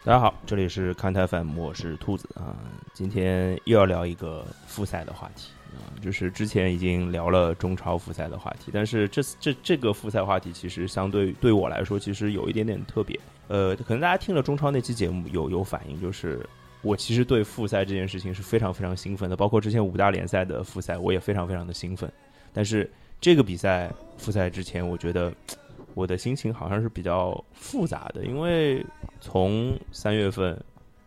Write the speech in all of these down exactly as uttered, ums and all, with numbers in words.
大家好，这里是看台 F M， 我是兔子啊。今天又要聊一个复赛的话题啊，就是之前已经聊了中超复赛的话题，但是这这这个复赛话题其实相对对我来说，其实有一点点特别。呃，可能大家听了中超那期节目有有反应，就是我其实对复赛这件事情是非常非常兴奋的，包括之前五大联赛的复赛，我也非常非常的兴奋。但是这个比赛复赛之前，我觉得我的心情好像是比较复杂的，因为从三月份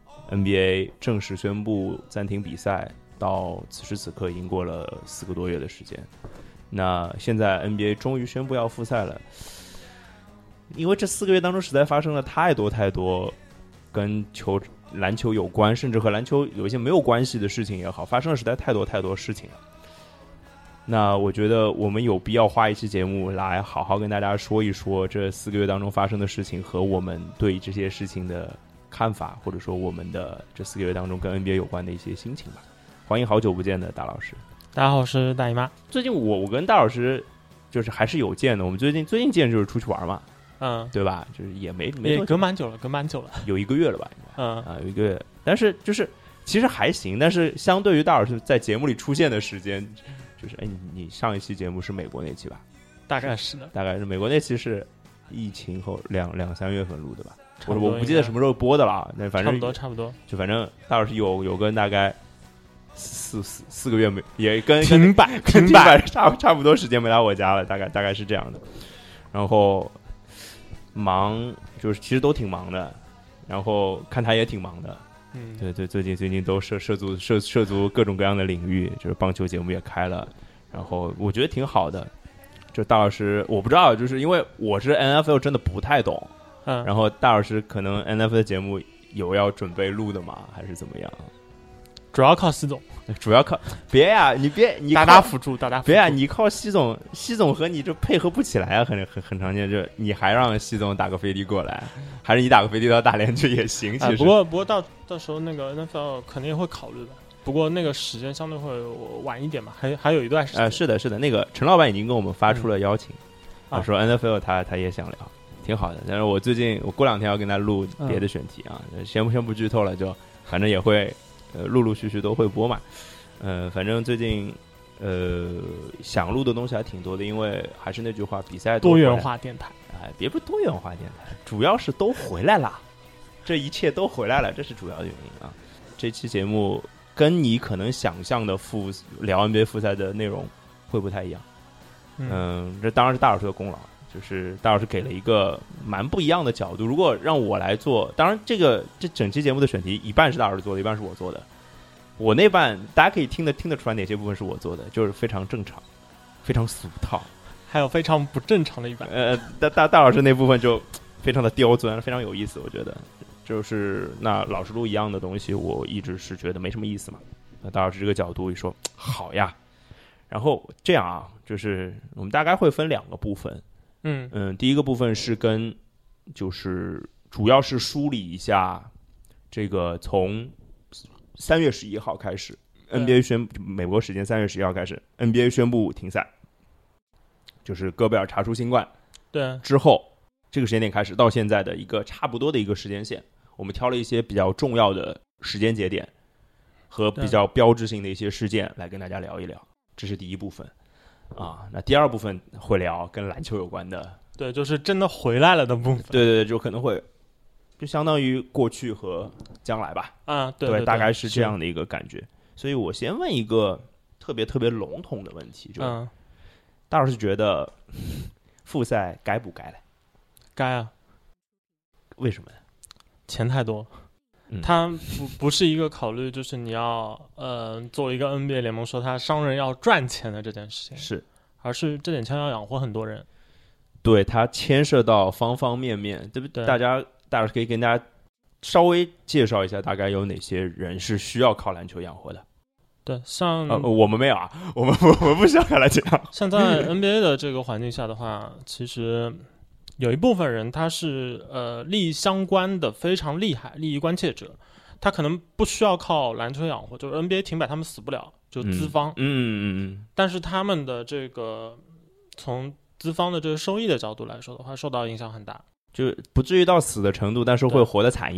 N B A 正式宣布暂停比赛到此时此刻已经过了四个多月的时间，那现在 N B A 终于宣布要复赛了。因为这四个月当中实在发生了太多太多跟球篮球有关，甚至和篮球有一些没有关系的事情也好，发生了实在太多太多事情了。那我觉得我们有必要花一期节目来好好跟大家说一说这四个月当中发生的事情和我们对这些事情的看法，或者说我们的这四个月当中跟 N B A 有关的一些心情吧。欢迎好久不见的大老师。 大家好，我是大姨妈。 最近我我跟大老师就是还是有见的，我们最近最近见就是出去玩嘛， 嗯， 对吧？就是也没没也隔蛮久了，隔蛮久了， 有一个月了吧？应该嗯啊，有一个月。但是就是其实还行，但是相对于大老师在节目里出现的时间。就是哎，你上一期节目是美国那期吧？ 大概是的， 大概是美国那期是疫情后两两三月份录的吧？我我我不记得什么时候播的了，那反正差不多差不多。 就反正大老师有有个大概四四四个月没也跟停摆停摆差差不多时间没来我家了，大概大概是这样的。然后忙就是其实都挺忙的，然后看台也挺忙的。 嗯， 对对，最近最近都涉涉足涉涉足各种各样的领域，就是棒球节目也开了，然后我觉得挺好的。就大老师，我不知道，就是因为我是 N F L 真的不太懂， 嗯， 然后大老师可能 N F L 的节目有要准备录的吗？还是怎么样？ 主要靠西总， 主要靠别呀、啊，你别你打打辅助，打打辅助别呀、啊，你靠西总，西总和你这配合不起来啊，很很很常见。就你还让西总打个飞的过来，还是你打个飞的到大连去也行。其实、 啊、不过不过到到时候那个 N F L 肯定会考虑的，不过那个时间相对会晚一点嘛，还还有一段时间。 呃，是的，是的，那个陈老板已经跟我们发出了邀请， 嗯、 啊，说 N F L 他他也想聊，挺好的。但是我最近我过两天要跟他录别的选题啊，嗯、先不先不剧透了，就反正也会。呃，陆陆续续都会播嘛，呃，反正最近呃想录的东西还挺多的，因为还是那句话，比赛多元化电台， 哎，别不多元化电台，主要是都回来了，这一切都回来了，这是主要的原因啊。这期节目跟你可能想象的复聊 N B A 复赛的内容会不太一样，嗯、呃，这当然是大老师的功劳。就是大老师给了一个蛮不一样的角度，如果让我来做，当然这个这整期节目的选题一半是大老师做的，一半是我做的。我那半大家可以听得听得出来哪些部分是我做的，就是非常正常，非常俗套， 还有非常不正常的一版。 呃，大大大老师那部分就非常的刁钻，非常有意思，我觉得就是那老师录一样的东西，我一直是觉得没什么意思嘛。那大老师这个角度一说，好呀。然后这样啊，就是我们大概会分两个部分。 嗯嗯，第一个部分是跟，就是主要是梳理一下这个从三月十一号开始 ，N B A 宣美国时间三月十一号开始 ，N B A 宣布停赛，就是戈贝尔查出新冠， 对之后这个时间点开始到现在的一个差不多的一个时间线，我们挑了一些比较重要的时间节点和比较标志性的一些事件来跟大家聊一聊，这是第一部分。啊，那第二部分会聊跟篮球有关的， 对，就是真的回来了的部分。 对对对，就可能会，就相当于过去和将来吧。 啊，对对, 对, 对， 大概是这样的一个感觉。所以我先问一个特别特别笼统的问题，就、 嗯、 大老师觉得复赛该不该来？ 该啊。 为什么呢？ 钱太多。 嗯、 它不不是一个考虑，就是你要呃作为一个 N B A 联盟说它商人要赚钱的这件事情， 是， 而是这点钱要养活很多人。 对，它牵涉到方方面面，对不对？大家大家可以跟大家稍微介绍一下，大概有哪些人是需要靠篮球养活的？ 对，像、 呃、我们没有啊，我们我们不需要靠篮球。 像在 N B A 的这个环境下的话，其实。有一部分人他是呃利益相关的非常厉害，利益关切者，他可能不需要靠篮球养活，就是 N B A 停摆他们死不了，就资方， 嗯嗯嗯， 但是他们的这个从资方的这个收益的角度来说的话，受到影响很大， 就不至于到死的程度，但是会活得惨一点。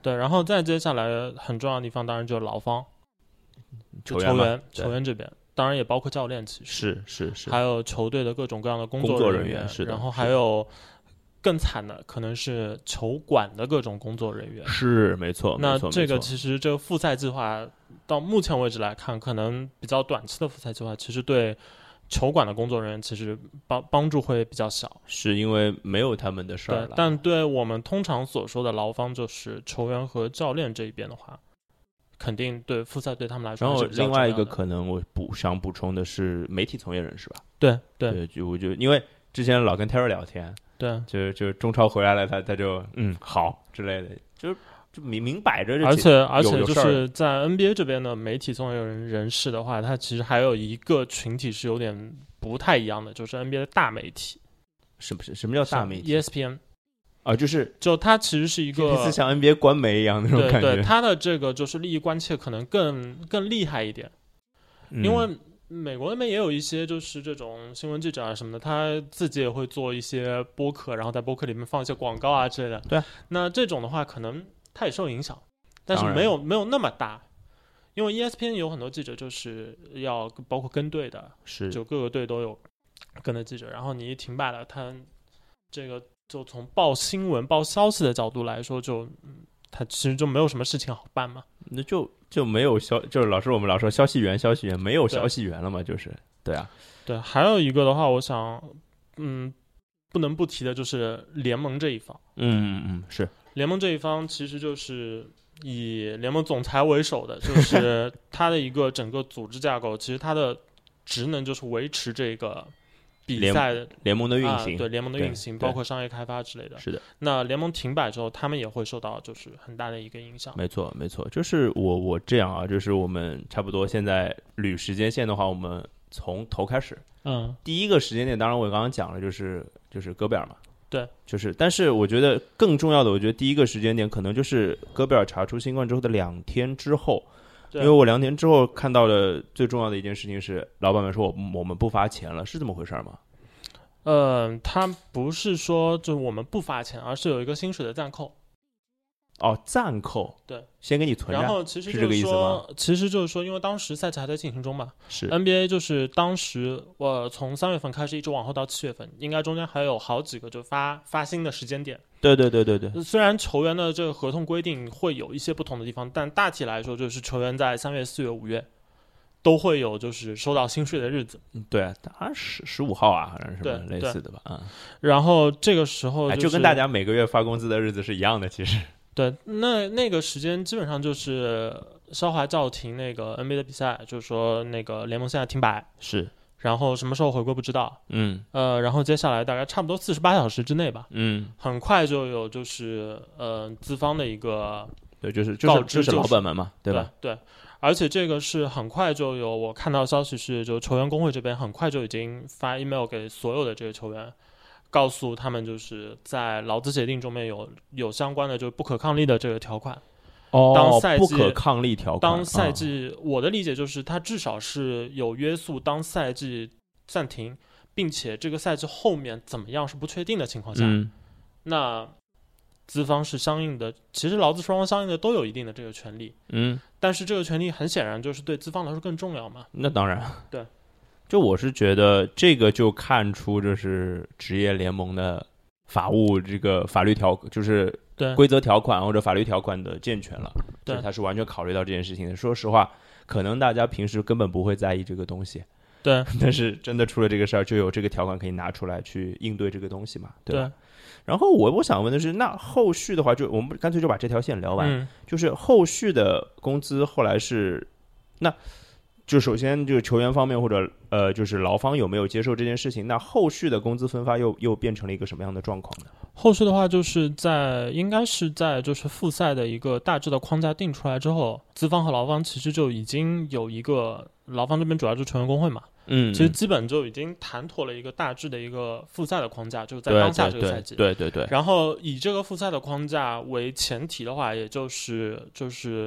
对，然后再接下来很重要的地方当然就是劳方， 球员球员球员这边，当然也包括教练，其实是是是， 还有球队的各种各样的工作人员，是的， 然后还有更惨的可能是球馆的各种工作人员， 是没错。 那这个其实这个复赛计划到目前为止来看，可能比较短期的复赛计划，其实对球馆的工作人员其实帮帮助会比较小， 是因为没有他们的事儿了。 对，但对我们通常所说的劳方，就是球员和教练这一边的话，肯定对复赛对他们来说然后另外一个可能我补想补充的是媒体从业人士吧。 对对对，就我就因为之前老跟 Terry 聊天， 对， 就就中超回来了，他他就嗯好之类的，就就明明摆着， 而且而且就是在 N B A 这边的媒体从业人人士的话，他其实还有一个群体是有点不太一样的，就是 N B A 的大媒体。 什么什么叫大媒体 ？E S P N 啊，就是就它其实是一个类似像 N B A 官媒一样那种感觉。 对对，它的这个就是利益关切可能更更厉害一点， 嗯、 因为美国那边也有一些就是这种新闻记者啊什么的，他自己也会做一些播客，然后在播客里面放一些广告啊之类的。 对， 那这种的话可能它也受影响，但是没有没有那么大。因为 E S P N 有很多记者就是要包括跟队的， 是就各个队都有跟的记者，然后你一停摆了，他这个就从报新闻、报消息的角度来说就，就他其实就没有什么事情好办嘛。 那就就没有消，就是老师我们老说消息源，消息源没有消息源了嘛，就是对啊， 对。还有一个的话，我想，嗯，不能不提的就是联盟这一方， 嗯嗯嗯，是联盟这一方其实就是以联盟总裁为首的，就是他的一个整个组织架构，其实他的职能就是维持这个比赛联, 联盟的运行、 啊，对联盟的运行，包括商业开发之类的。 是的。 那联盟停摆之后，他们也会受到就是很大的一个影响。 没错，没错，就是我我这样啊，就是我们差不多现在捋时间线的话，我们从头开始。 嗯， 第一个时间点，当然我刚刚讲了，就是就是戈贝尔嘛。 对， 就是，但是我觉得更重要的，我觉得第一个时间点可能就是戈贝尔查出新冠之后的两天之后。因为我两天之后看到的最重要的一件事情是，老板们说我我们不发钱了，是这么回事吗？ 呃，他不是说就我们不发钱，而是有一个薪水的暂扣。 哦，暂扣， 对， 先给你存着。 然后其实是这个意思吗？ 其实就是说，因为当时赛季还在进行中嘛， 是 N B A 就是当时我从三月份开始一直往后到七月份，应该中间还有好几个就发发薪的时间点。 对对对对对。 虽然球员的这个合同规定会有一些不同的地方，但大体来说就是球员在三月、四月、五月都会有就是收到薪水的日子。 对啊，当然十十五号啊，好像是什么类似的吧，嗯。 然后这个时候、就是哎、就跟大家每个月发工资的日子是一样的，其实。 对，那那个时间基本上就是肖华叫停那个 N B A 的比赛，就是说那个联盟现在停摆， 是， 然后什么时候回归不知道， 嗯， 呃，然后接下来大概差不多四十八小时之内吧， 嗯， 很快就有就是呃资方的一个对，就是就是就是老本们嘛，对吧？ 对，对，而且这个是很快就有，我看到消息是，就球员工会这边很快就已经发 email 给所有的这个球员。告诉他们，就是在劳资协定中面有有相关的就是不可抗力的这个条款。 哦， 当赛季不可抗力条款。 当赛季，哦、我的理解就是它至少是有约束，当赛季暂停，并且这个赛季后面怎么样是不确定的情况下， 嗯、 那资方是相应的，其实劳资双方相应的都有一定的这个权利。 嗯， 但是这个权利很显然就是对资方来说更重要嘛。 那当然， 对。 就我是觉得这个就看出就是职业联盟的法务这个法律条就是规则条款或者法律条款的健全了， 对， 他是完全考虑到这件事情的。说实话，可能大家平时根本不会在意这个东西， 对， 但是真的出了这个事儿，就有这个条款可以拿出来去应对这个东西嘛，对吧？ 对。 然后我我想问的是，那后续的话，就我们干脆就把这条线聊完， 嗯、 就是后续的工资后来是那。就首先就是球员方面或者呃就是劳方有没有接受这件事情？那后续的工资分发又又变成了一个什么样的状况呢？ 后续的话就是在应该是在就是复赛的一个大致的框架定出来之后，资方和劳方其实就已经有一个，劳方这边主要就是球员工会嘛， 嗯， 其实基本就已经谈妥了一个大致的一个复赛的框架，就是在当下这个赛季， 对对 对, 对, 对。 然后以这个复赛的框架为前提的话，也就是就是。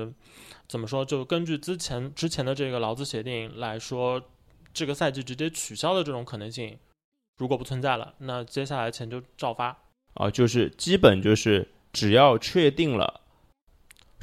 怎么说？就根据之前之前的这个劳资协定来说，这个赛季直接取消的这种可能性，如果不存在了，那接下来钱就照发。 啊，就是基本就是只要确定了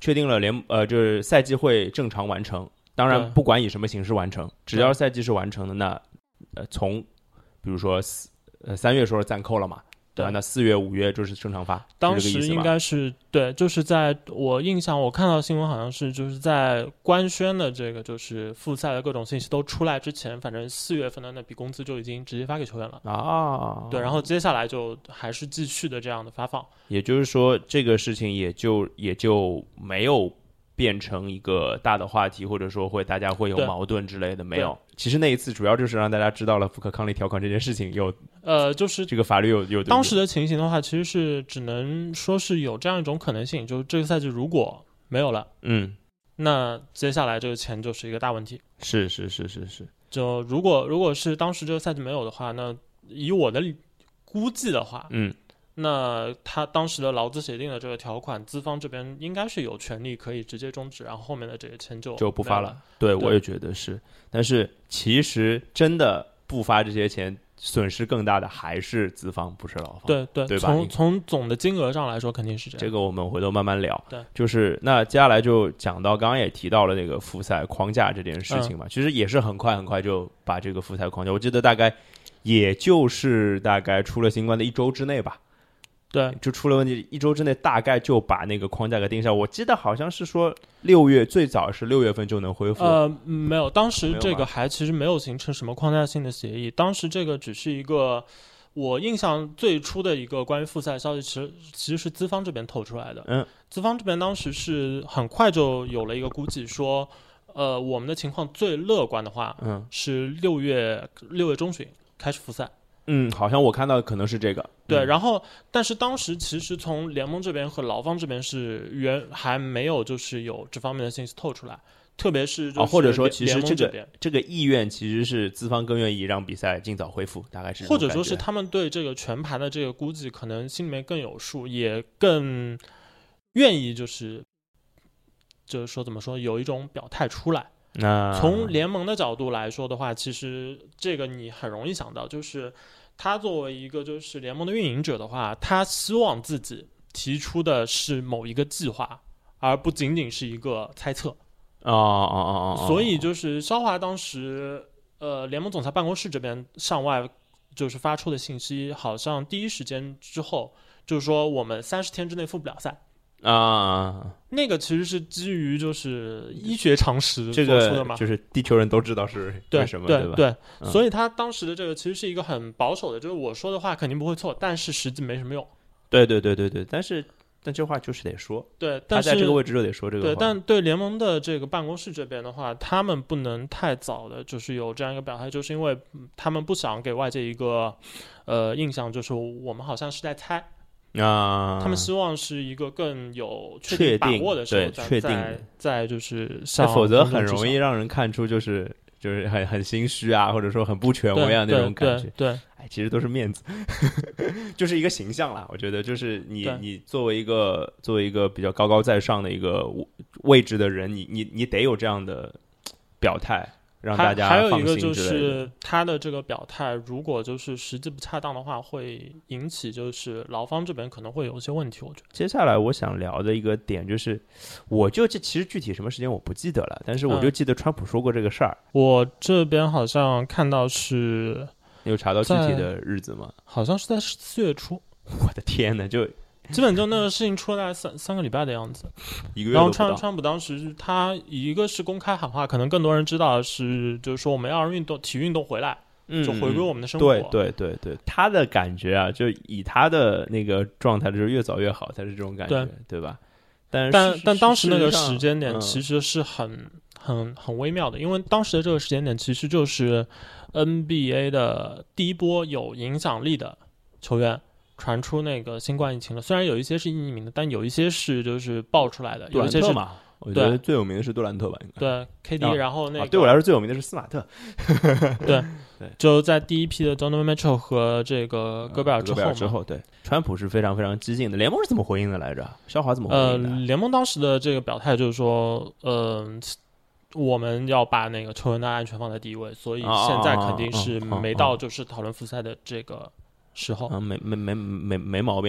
确定了联呃就是赛季会正常完成，当然不管以什么形式完成，只要赛季是完成的，那呃从比如说呃三月时候暂扣了嘛。对吧？那四月、五月就是正常发， 当时应该是对，就是在我印象，我看到新闻好像是就是在官宣的这个就是复赛的各种信息都出来之前，反正四月份的那笔工资就已经直接发给球员了啊。 对，然后接下来就还是继续的这样的发放。 也就是说，这个事情也就也就没有变成一个大的话题，或者说会大家会有矛盾之类的，没有。其实那一次主要就是让大家知道了不可抗力条款这件事情有， 呃，就是这个法律有有当时的情形的话，其实是只能说是有这样一种可能性，就是这个赛季如果没有了， 嗯， 那接下来这个钱就是一个大问题。 是是是是是， 就如果如果是当时这个赛季没有的话，那以我的估计的话， 嗯。 那他当时的劳资协定的这个条款，资方这边应该是有权利可以直接终止，然后后面的这个钱就就不发了。对，对我也觉得是。但是其实真的不发这些钱，损失更大的还是资方，不是劳方。 对对， 对吧？ 从从总的金额上来说，肯定是这样。 这个我们回头慢慢聊。 对， 就是那接下来就讲到刚刚也提到了那个复赛框架这件事情嘛，嗯、其实也是很快很快就把这个复赛框架，我记得大概也就是大概出了新冠的一周之内吧。 对， 就出了问题，一周之内大概就把那个框架给定下。我记得好像是说六月最早是六月份就能恢复。 呃，没有，当时这个还其实没有形成什么框架性的协议。当时这个只是一个，我印象最初的一个关于复赛消息，其实其实是资方这边透出来的。 嗯， 资方这边当时是很快就有了一个估计，说，呃，我们的情况最乐观的话， 嗯， 是六月六月中旬开始复赛。 嗯，好像我看到可能是这个。 对， 嗯、 然后但是当时其实从联盟这边和劳方这边是原还没有就是有这方面的信息透出来，特别是就是、 哦、或者说其实这个个这个意愿其实是资方更愿意让比赛尽早恢复，大概是或者说是他们对这个全盘的这个估计可能心里面更有数，也更愿意就是就是说怎么说有一种表态出来。 那从联盟的角度来说的话，其实这个你很容易想到，就是他作为一个就是联盟的运营者的话，他希望自己提出的是某一个计划，而不仅仅是一个猜测。 哦哦哦哦。 所以就是肖华当时呃联盟总裁办公室这边向外就是发出的信息，好像第一时间之后就是说我们三十天之内复不了赛。 啊， 那个其实是基于就是医学常识所出的嘛， 这个就是地球人都知道是为什么， 对对吧？ 对， 嗯、 所以他当时的这个其实是一个很保守的，就是我说的话肯定不会错，但是实际没什么用。 对对对对对，但是但这话就是得说， 对，但是他在这个位置就得说这个话。 对，但对联盟的这个办公室这边的话，他们不能太早的就是有这样一个表态，就是因为他们不想给外界一个呃印象，就是我们好像是在猜。 啊， 他们希望是一个更有确定把握的时候， 对，确定的， 再就是像， 否则很容易让人看出就是就是很很心虚啊，或者说很不权威啊那种感觉。 对， 哎，其实都是面子，就是一个形象啦。我觉得就是你你作为一个作为一个比较高高在上的一个位置的人，你你你得有这样的表态。让大家还有一个就是他的这个表态，如果就是实际不恰当的话，会引起就是劳方这边可能会有一些问题。我觉得接下来我想聊的一个点就是，我就这其实具体什么时间我不记得了，但是我就记得川普说过这个事儿、 嗯。我这边好像看到是， 你有查到具体的日子吗？ 好像是在四月初。 我的天哪，就。 基本就那个事情出了大概三三个礼拜的样子， 一个月然后川川普当时他一个是公开喊话，可能更多人知道的是，就是说我们要让运动体育运动回来， 嗯， 就回归我们的生活。 对对对对，他的感觉啊，就以他的那个状态，就是越早越好，才是这种感觉， 对, 对吧？但但但当时那个时间点其实是很、嗯、很很微妙的，因为当时的这个时间点其实就是 N B A 的第一波有影响力的球员。传出那个新冠疫情了，虽然有一些是匿名的，但有一些是就是爆出来的。有一些是嘛，我觉得最有名的是杜兰特吧，应该对 K D，、啊、然后那个、 啊、对我来说最有名的是斯马特。 对对， 就在第一批的 Donovan Mitchell 和这个戈贝尔之后、 呃、之后，对，川普是非常非常激进的。联盟是怎么回应的来着？肖华怎么回应的？ 呃，联盟当时的这个表态就是说，嗯、呃，我们要把那个球员的安全放在第一位，所以现在肯定是没到就是讨论复赛的这个。时候啊，没没没没没毛病，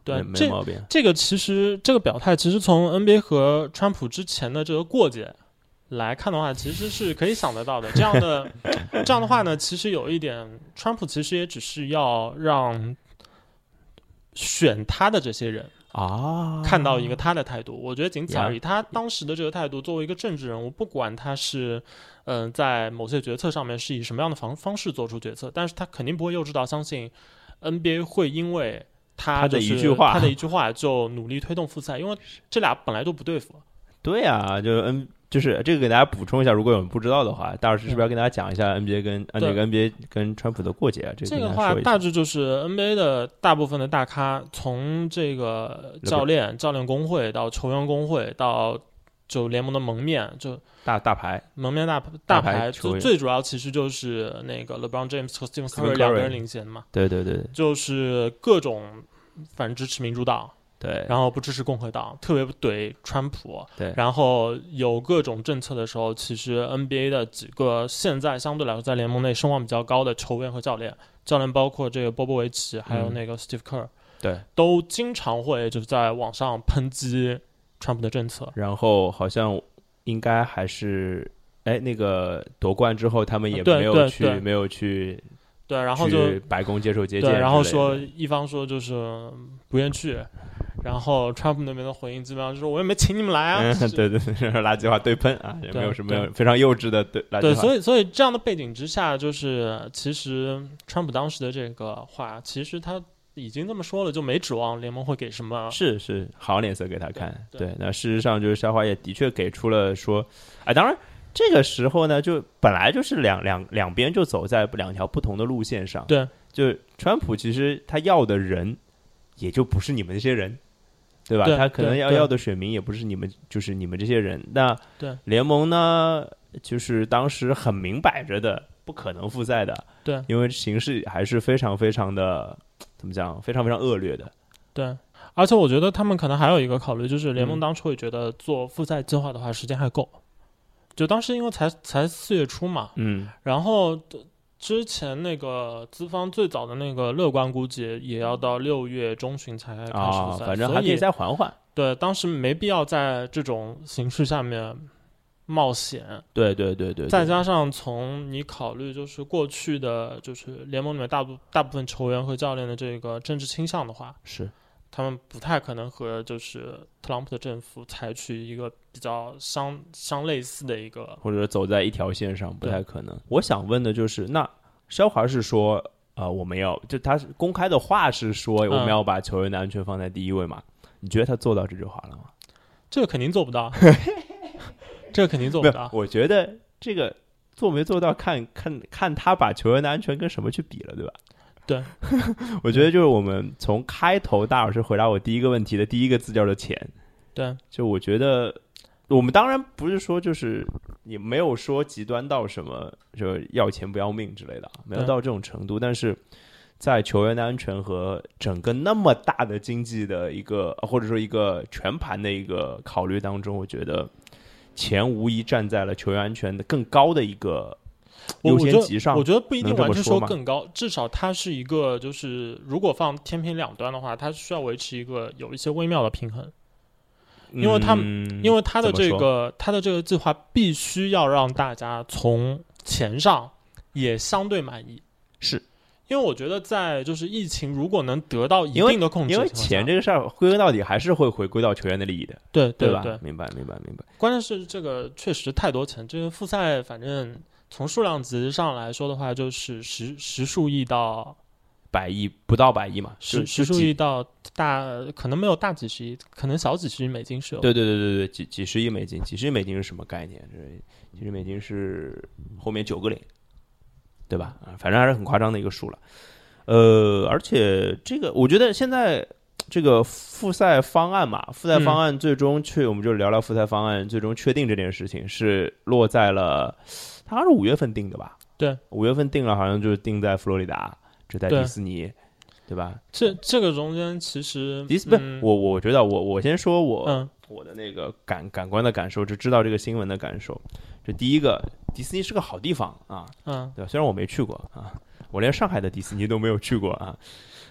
对， 没没毛病。 这个其实这个表态，其实从 N B A 和川普之前的这个过节来看的话，其实是可以想得到的。这样的这样的话呢，其实有一点，川普其实也只是要让选他的这些人啊看到一个他的态度，我觉得仅此而已。 呀他当时的这个态度，作为一个政治人物，不管他是嗯、呃、在某些决策上面是以什么样的方方式做出决策，但是他肯定不会幼稚到相信 N B A 会因为他、就是、 他的一句话， 他的一句话就努力推动复赛，因为这俩本来就不对付。 对啊，就 N 就是这个给大家补充一下，如果有人不知道的话，大老师是不是要跟大家讲一下 N B A 跟那个 N B A 跟川普的过节啊？这个、这个话大致就是 N B A 的大部分的大咖，从这个教练、教练工会到球员工会到就联盟的蒙面，就大大牌蒙面大大牌，最最主要其实就是那个 LeBron James 和 Stephen Curry 两个人领衔嘛。 对对对， 就是各种反正支持民主党。 对， 然后不支持共和党，特别怼川普， 对， 然后有各种政策的时候，其实 N B A 的几个现在相对来说在联盟内声望比较高的球员和教练，教练包括这个波波维奇，还有那个 Steve Kerr，、嗯、 对， 都经常会就是在网上抨击川普的政策， 然后好像应该还是哎那个夺冠之后，他们也没有去没有去。 对，然后就白宫接受接见， 对，然后说一方说就是不愿去，然后川普那边的回应基本上就是我也没请你们来啊， 嗯、对对对，垃圾话对喷啊，也没有什么非常幼稚的对垃圾话。 对，所以所以这样的背景之下，就是其实川普当时的这个话，其实他已经这么说了，就没指望联盟会给什么是是好脸色给他看。 对， 对，那事实上就是肖华也的确给出了说，哎，当然。这个时候呢，就本来就是两两两边就走在两条不同的路线上。 对， 就川普其实他要的人，也就不是你们这些人，对吧？ 对他可能要要的选民也不是你们，就是你们这些人。那对联盟呢，就是当时很明摆着的，不可能复赛的。 对， 因为形势还是非常非常的怎么讲，非常非常恶劣的。 对，而且我觉得他们可能还有一个考虑，就是联盟当初会觉得做复赛计划的话，时间还够。就当时因为才才四月初嘛， 嗯， 然后之前那个资方最早的那个乐观估计也要到六月中旬才开始复赛、 哦，反正还可以再缓缓。 对，当时没必要在这种形势下面冒险。 对对对 对, 对。 再加上从你考虑就是过去的就是联盟里面大部大部分球员和教练的这个政治倾向的话， 是。 他们不太可能和就是特朗普的政府采取一个比较相相类似的一个， 或者走在一条线上，不太可能。我想问的就是，那肖华是说，呃，我们要就他公开的话是说，我们要把球员的安全放在第一位嘛？嗯、你觉得他做到这句话了吗？ 这个肯定做不到，这个肯定做不到。 我觉得这个做没做到看，看看看他把球员的安全跟什么去比了，对吧？ 对， 我觉得就是我们从开头大老师回答我第一个问题的第一个字叫做钱。 对， 就我觉得我们当然不是说就是也没有说极端到什么就要钱不要命之类的，没有到这种程度，但是在球员的安全和整个那么大的经济的一个或者说一个全盘的一个考虑当中，我觉得钱无疑站在了球员安全的更高的一个优先级上。 我觉得不一定完全说更高，至少它是一个就是如果放天平两端的话，它需要维持一个有一些微妙的平衡。因为他、嗯、因为他的这个他的这个计划必须要让大家从钱上也相对满意。 是因为我觉得在就是疫情如果能得到一定的控制， 因为钱这个事儿归根到底还是会回归到球员的利益的。 对对吧？ 对， 明白明白明白。 关键是这个确实太多钱，这个复赛反正从数量级上来说的话，就是十十数亿到百亿，不到百亿嘛， 十十数亿到大，可能没有大几十亿，可能小几十亿美金是有。 对对对对对，几几十亿美金，几十亿美金是什么概念？这几十亿美金是后面九个零，对吧？啊，反正还是很夸张的一个数了。呃，而且这个我觉得现在这个复赛方案嘛，复赛方案最终确、嗯，我们就聊聊复赛方案最终确定这件事情是落在了，它好像是五月份定的吧？ 对， 五月份定了，好像就是定在佛罗里达。就在迪士尼， 对, 对吧？ 这这个中间其实迪士不是、嗯、我，我觉得我我先说我、 嗯、 我的那个感感官的感受，就知道这个新闻的感受。这第一个，迪士尼是个好地方啊， 嗯， 对吧？虽然我没去过啊，我连上海的迪士尼都没有去过啊，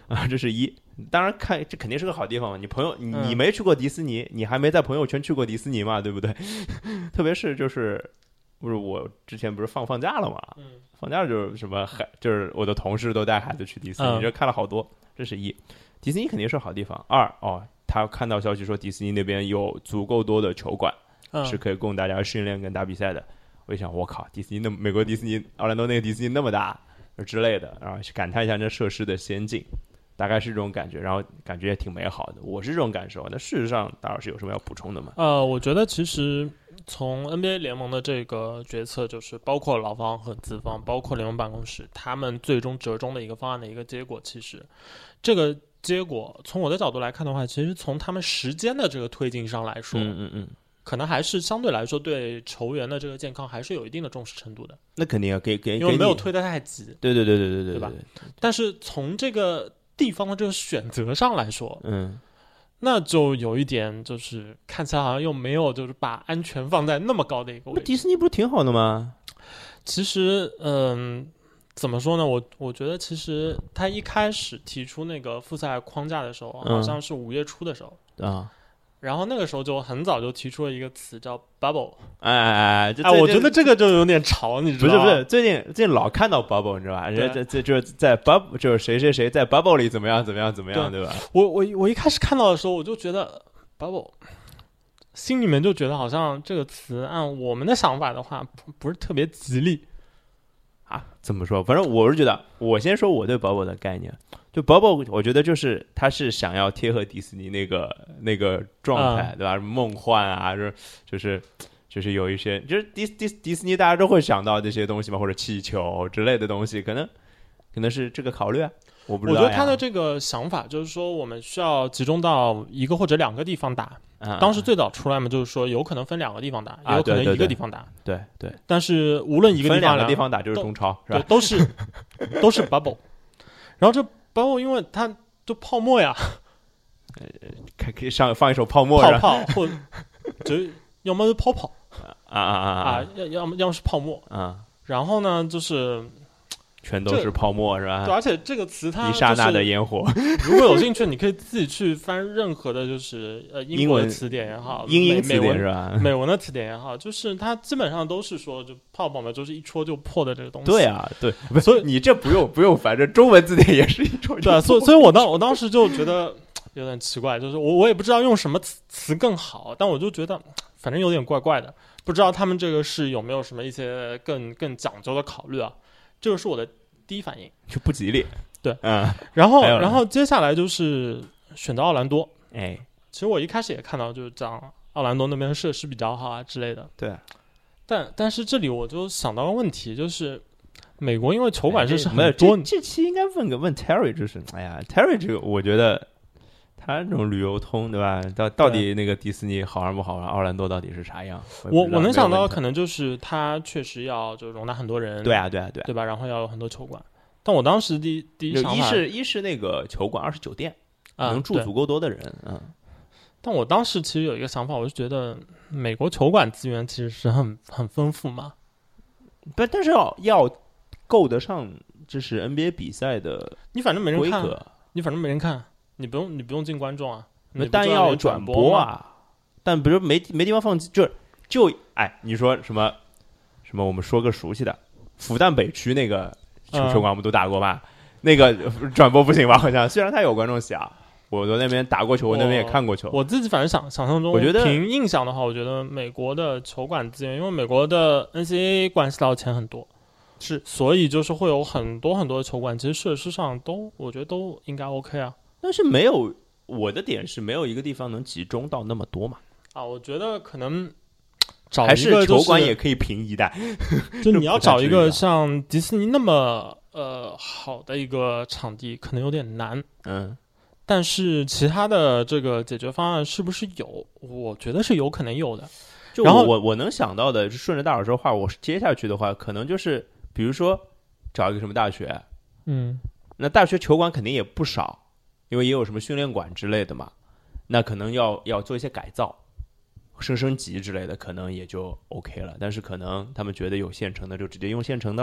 啊，这是一。当然看这肯定是个好地方嘛，你朋友你嗯你没去过迪士尼，你还没在朋友圈去过迪士尼嘛，对不对？特别是就是不是我之前不是放放假了嘛， 嗯放假就是什么孩，就是我的同事都带孩子去迪士尼， 嗯这看了好多，这是一。迪士尼肯定是好地方。二哦，他看到消息说迪士尼那边有足够多的球馆， 嗯， 是可以供大家训练跟打比赛的。我一想，我靠，迪士尼那美国迪士尼奥兰多那个迪士尼那么大之类的，然后感叹一下这设施的先进，大概是这种感觉，然后感觉也挺美好的，我是这种感受。那事实上，大老师有什么要补充的吗？ 呃，我觉得其实从 N B A 联盟的这个决策，就是包括劳方和资方，包括联盟办公室，他们最终折中的一个方案的一个结果，其实这个结果从我的角度来看的话，其实从他们时间的这个推进上来说， 嗯嗯嗯， 可能还是相对来说对球员的这个健康还是有一定的重视程度的。 那肯定要给给， 因为没有推得太急。 对对对对对对， 对吧？但是从这个地方的这个选择上来说， 嗯， 那就有一点就是看起来好像又没有就是把安全放在那么高的一个位置。 迪士尼不是挺好的吗？ 其实，嗯，怎么说呢？我我觉得其实他一开始提出那个复赛框架的时候，好像是五月初的时候啊。 然后那个时候就很早就提出了一个词叫 bubble， 哎哎哎哎，我觉得这个就有点潮，你知道吗？ 不是不是，最近最近老看到 bubble， 你知道吧？这这这就是在 bubble， 就是谁谁谁在 bubble 里怎么样怎么样怎么样， 对, 对吧？ 我我我一开始看到的时候，我就觉得 bubble， 心里面就觉得好像这个词按我们的想法的话，不不是特别吉利啊。怎么说？反正我是觉得，我先说我对 bubble 的概念。就 bubble， 我觉得就是他是想要贴合迪士尼那个那个状态，嗯、对吧？梦幻啊，就是就是就是有一些，就是迪迪迪士尼大家都会想到这些东西嘛，或者气球之类的东西，可能可能是这个考虑啊。我不知道。 我觉得他的这个想法就是说，我们需要集中到一个或者两个地方打。 嗯、 当时最早出来嘛，就是说有可能分两个地方打，也有可能一个地方打。 对 对, 对, 对。 但是无论一个地方分两个地方打就是中超，是吧？ 对，都是都是 bubble。然后这 bubble 因为它就泡沫呀， 呃，可可以上放一首泡沫， 泡泡或就要么就泡泡啊啊啊啊，要要么要么是泡沫啊。 然后呢，就是全都是泡沫，是吧？ 对，而且这个词它、就是、 一刹那的烟火。 如果有兴趣，你可以自己去翻任何的，就是呃英文词典也好， 英英词典是吧？美文的词典也好，就是它基本上都是说，就泡泡嘛，就是一戳就破的这个东西。 对啊，对，所以你这不用不用，反正中文字典也是一戳就破。 对、啊，所以所以我当我当时就觉得有点奇怪，就是我我也不知道用什么词词更好，但我就觉得反正有点怪怪的，不知道他们这个是有没有什么一些更更讲究的考虑啊？这个是我的第一反应， 就不吉利。 对， 嗯， 然后然后接下来就是选择奥兰多。 哎， 其实我一开始也看到，就是讲奥兰多那边的设施比较好啊之类的。 对， 但但是这里我就想到个问题，就是美国因为球馆设施很多， 这, 这期应该问个问 Terry， 就是哎呀 ，Terry 这个我觉得他这种旅游通，对吧？到到底那个迪士尼好玩不好玩？奥兰多到底是啥样？ 我我能想到可能就是他确实要就容纳很多人， 对啊对啊对啊， 对吧？然后要有很多球馆。但我当时第一第一想法， 一是一是那个球馆，二是酒店， 啊、 能住足够多的人。嗯， 但我当时其实有一个想法，我是觉得美国球馆资源其实是很很丰富嘛， 不，但是要要够得上这是 N B A 比赛的， 你反正没人看，你反正没人看，你不用你不用进观众啊，你但要转播啊，但比如没没地方放，就就哎，你说什么什么？我们说个熟悉的，复旦北区那个。球馆我们都打过吧、嗯？那个转播不行吧？好像虽然他有观众席啊，我在那边打过球，我那边也看过球。 我自己反正想想象中， 我觉得凭印象的话，我觉得美国的球馆资源，因为美国的 N C A A 关系到钱很多， 是， 所以就是会有很多很多的球馆，其实设施上都我觉得都应该 OK 啊。 但是没有我的点是没有一个地方能集中到那么多嘛？ 啊，我觉得可能。找还一个、就是、 球馆也可以平一代， 就你要找一个像迪士尼那么呃好的一个场地，可能有点难。 嗯， 但是其他的这个解决方案是不是有？我觉得是有可能有的。 就我然后我我能想到的，顺着大老师的话，我接下去的话，可能就是比如说找一个什么大学， 嗯， 那大学球馆肯定也不少，因为也有什么训练馆之类的嘛，那可能要要做一些改造。升升级之类的可能也就 OK 了，但是可能他们觉得有现成的就直接用现成的啦。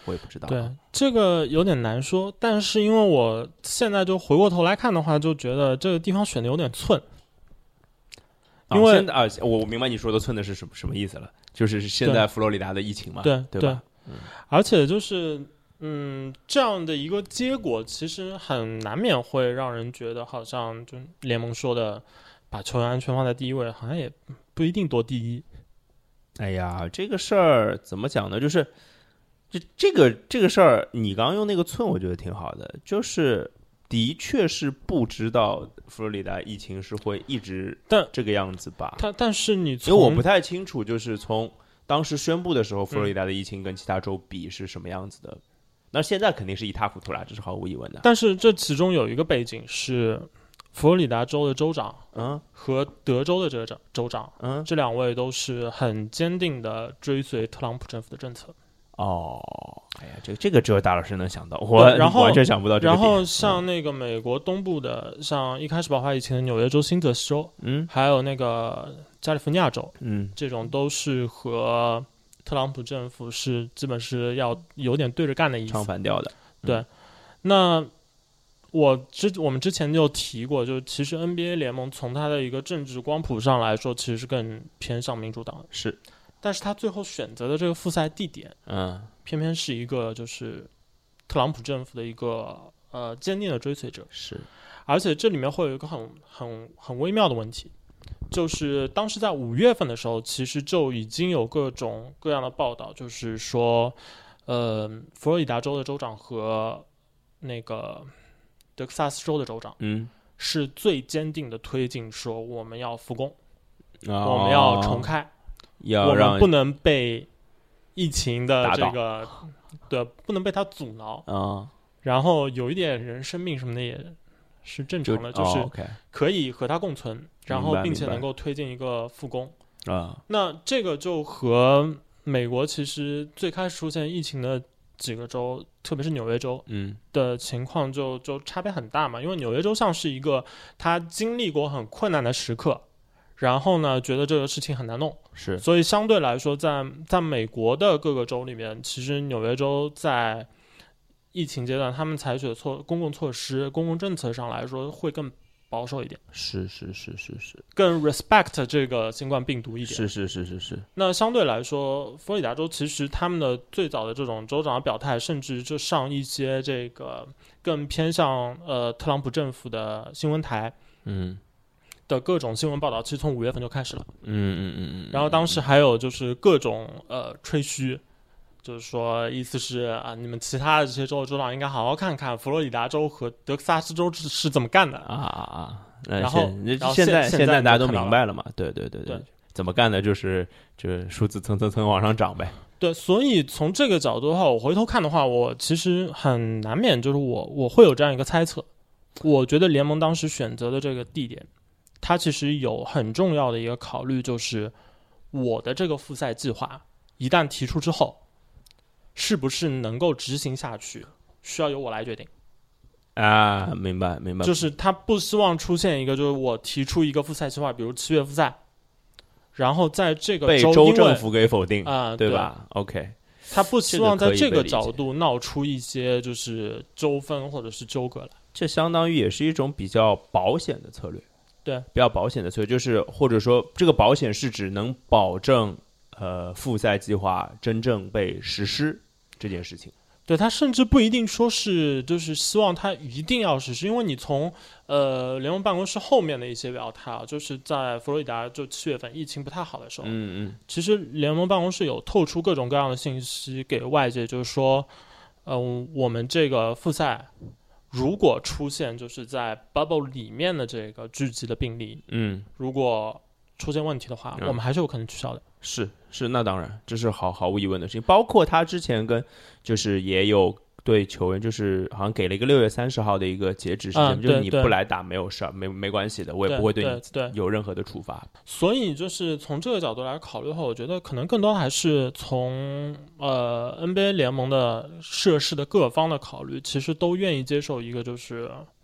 我也不知道。 对，这个有点难说，但是因为我现在就回过头来看的话，就觉得这个地方选的有点寸。因为、 啊、现在啊，我明白你说的寸的是什么什么意思了，就是现在佛罗里达的疫情嘛， 对对吧？ 对，嗯、而且就是嗯，这样的一个结果，其实很难免会让人觉得，好像就联盟说的，把球员安全放在第一位，好像也不一定夺第一。 哎呀，这个事儿怎么讲呢？就是这这个这个事儿，你刚刚用那个寸，我觉得挺好的，就是的确是不知道佛罗里达疫情是会一直这个样子吧？ 但但是你从因为我不太清楚，就是从当时宣布的时候，佛罗里达的疫情跟其他州比是什么样子的。嗯、那现在肯定是一塌糊涂啦，这是毫无疑问的。 但是这其中有一个背景是，佛罗里达州的州长， 嗯， 和德州的这个州长， 嗯， 这两位都是很坚定的追随特朗普政府的政策。 哦，哎呀，这个这个只有大老师能想到，我然后完全想不到这个然点。 后像那个美国东部的，嗯、像一开始爆发疫情的纽约州、新泽西州， 嗯， 还有那个加利福尼亚州， 嗯， 这种都是和特朗普政府是基本是要有点对着干的意思， 唱反调的。 嗯、对，那我之我们之前就提过，就其实 N B A 联盟从它的一个政治光谱上来说，其实是更偏向民主党的， 是。 但是他最后选择的这个复赛地点， 嗯， 偏偏是一个就是特朗普政府的一个呃坚定的追随者， 是。 而且这里面会有一个很很很微妙的问题，就是当时在五月份的时候，其实就已经有各种各样的报道，就是说，呃，佛罗里达州的州长和那个德克萨斯州的州长， 嗯， 是最坚定的推进说我们要复工， 哦、 我们要重开。 要让我们不能被疫情的这个，对，不能被它阻挠啊、哦。 然后有一点人生病什么的也是正常的，就, 就是可以和它共存，哦 okay、然后并且能够推进一个复工啊。 那这个就和美国其实最开始出现疫情的几个州，特别是纽约州， 嗯， 的情况就就差别很大嘛。因为纽约州像是一个他经历过很困难的时刻。然后呢，觉得这个事情很难弄， 是， 所以相对来说在，在在美国的各个州里面，其实纽约州在疫情阶段，他们采取的措公共措施、公共政策上来说，会更保守一点。 是是是是是， 更 respect 这个新冠病毒一点。 是是是是是。 那相对来说，佛罗里达州其实他们的最早的这种州长的表态，甚至就上一些这个更偏向呃特朗普政府的新闻台， 嗯。 的各种新闻报道，其实从五月份就开始了。 嗯嗯嗯嗯。 然后当时还有就是各种呃吹嘘，就是说意思是啊，你们其他的这些州的州长应该好好看看佛罗里达州和德克萨斯州是是怎么干的啊啊啊！ 然后现然后现在现在大家都明白了嘛？对对对对， 怎么干的？就是就是数字蹭蹭蹭往上涨呗。 对，所以从这个角度的话，我回头看的话，我其实很难免就是我我会有这样一个猜测，我觉得联盟当时选择的这个地点。它其实有很重要的一个考虑，就是我的这个复赛计划一旦提出之后，是不是能够执行下去，需要由我来决定。 啊，明白明白。 就是他不希望出现一个，就是我提出一个复赛计划，比如七月复赛，然后在这个州被州政府给否定啊、呃， 对吧 ？OK， 他不希望在这个角度闹出一些就是纠纷或者是纠葛来。 这相当于也是一种比较保险的策略。 对， 比较保险的策略，就是或者说这个保险是指能保证呃复赛计划真正被实施这件事情。 对，他甚至不一定说是就是希望他一定要实施，因为你从呃联盟办公室后面的一些表态啊，就是在佛罗里达就七月份疫情不太好的时候， 嗯嗯， 其实联盟办公室有透出各种各样的信息给外界，就是说，嗯、呃，我们这个复赛。如果出现就是在 bubble 里面的这个聚集的病例， 嗯， 如果出现问题的话，嗯、我们还是有可能取消的。 是是，那当然，这是毫毫无疑问的事情。包括他之前跟就是也有对球员，就是好像给了一个六月三十号的一个截止时间， 嗯、 就是你不来打没有事儿，没没关系的，我也不会对你有任何的处罚。 所以就是从这个角度来考虑的话，我觉得可能更多还是从呃 N B A 联盟的设施的各方的考虑，其实都愿意接受一个就是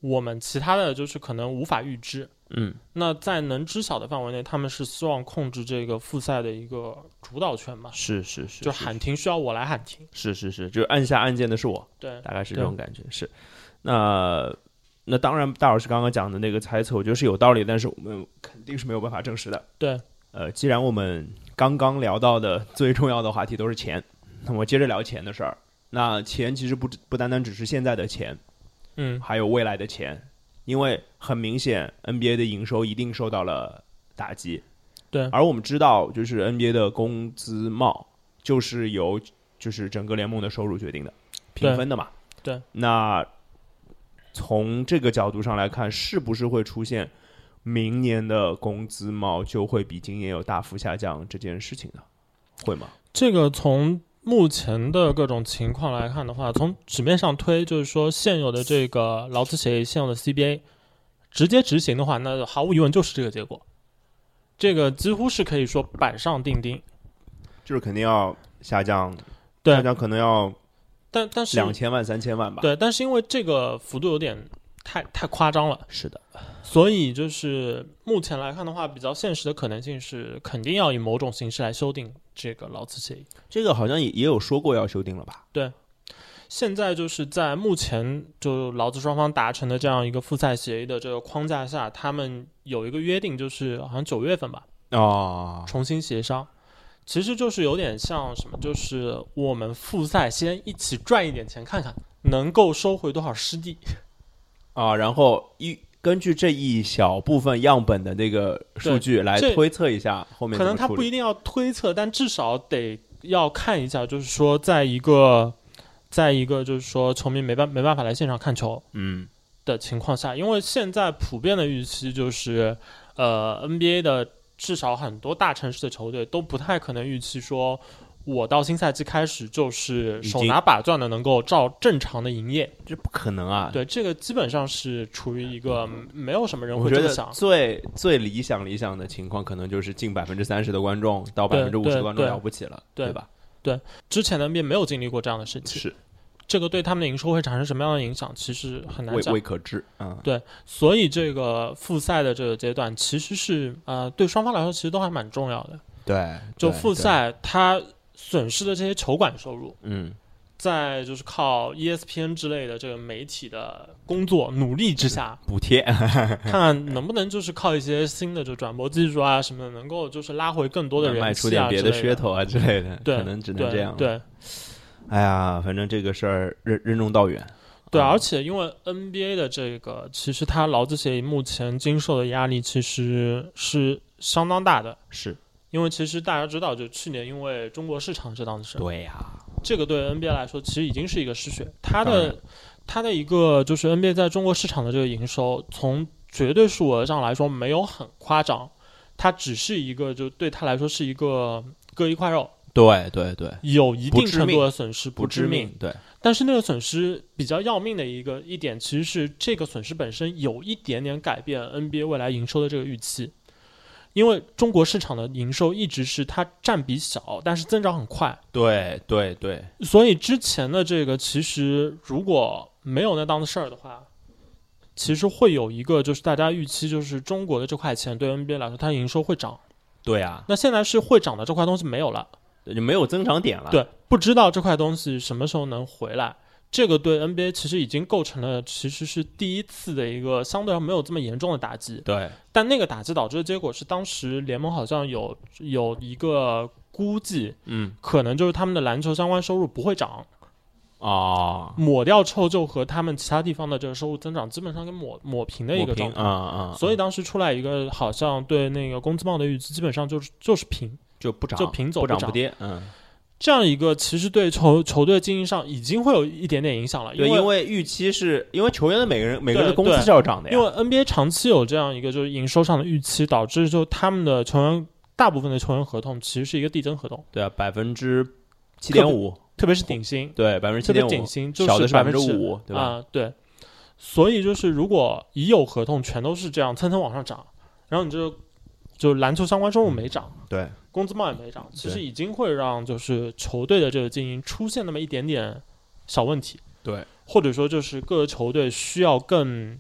我们其他的就是可能无法预知。 嗯， 那在能知晓的范围内，他们是希望控制这个复赛的一个主导权嘛？ 是是是， 就喊停需要我来喊停。 是是是，就按下按键的是我， 对， 大概是这种感觉。是，那那当然，大老师刚刚讲的那个猜测，我觉得是有道理，但是我们肯定是没有办法证实的。 对， 呃，既然我们刚刚聊到的最重要的话题都是钱，那么接着聊钱的事儿。那钱其实不不单单只是现在的钱， 嗯， 还有未来的钱。因为很明显 N B A 的营收一定受到了打击， 对， 而我们知道就是 N B A 的工资帽就是由就是整个联盟的收入决定的，平分的嘛， 对，对， 那从这个角度上来看，是不是会出现明年的工资帽就会比今年有大幅下降这件事情呢？会吗？ 这个从目前的各种情况来看的话，从纸面上推，就是说现有的这个劳资协议、现有的 C B A 直接执行的话，那毫无疑问就是这个结果。这个几乎是可以说板上钉钉， 就是肯定要下降， 对， 下降可能要， 但但是两千万、三千万吧。 对，但是因为这个幅度有点太太夸张了， 是的， 所以就是目前来看的话，比较现实的可能性是肯定要以某种形式来修订这个劳资协议。 这个好像也也有说过要修订了吧？ 对，现在就是在目前就劳资双方达成的这样一个复赛协议的这个框架下，他们有一个约定，就是好像九月份吧， 哦， 重新协商。其实就是有点像什么，就是我们复赛先一起赚一点钱，看看能够收回多少失地啊，然后一根据这一小部分样本的那个数据来推测一下后面。 可能他不一定要推测，但至少得要看一下，就是说在一个在一个就是说球迷没办没办法来现场看球嗯的情况下，因为现在普遍的预期就是呃 N B A 的至少很多大城市的球队都不太可能预期说我到新赛季开始就是手拿把攥的能够照正常的营业， 这不可能啊。 对，这个基本上是处于一个没有什么人会这么想。 我觉得最最理想理想的情况可能就是近百分之三十的观众到百分之五十的观众了不起了， 对, 对, 对吧？ 对，之前的 N B A 没有经历过这样的事情， 是这个对他们的营收会产生什么样的影响，其实很难讲， 未未可知。嗯， 对，所以这个复赛的这个阶段其实是呃对双方来说其实都还蛮重要的。 对， 就复赛它损失的这些球馆收入， 嗯， 在就是靠 E S P N 之类的这个媒体的工作努力之下补贴， 看看能不能就是靠一些新的就转播技术啊什么的，能够就是拉回更多的人气啊， 卖出点别的噱头啊之类的， 对， 可能只能这样。 对，对哎呀，反正这个事儿任任重道远。 对， 嗯、 而且因为 N B A 的这个，其实它劳资协议目前经受的压力其实是相当大的， 是因为其实大家知道，就去年因为中国市场这档子事， 对呀、啊， 这个对 N B A 来说其实已经是一个失血。它的它的一个就是 N B A 在中国市场的这个营收，从绝对数额上来说没有很夸张，它只是一个就对它来说是一个割一块肉。 对对对， 有一定程度的损失， 不致命。对， 但是那个损失比较要命的一个一点，其实是这个损失本身有一点点改变 N B A 未来营收的这个预期。因为中国市场的营收一直是它占比小，但是增长很快。 对对对， 所以之前的这个其实如果没有那档子事儿的话，其实会有一个就是大家预期就是中国的这块钱对 N B A 来说，它营收会涨。 对啊， 那现在是会涨的这块东西没有了。 就没有增长点了。 对，不知道这块东西什么时候能回来。这个对 N B A 其实已经构成了其实是第一次的一个相对上没有这么严重的打击。 对， 但那个打击导致的结果是，当时联盟好像有有一个估计， 嗯， 可能就是他们的篮球相关收入不会涨。 啊， 抹掉臭鼬和他们其他地方的这个收入增长基本上跟抹抹平的一个状态。 啊啊！ 所以当时出来一个好像对那个工资帽的预期基本上就是就是平。 就不涨， 就平走不涨不跌，嗯， 这样一个其实对球球队经营上已经会有一点点影响了。 对， 因为因为预期是因为球员的每个人每个人的工资是要涨的呀。 因为 N B A 长期有这样一个就是营收上的预期，导致就他们的球员大部分的球员合同其实是一个递增合同。 对啊，百分之七点五， 特别是顶薪， 对，百分之七点五， 顶薪就是小的是百分之五，对吧？ 啊，对。所以就是如果已有合同全都是这样蹭蹭往上涨，然后你就就篮球相关收入没涨， 对。 工资帽也没涨，其实已经会让就是球队的这个经营出现那么一点点小问题， 对， 或者说就是各个球队需要更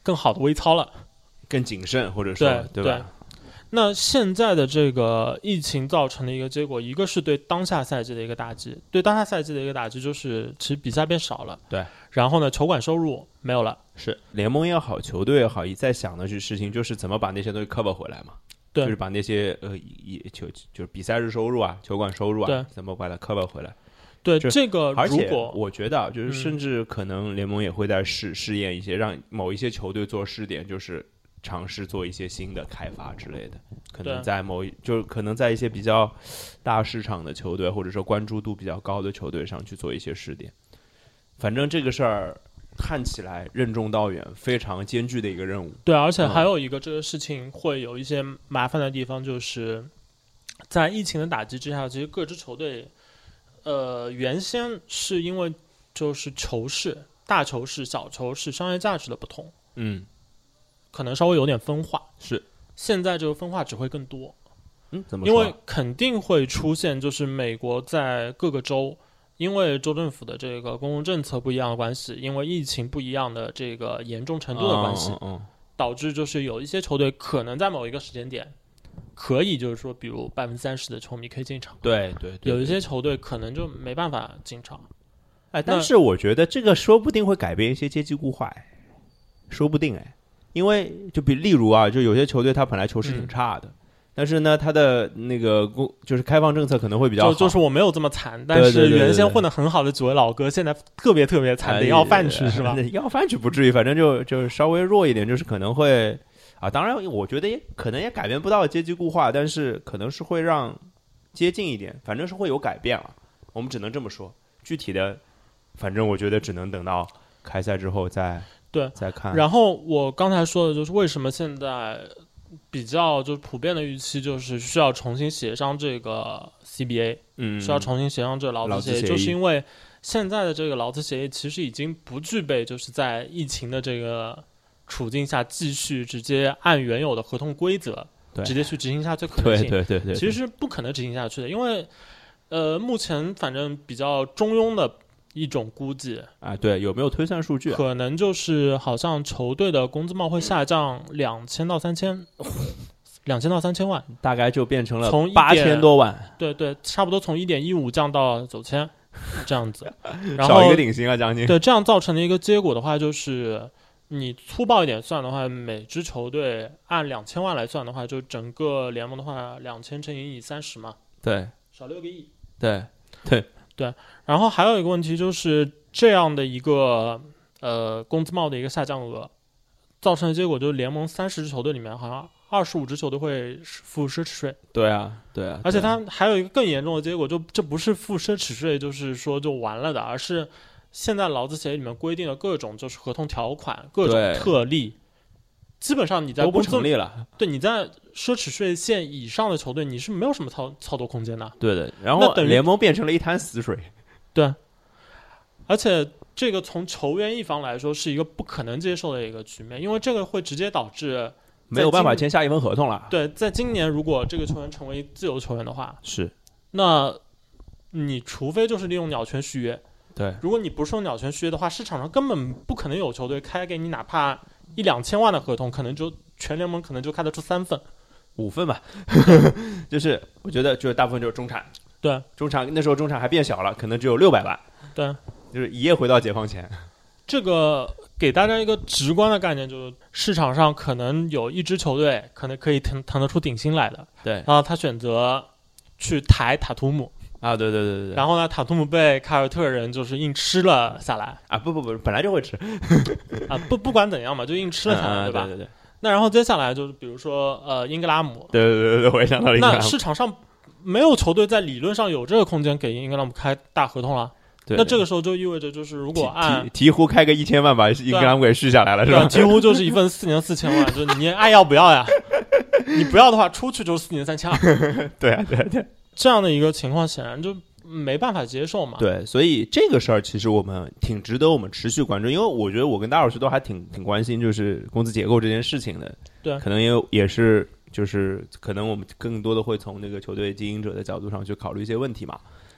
更好的微操了， 更谨慎，或者说对对吧？ 那现在的这个疫情造成的一个结果，一个是对当下赛季的一个打击，对当下赛季的一个打击就是其实比赛变少了， 对， 然后呢，球馆收入没有了， 是联盟也好，球队也好，一在想的是事情就是怎么把那些东西 cover 回来嘛。 对， 就是把那些呃，也球就是比赛日收入啊、球馆收入啊，怎么把它 cover 回来？ 对，这个而且如果我觉得啊，就是甚至可能联盟也会在试试验一些，让某一些球队做试点，就是尝试做一些新的开发之类的。可能在某一，就是可能在一些比较大市场的球队，或者说关注度比较高的球队上去做一些试点。反正这个事儿。看起来任重道远，非常艰巨的一个任务。 对，而且还有一个这个事情会有一些麻烦的地方，就是在疫情的打击之下，其实各支球队，呃，原先是因为就是球市、大球市、小球市商业价值的不同， 嗯， 可能稍微有点分化。 是， 现在这个分化只会更多。 嗯，怎么说？ 因为肯定会出现，就是美国在各个州。因为州政府的这个公共政策不一样的关系，因为疫情不一样的这个严重程度的关系， 哦哦哦导致就是有一些球队可能在某一个时间点，可以就是说，比如百分之三十的球迷可以进场， 对 对, 对, 对， 有一些球队可能就没办法进场。 哎，但是我觉得这个说不定会改变一些阶级固化，哎，说不定哎，因为就比例如啊，就有些球队他本来球势挺差的。嗯，但是呢，他的那个公就是开放政策可能会比较好， 就就是我没有这么惨，但是原先混得很好的几位老哥，现在特别特别惨，得要饭吃是吧？ 要饭吃不至于，反正就就稍微弱一点，就是可能会啊，当然我觉得也可能也改变不到阶级固化，但是可能是会让接近一点，反正是会有改变了，我们只能这么说。具体的，反正我觉得只能等到开赛之后再对再看。 然后我刚才说的就是为什么现在。比较就是普遍的预期就是需要重新协商这个 C B A， 嗯， 需要重新协商这个劳资协议，就是因为现在的这个劳资协议其实已经不具备就是在疫情的这个处境下继续直接按原有的合同规则直接去执行下去可能性， 对对 对, 对, 对， 其实是不可能执行下去的，因为呃目前反正比较中庸的。一种估计啊，对，有没有推算数据、啊？ 可能就是好像球队的工资帽会下降两千到三千，两千到三千万， 大概就变成了从八千多万。 对对，差不多从一点一五降到九千，这样子。然后少一个顶薪啊，将近。 对，这样造成的一个结果的话，就是你粗暴一点算的话，每支球队按两千万来算的话，就整个联盟的话，两千乘以三十嘛， 对， 少六个亿。 对对。 对，然后还有一个问题就是这样的一个呃工资帽的一个下降额，造成的结果就是联盟三十支球队里面好像二十五支球队会付奢侈税。 对啊，对啊， 而且它还有一个更严重的结果，就这不是付奢侈税，就是说就完了的，而是现在劳资协议里面规定的各种就是合同条款、各种特例，基本上你在都不成立了。 对，你在奢侈税线以上的球队，你是没有什么操操作空间的。 对的，然后联盟变成了一滩死水。 对，而且这个从球员一方来说是一个不可能接受的一个局面，因为这个会直接导致没有办法签下一份合同了。 对，在今年如果这个球员成为自由球员的话， 是， 那你除非就是利用鸟权续约。 对， 如果你不是用鸟权续约的话，市场上根本不可能有球队开给你哪怕一两千万的合同，可能就全联盟可能就开得出三份、 五份吧。就是我觉得，就是大部分就是中产。 对， 中产那时候中产还变小了，可能只有六百万。 对， 就是一夜回到解放前。 这个给大家一个直观的概念，就是市场上可能有一支球队可能可以腾腾得出顶薪来的。 对， 然后他选择去抬塔图姆。 啊，对对对对对。 然后呢，塔图姆被凯尔特人就是硬吃了下来。 啊，不不不，本来就会吃。 啊，不不管怎样嘛，就硬吃了下来， 嗯、 对吧？ 对对对。 那然后接下来就是比如说呃英格拉姆。 对对对对，我也想到了英格拉姆。 那市场上没有球队在理论上有这个空间给英格拉姆开大合同了。 对。 那这个时候就意味着就是如果按鹈鹕开个一千万把英格拉姆给续下来了，是吧？ 几乎就是一份四年四千万，就是你爱要不要呀？你不要的话，出去就是四年三千二。 对啊，对啊对啊。 这样的一个情况显然就没办法接受嘛。 对，所以这个事儿其实我们挺值得我们持续关注，因为我觉得我跟大老师都还挺挺关心就是工资结构这件事情的。 对， 可能也也是就是可能我们更多的会从那个球队经营者的角度上去考虑一些问题嘛。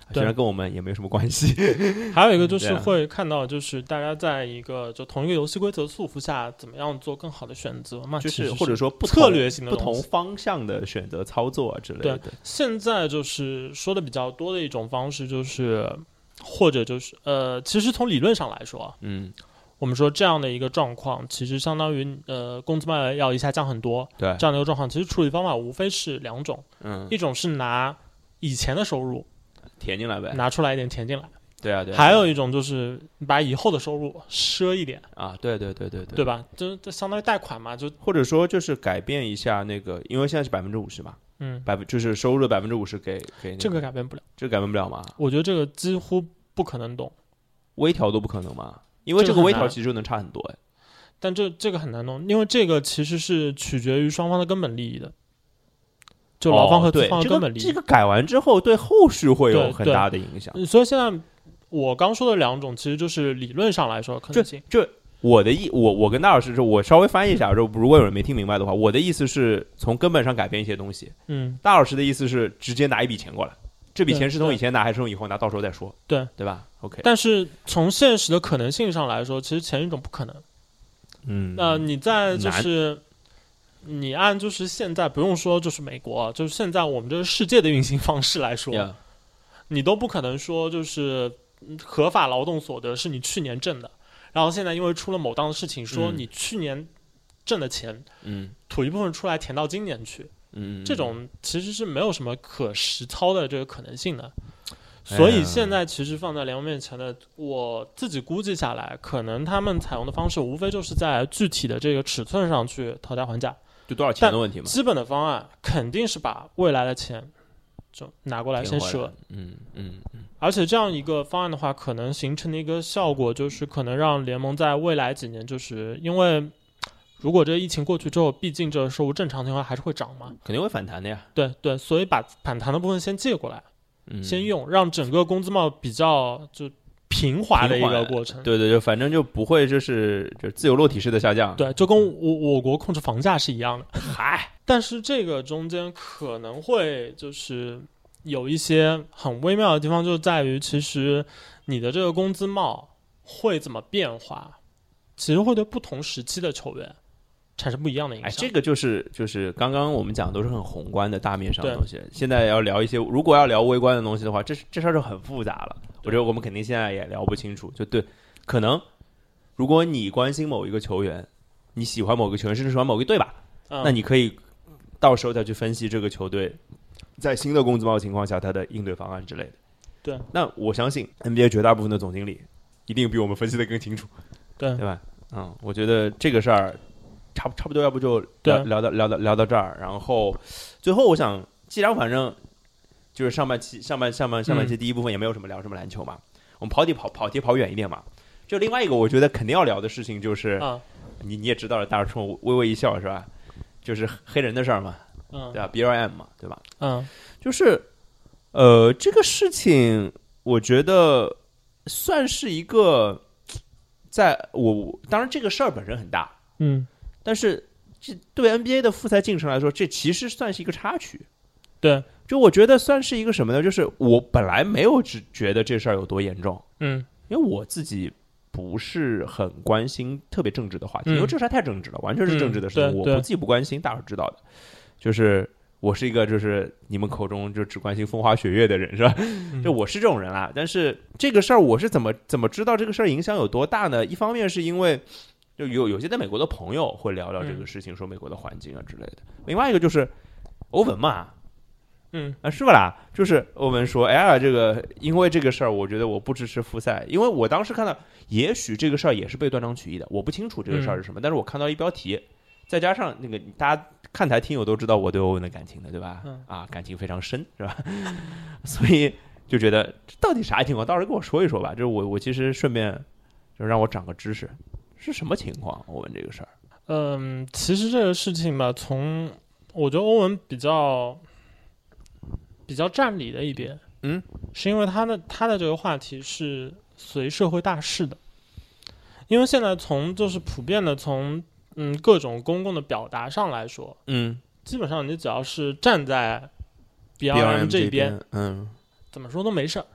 虽然跟我们也没有什么关系。 还有一个就是会看到，就是大家在一个就同一个游戏规则束缚下，怎么样做更好的选择嘛？ 就是或者说不策略性的不同方向的选择操作啊之类的。 对，现在就是说的比较多的一种方式，就是或者就是呃，其实从理论上来说， 嗯。 我们说这样的一个状况，其实相当于呃工资麦要一下降很多， 对这样的一个状况，其实处理方法无非是两种， 嗯， 一种是拿以前的收入填进来呗， 拿出来一点填进来， 对啊对啊， 还有一种就是把以后的收入赊一点啊，对对对对对， 对吧？这这相当于贷款嘛，就或者说就是改变一下那个，因为现在是百分之五十嘛， 嗯， 百分就是收入的百分之五十给给、那个、 这个改变不了， 这个改变不了吗？ 我觉得这个几乎不可能动， 微调都不可能嘛。因为这个微调其实就能差很多哎， 但这这个很难弄，因为这个其实是取决于双方的根本利益的，就劳方和资方的根本利益。 哦、这, 个、这个改完之后，对后续会有很大的影响。 所以现在我刚说的两种，其实就是理论上来说可能性。 就我的意，我我跟大老师说，我稍微翻译一下，如果有人没听明白的话，我的意思是从根本上改变一些东西。 嗯， 大老师的意思是直接拿一笔钱过来。这笔钱是从以前拿还是从以后拿，到时候再说， 对对吧 ？OK。 但是从现实的可能性上来说，其实前一种不可能。 嗯， 那、呃、你在就是你按就是现在不用说就是美国，就是现在我们这个世界的运行方式来说， yeah. 你都不可能说就是合法劳动所得是你去年挣的，然后现在因为出了某档的事情，说你去年挣的钱， 嗯， 吐一部分出来填到今年去。 嗯， 这种其实是没有什么可实操的这个可能性的，所以现在其实放在联盟面前的，我自己估计下来，可能他们采用的方式无非就是在具体的这个尺寸上去讨价还价， 就多少钱的问题嘛。 基本的方案肯定是把未来的钱就拿过来先赊， 嗯嗯嗯。 而且这样一个方案的话，可能形成的一个效果就是可能让联盟在未来几年，就是因为。如果这个疫情过去之后，毕竟这收入正常情况还是会涨嘛， 肯定会反弹的呀。 对对，所以把反弹的部分先借过来， 嗯、 先用，让整个工资帽比较就平滑的一个过程。 对对对，反正就不会就是就自由落体式的下降。 对，就跟我我国控制房价是一样的。 嗨， 但是这个中间可能会就是有一些很微妙的地方，就在于其实你的这个工资帽会怎么变化，其实会对不同时期的球员。产生不一样的影响。 哎，这个就是就是刚刚我们讲的都是很宏观的大面上的东西。现在要聊一些，如果要聊微观的东西的话，这这事儿就很复杂了。我觉得我们肯定现在也聊不清楚。就对，可能如果你关心某一个球员，你喜欢某个球员，甚至喜欢某个队吧， 嗯、 那你可以到时候再去分析这个球队在新的工资帽情况下他的应对方案之类的。 对， 那我相信 N B A 绝大部分的总经理一定比我们分析的更清楚， 对对吧？嗯，我觉得这个事儿。差差不多，要不就聊聊到聊到聊到这儿，然后最后我想，既然反正就是上半期、上半上半上半期第一部分也没有什么聊什么篮球嘛，嗯、我们跑题跑跑题跑远一点嘛。就另外一个，我觉得肯定要聊的事情就是， 嗯、 你你也知道了，大家冲我微微一笑是吧？就是黑人的事儿嘛， 嗯， 对吧 ？B L M 嘛，对吧？ 嗯， 就是呃，这个事情我觉得算是一个，在我当然这个事儿本身很大， 嗯。 但是，这对 N B A 的复赛进程来说，这其实算是一个插曲。 对， 就我觉得算是一个什么呢？就是我本来没有只觉得这事儿有多严重， 嗯， 因为我自己不是很关心特别政治的话题， 嗯、 因为这事儿太政治了，完全是政治的事情， 嗯、 我不自己不关心，大家知道的。就是我是一个就是你们口中就只关心风花雪月的人，是吧？ 嗯、 就我是这种人啦。但是这个事儿我是怎么怎么知道这个事儿影响有多大呢？一方面是因为。就有有些在美国的朋友会聊聊这个事情，说美国的环境啊之类的。嗯、另外一个就是欧文嘛， 嗯啊是吧啦？就是欧文说，哎呀，这个因为这个事儿，我觉得我不支持复赛，因为我当时看到，也许这个事儿也是被断章取义的，我不清楚这个事儿是什么，嗯、但是我看到一标题，再加上那个大家看台听友都知道我对欧文的感情的，对吧？ 嗯、 啊，感情非常深，是吧？所以就觉得这到底啥情况？到时候跟我说一说吧。就是我我其实顺便就让我长个知识。是什么情况？欧文这个事儿， 嗯，其实这个事情吧，从我觉得欧文比较比较占理的一边， 嗯， 是因为他的他的这个话题是随社会大势的，因为现在从就是普遍的从嗯各种公共的表达上来说， 嗯， 基本上你只要是站在 B L M 这边， 嗯， 怎么说都没事儿，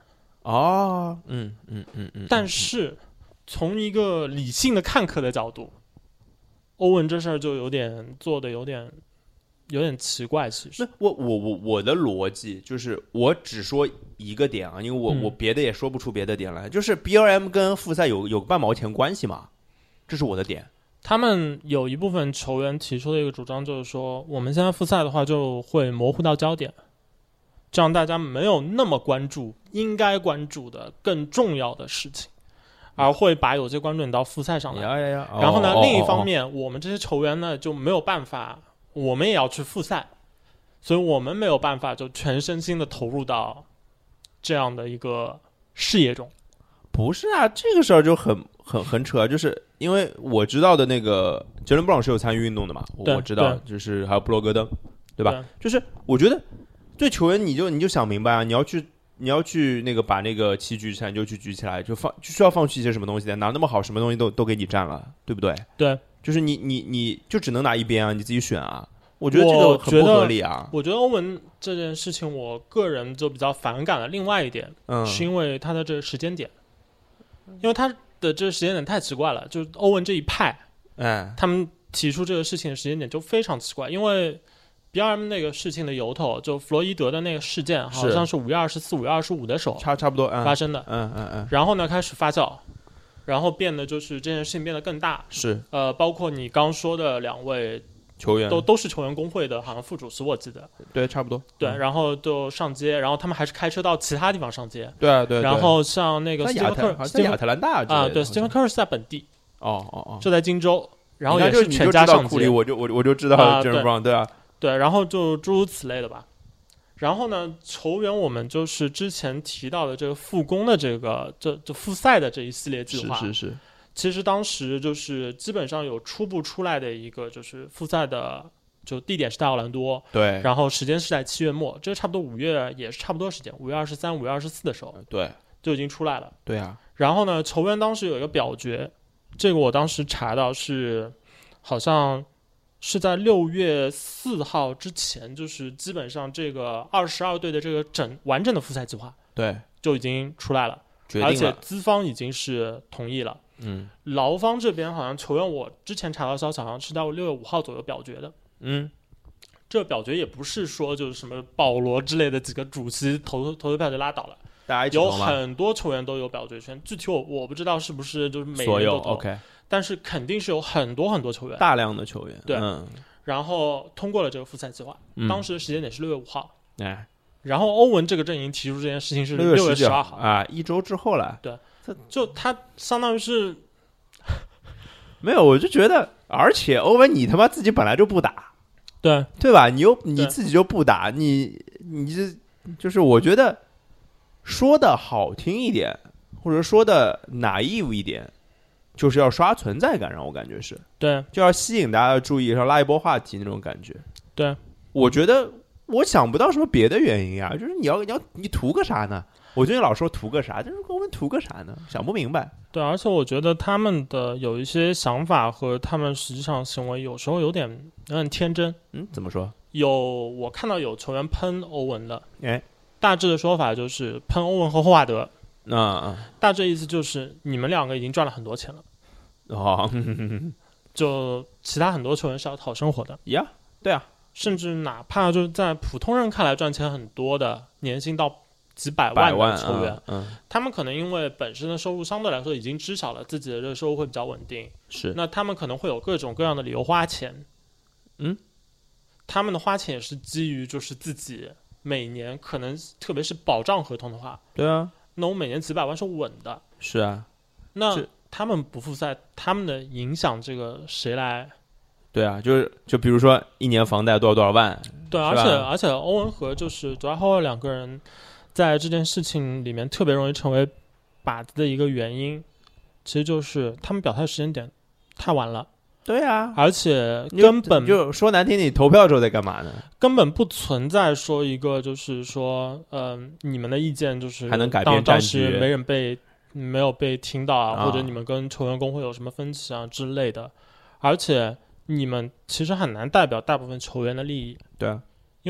哦，嗯嗯嗯嗯， 但是从一个理性的看客的角度，欧文这事儿就有点做的有点有点奇怪。其实我我我我的逻辑就是，我只说一个点啊，因为我、 嗯、 我别的也说不出别的点来，就是 B L M 跟复赛有有半毛钱关系吗？这是我的点。 他们有一部分球员提出的一个主张就是说，我们现在复赛的话就会模糊到焦点，这样大家没有那么关注应该关注的更重要的事情，而会把有些关注点到复赛上来。 呀呀呀！ 然后呢， 哦、 另一方面、 哦， 我们这些球员呢就没有办法，我们也要去复赛，所以我们没有办法就全身心的投入到这样的一个事业中。 不是啊，这个事儿就很很很扯，就是因为我知道的那个杰伦布朗是有参与运动的嘛，我知道，就是还有布罗格登，对吧？ 对， 就是我觉得对球员你就你就想明白啊，你要去你要去那个把那个旗举起来，你就去举起来，就放就需要放弃一些什么东西的，哪那么好，什么东西都都给你占了，对不对？ 对， 就是你你你就只能拿一边啊，你自己选啊。我觉得这个很不合理啊。 我觉得欧文这件事情，我个人就比较反感的另外一点， 嗯， 是因为他的这个时间点。因为他的这个时间点太奇怪了，就是欧文这一派， 哎， 他们提出这个事情的时间点就非常奇怪。因为 B L M 那个事情的由头，就弗洛伊德的那个事件，好像是五月二十四、五月二十五的时候， 差差不多发生的。 嗯嗯嗯。 然后呢，开始发酵，然后变得就是这件事情变得更大。 是。 呃，包括你刚说的两位球员， 都都是球员工会的，好像副主席我记得。 对，差不多。 对， 嗯、 然后就上街，然后他们还是开车到其他地方上街。 对啊，对。 然后像那个斯蒂芬科尔， 在亚特兰大啊，对，斯蒂芬科尔是在本地。 哦哦哦， 就在荆州，然后也是全家上街。 我就我我就知道 Jalen Brown， 对啊， 对，然后就诸如此类的吧。然后呢，球员我们就是之前提到的这个复工的这个这这复赛的这一系列计划， 是是是。 其实当时就是基本上有初步出来的一个就是复赛的。就地点是在奥兰多， 对， 然后时间是在七月末，这差不多五月也是差不多时间，五月二十三、五月二十四的时候， 对， 就已经出来了。 对啊， 然后呢，球员当时有一个表决，这个我当时查到是，好像是在六月四号之前，就是基本上这个二十二队的这个整完整的复赛计划， 对， 就已经出来了， 决定了， 而且资方已经是同意了。 嗯， 劳方这边好像球员，我之前查到消息，好像是在六月五号左右表决的。 嗯， 这表决也不是说就是什么保罗之类的几个主席投投投票就拉倒了， 大家一起有很多球员都有表决权。具体我我不知道是不是就是每人都投 ，OK， 但是肯定是有很多很多球员， 大量的球员， 对， 嗯、 然后通过了这个复赛计划、 嗯， 当时的时间点是六月五号， 哎， 然后欧文这个阵营提出这件事情是六月十二号啊，一周之后了， 对，就他相当于是没有，我就觉得，而且欧文你他妈自己本来就不打。 对对吧？你又你自己就不打，你你这就是我觉得说的好听一点，或者说的naive一点，就是要刷存在感，让我感觉是对， 就要吸引大家的注意，要拉一波话题那种感觉。 对， 我觉得我想不到什么别的原因啊，就是你要你要你图个啥呢？我最近老说图个啥，就是我们图个啥呢？想不明白。 对，而且我觉得他们的有一些想法和他们实际上行为有时候有点有点天真。 嗯，怎么说？ 有我看到有球员喷欧文的， 哎， 大致的说法就是喷欧文和霍华德。 那、啊、 大致意思就是你们两个已经赚了很多钱了。 哦， 就其他很多球员是要讨生活的。 呀、yeah, ，对啊， 甚至哪怕就是在普通人看来赚钱很多的，年薪到几百万的球员， 嗯嗯、 他们可能因为本身的收入相对来说已经知晓了自己的这个收入会比较稳定， 是， 那他们可能会有各种各样的理由花钱， 嗯， 他们的花钱也是基于就是自己每年可能特别是保障合同的话， 对啊， 那我每年几百万是稳的， 是啊， 那他们不复赛，他们的影响这个谁来？ 对啊，就是就比如说一年房贷多少多少万， 对，而且而且欧文和就是主要后两个人。在这件事情里面特别容易成为靶子的一个原因，其实就是他们表态时间点太晚了。 对啊， 而且根本就说难听，你投票之后在干嘛呢？ 根本不存在说一个就是说，嗯、呃，你们的意见就是还能改变战局， 当时没人被没有被听到啊， 啊， 或者你们跟球员工会有什么分歧啊之类的，而且你们其实很难代表大部分球员的利益。 对啊。 因为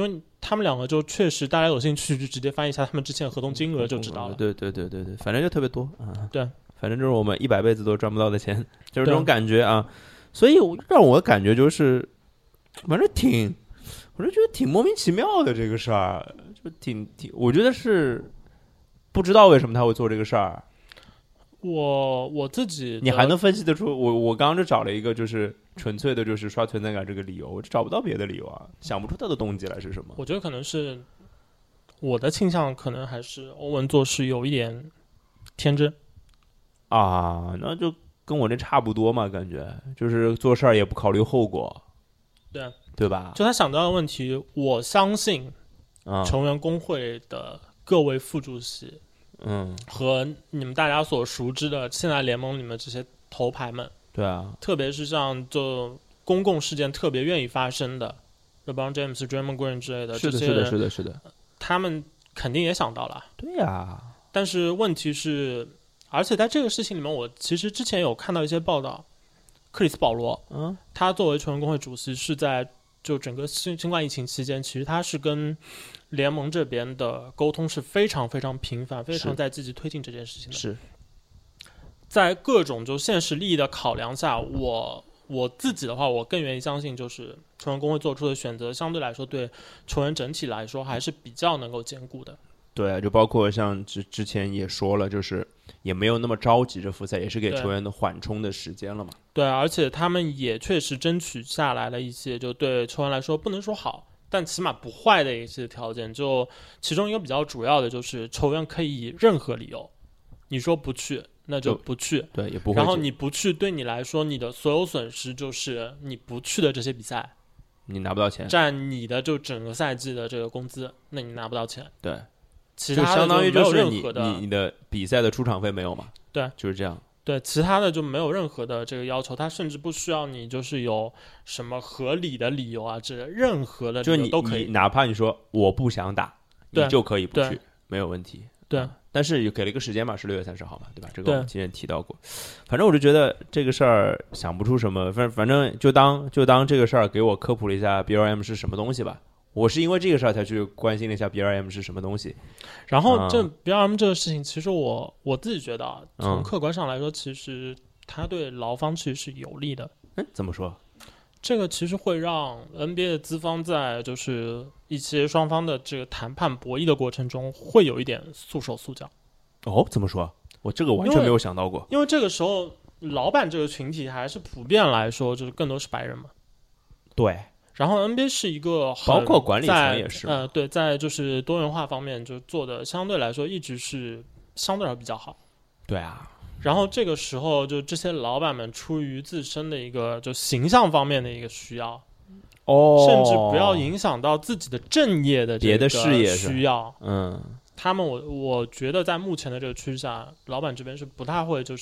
他们两个就确实大家有兴趣就直接翻译一下他们之前合同金额就知道了。 对对对对对，反正就特别多啊。 对， 反正就是我们一百辈子都赚不到的钱，就是这种感觉啊。所以让我感觉就是，反正挺，我就觉得挺莫名其妙的这个事儿，就挺挺，我觉得是不知道为什么他会做这个事儿。 我我自己， 你还能分析得出？我我刚刚就找了一个，就是纯粹的，就是刷存在感这个理由，我找不到别的理由啊，想不出他的动机来是什么。 我觉得可能是我的倾向，可能还是欧文做事有一点天真啊，那就跟我这差不多嘛，感觉就是做事儿也不考虑后果， 对对吧？ 就他想到的问题，我相信啊， 成员工会的各位副主席。 嗯， 和你们大家所熟知的现在联盟里面这些头牌们， 对啊， 特别是像就公共事件特别愿意发生的 LeBron James、Draymond Green 之类的， 是的，是的，是的，是的， 他们肯定也想到了， 对呀、啊。 但是问题是，而且在这个事情里面，我其实之前有看到一些报道，克里斯保罗， 嗯， 他作为球员工会主席是在就整个新新冠疫情期间，其实他是跟联盟这边的沟通是非常非常频繁，非常在积极推进这件事情的。 是在各种就现实利益的考量下，我我自己的话，我更愿意相信，就是球员工会做出的选择，相对来说对球员整体来说还是比较能够兼顾的。 对，就包括像之之前也说了，就是也没有那么着急，这复赛也是给球员的缓冲的时间了嘛。 对，而且他们也确实争取下来了一些，就对球员来说不能说好，但起码不坏的一些条件。就其中一个比较主要的就是球员可以以任何理由，你说不去那就不去， 对，也不会。 然后你不去，对你来说，你的所有损失就是你不去的这些比赛， 你拿不到钱， 占你的就整个赛季的这个工资，那你拿不到钱。 对。 其他的就相当于就是你你你的比赛的出场费没有嘛？ 对， 就是这样。 对，其他的就没有任何的这个要求，他甚至不需要你就是有什么合理的理由啊之类，任何的理由都可以。 就你哪怕你说我不想打，你就可以不去，没有问题。 对， 但是给了一个时间嘛，是六月三十号嘛，对吧？这个我们之前提到过。反正我就觉得这个事儿想不出什么，反反正就当就当这个事儿给我科普了一下 B R M 是什么东西吧。我是因为这个事儿才去关心了一下 B R M 是什么东西， 然后这 B R M 这个事情，其实我我自己觉得啊，从客观上来说，其实它对劳方其实是有利的。 嗯，怎么说？ 这个其实会让 N B A 的资方在就是一些双方的这个谈判博弈的过程中，会有一点束手束脚。 哦，怎么说？我这个完全没有想到过。 因为, 因为这个时候，老板这个群体还是普遍来说，就是更多是白人嘛。 对。 然后 N B A 是一个包括管理层也是， 呃，对，在就是多元化方面就做的相对来说一直是相对来说比较好。 对啊。 然后这个时候就这些老板们出于自身的一个就形象方面的一个需要， 哦， 甚至不要影响到自己的正业的这个需要， 嗯， 他们我我觉得在目前的这个趋势下，老板这边是不太会就是，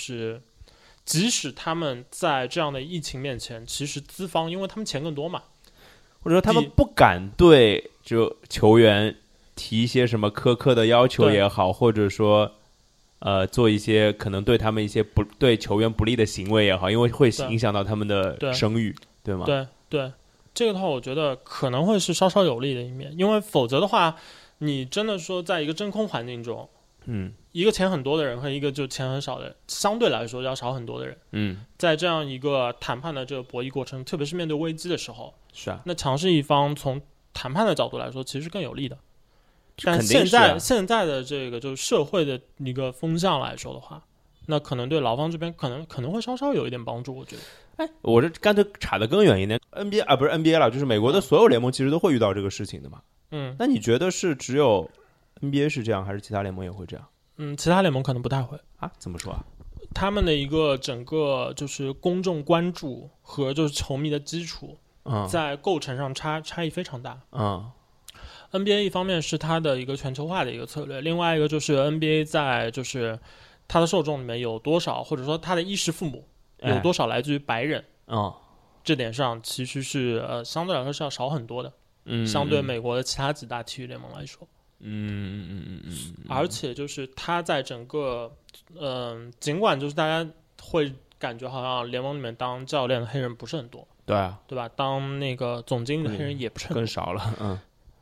即使他们在这样的疫情面前，其实资方因为他们钱更多嘛。 或者说他们不敢对就球员提一些什么苛刻的要求也好，或者说呃做一些可能对他们一些不对球员不利的行为也好，因为会影响到他们的声誉， 对, 对吗？ 对对，这个的话我觉得可能会是稍稍有利的一面，因为否则的话你真的说在一个真空环境中， 嗯， 一个钱很多的人和一个就钱很少的人，相对来说要少很多的人， 嗯， 在这样一个谈判的这个博弈过程，特别是面对危机的时候， 是啊， 那强势一方从谈判的角度来说，其实是更有利的。但现在、啊、现在的这个就是社会的一个风向来说的话，那可能对劳方这边可能可能会稍稍有一点帮助，我觉得。 哎，我这干脆查得更远一点 ，N B A 啊，不是 N B A 了，就是美国的所有联盟其实都会遇到这个事情的嘛。 嗯， 那你觉得是只有 N B A 是这样，还是其他联盟也会这样？ 嗯，其他联盟可能不太会啊？怎么说啊？ 他们的一个整个就是公众关注和就是球迷的基础， 嗯， 在构成上差差异非常大。 嗯 ，N B A 一方面是它的一个全球化的一个策略，另外一个就是 N B A 在就是它的受众里面有多少，或者说它的衣食父母有多少来自于白人， 嗯、哎， 这点上其实是呃相对来说是要少很多的。 嗯， 相对美国的其他几大体育联盟来说。 嗯嗯嗯嗯， 而且就是他在整个，嗯、呃，尽管就是大家会感觉好像联盟里面当教练的黑人不是很多， 对啊， 对吧？当那个总经理的黑人也不是很多， 更少了，嗯。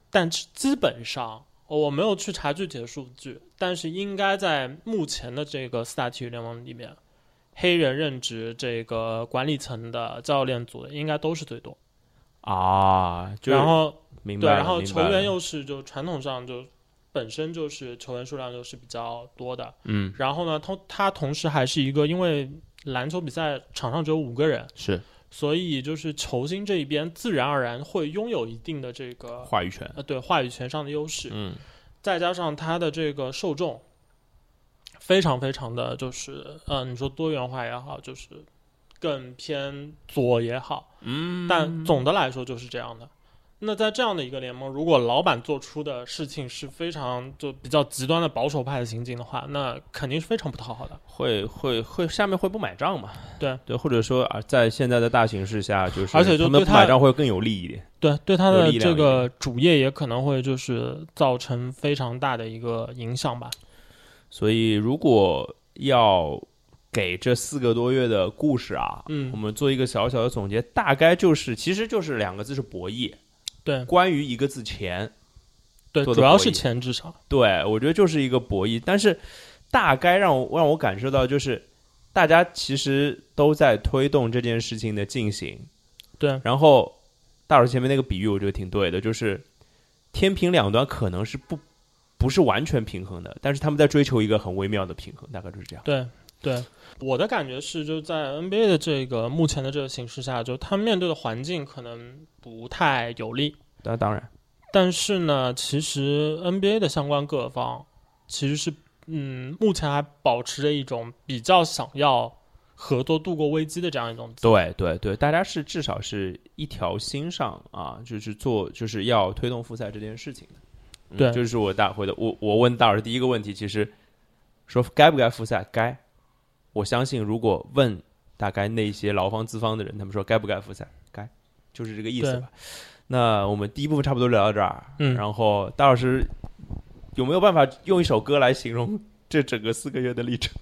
但基本上我没有去查具体的数据，但是应该在目前的这个四大体育联盟里面，黑人任职这个管理层的教练组的应该都是最多啊。就然后明白了， 对，然后明白了球员又是就传统上就本身就是球员数量就是比较多的， 嗯， 然后呢，他他同时还是一个，因为篮球比赛场上只有五个人， 是， 所以就是球星这一边自然而然会拥有一定的这个话语权， 呃，对话语权上的优势， 嗯， 再加上他的这个受众非常非常的就是呃，你说多元化也好，就是更偏左也好， 嗯， 但总的来说就是这样的。那在这样的一个联盟，如果老板做出的事情是非常就比较极端的保守派的行径的话，那肯定是非常不讨好的。 会会会下面会不买账嘛？ 对对，或者说啊，在现在的大形势下，就是而且就他们不对他买账会更有利一点。 对，对他有力量的这个主业也可能会就是造成非常大的一个影响吧。 所以，如果要给这四个多月的故事啊， 嗯我们做一个小小的总结，大概就是，其实就是两个字是博弈。 对， 关于一个字钱， 对， 做的博弈主要是钱，至少对，我觉得就是一个博弈。但是大概让我让我感受到，就是大家其实都在推动这件事情的进行。 对， 然后大老师前面那个比喻，我觉得挺对的，就是天平两端可能是不不是完全平衡的，但是他们在追求一个很微妙的平衡，大概就是这样。 对对，我的感觉是，就在 N B A 的这个目前的这个形势下，就他们面对的环境可能不太有利。 那当然， 但是呢，其实 N B A 的相关各方其实是，嗯，目前还保持着一种比较想要合作度过危机的这样一种。 对对对，大家是至少是一条心上啊，就是做就是要推动复赛这件事情的。嗯、 对， 就是我大回的我我问大老师第一个问题，其实说该不该复赛，该。我相信，如果问大概那些劳方资方的人，他们说该不该复赛，该，就是这个意思吧。那我们第一部分差不多聊到这儿， 嗯， 然后大老师有没有办法用一首歌来形容这整个四个月的历程？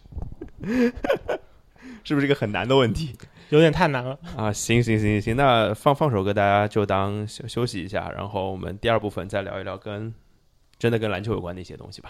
是不是一个很难的问题？ 有点太难了啊！行行行行，那放放首歌，大家就当休休息一下，然后我们第二部分再聊一聊跟真的跟篮球有关的一些东西吧。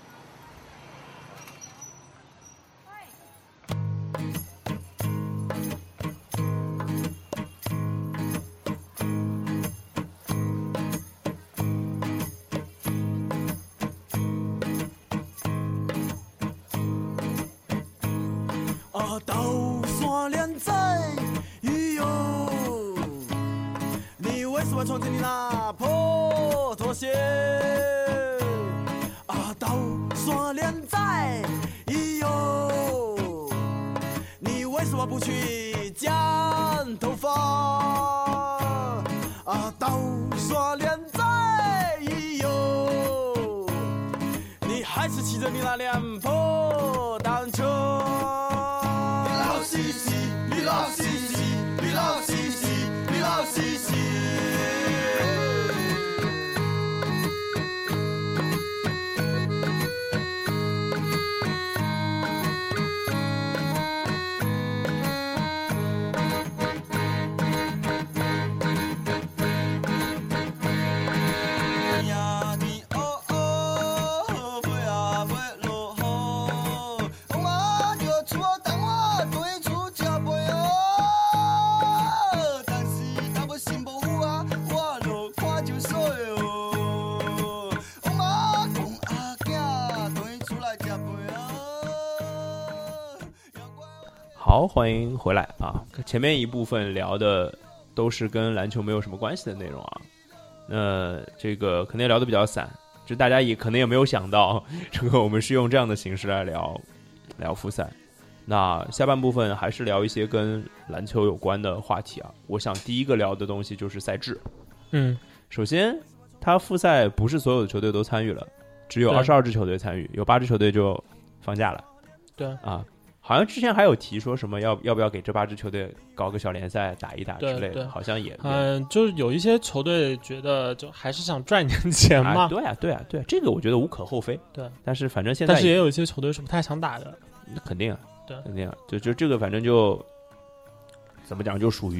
刀山连载，咦呦！你为什么穿着你那破拖鞋？啊，刀山连载，咦呦！你为什么不去剪头发？啊，刀山连载，咦呦！你还是骑着你那辆破单车。你老西西，你老西西，你老西西。 好，欢迎回来啊！前面一部分聊的都是跟篮球没有什么关系的内容啊，那这个可能聊的比较散，就大家也可能也没有想到，这个我们是用这样的形式来聊聊复赛。那下半部分还是聊一些跟篮球有关的话题啊。我想第一个聊的东西就是赛制。 嗯， 首先，他复赛不是所有的球队都参与了，只有二十二支球队参与，有八支球队就放假了。 对啊。好像之前还有提说什么要要不要给这八支球队搞个小联赛打一打之类的，好像也嗯、呃，就是有一些球队觉得就还是想赚点钱嘛。 啊对啊，对啊，对啊，这个我觉得无可厚非。 对， 但是反正现在， 但是也有一些球队是不太想打的。 那肯定啊， 对， 肯定啊，就就这个反正就怎么讲，就属于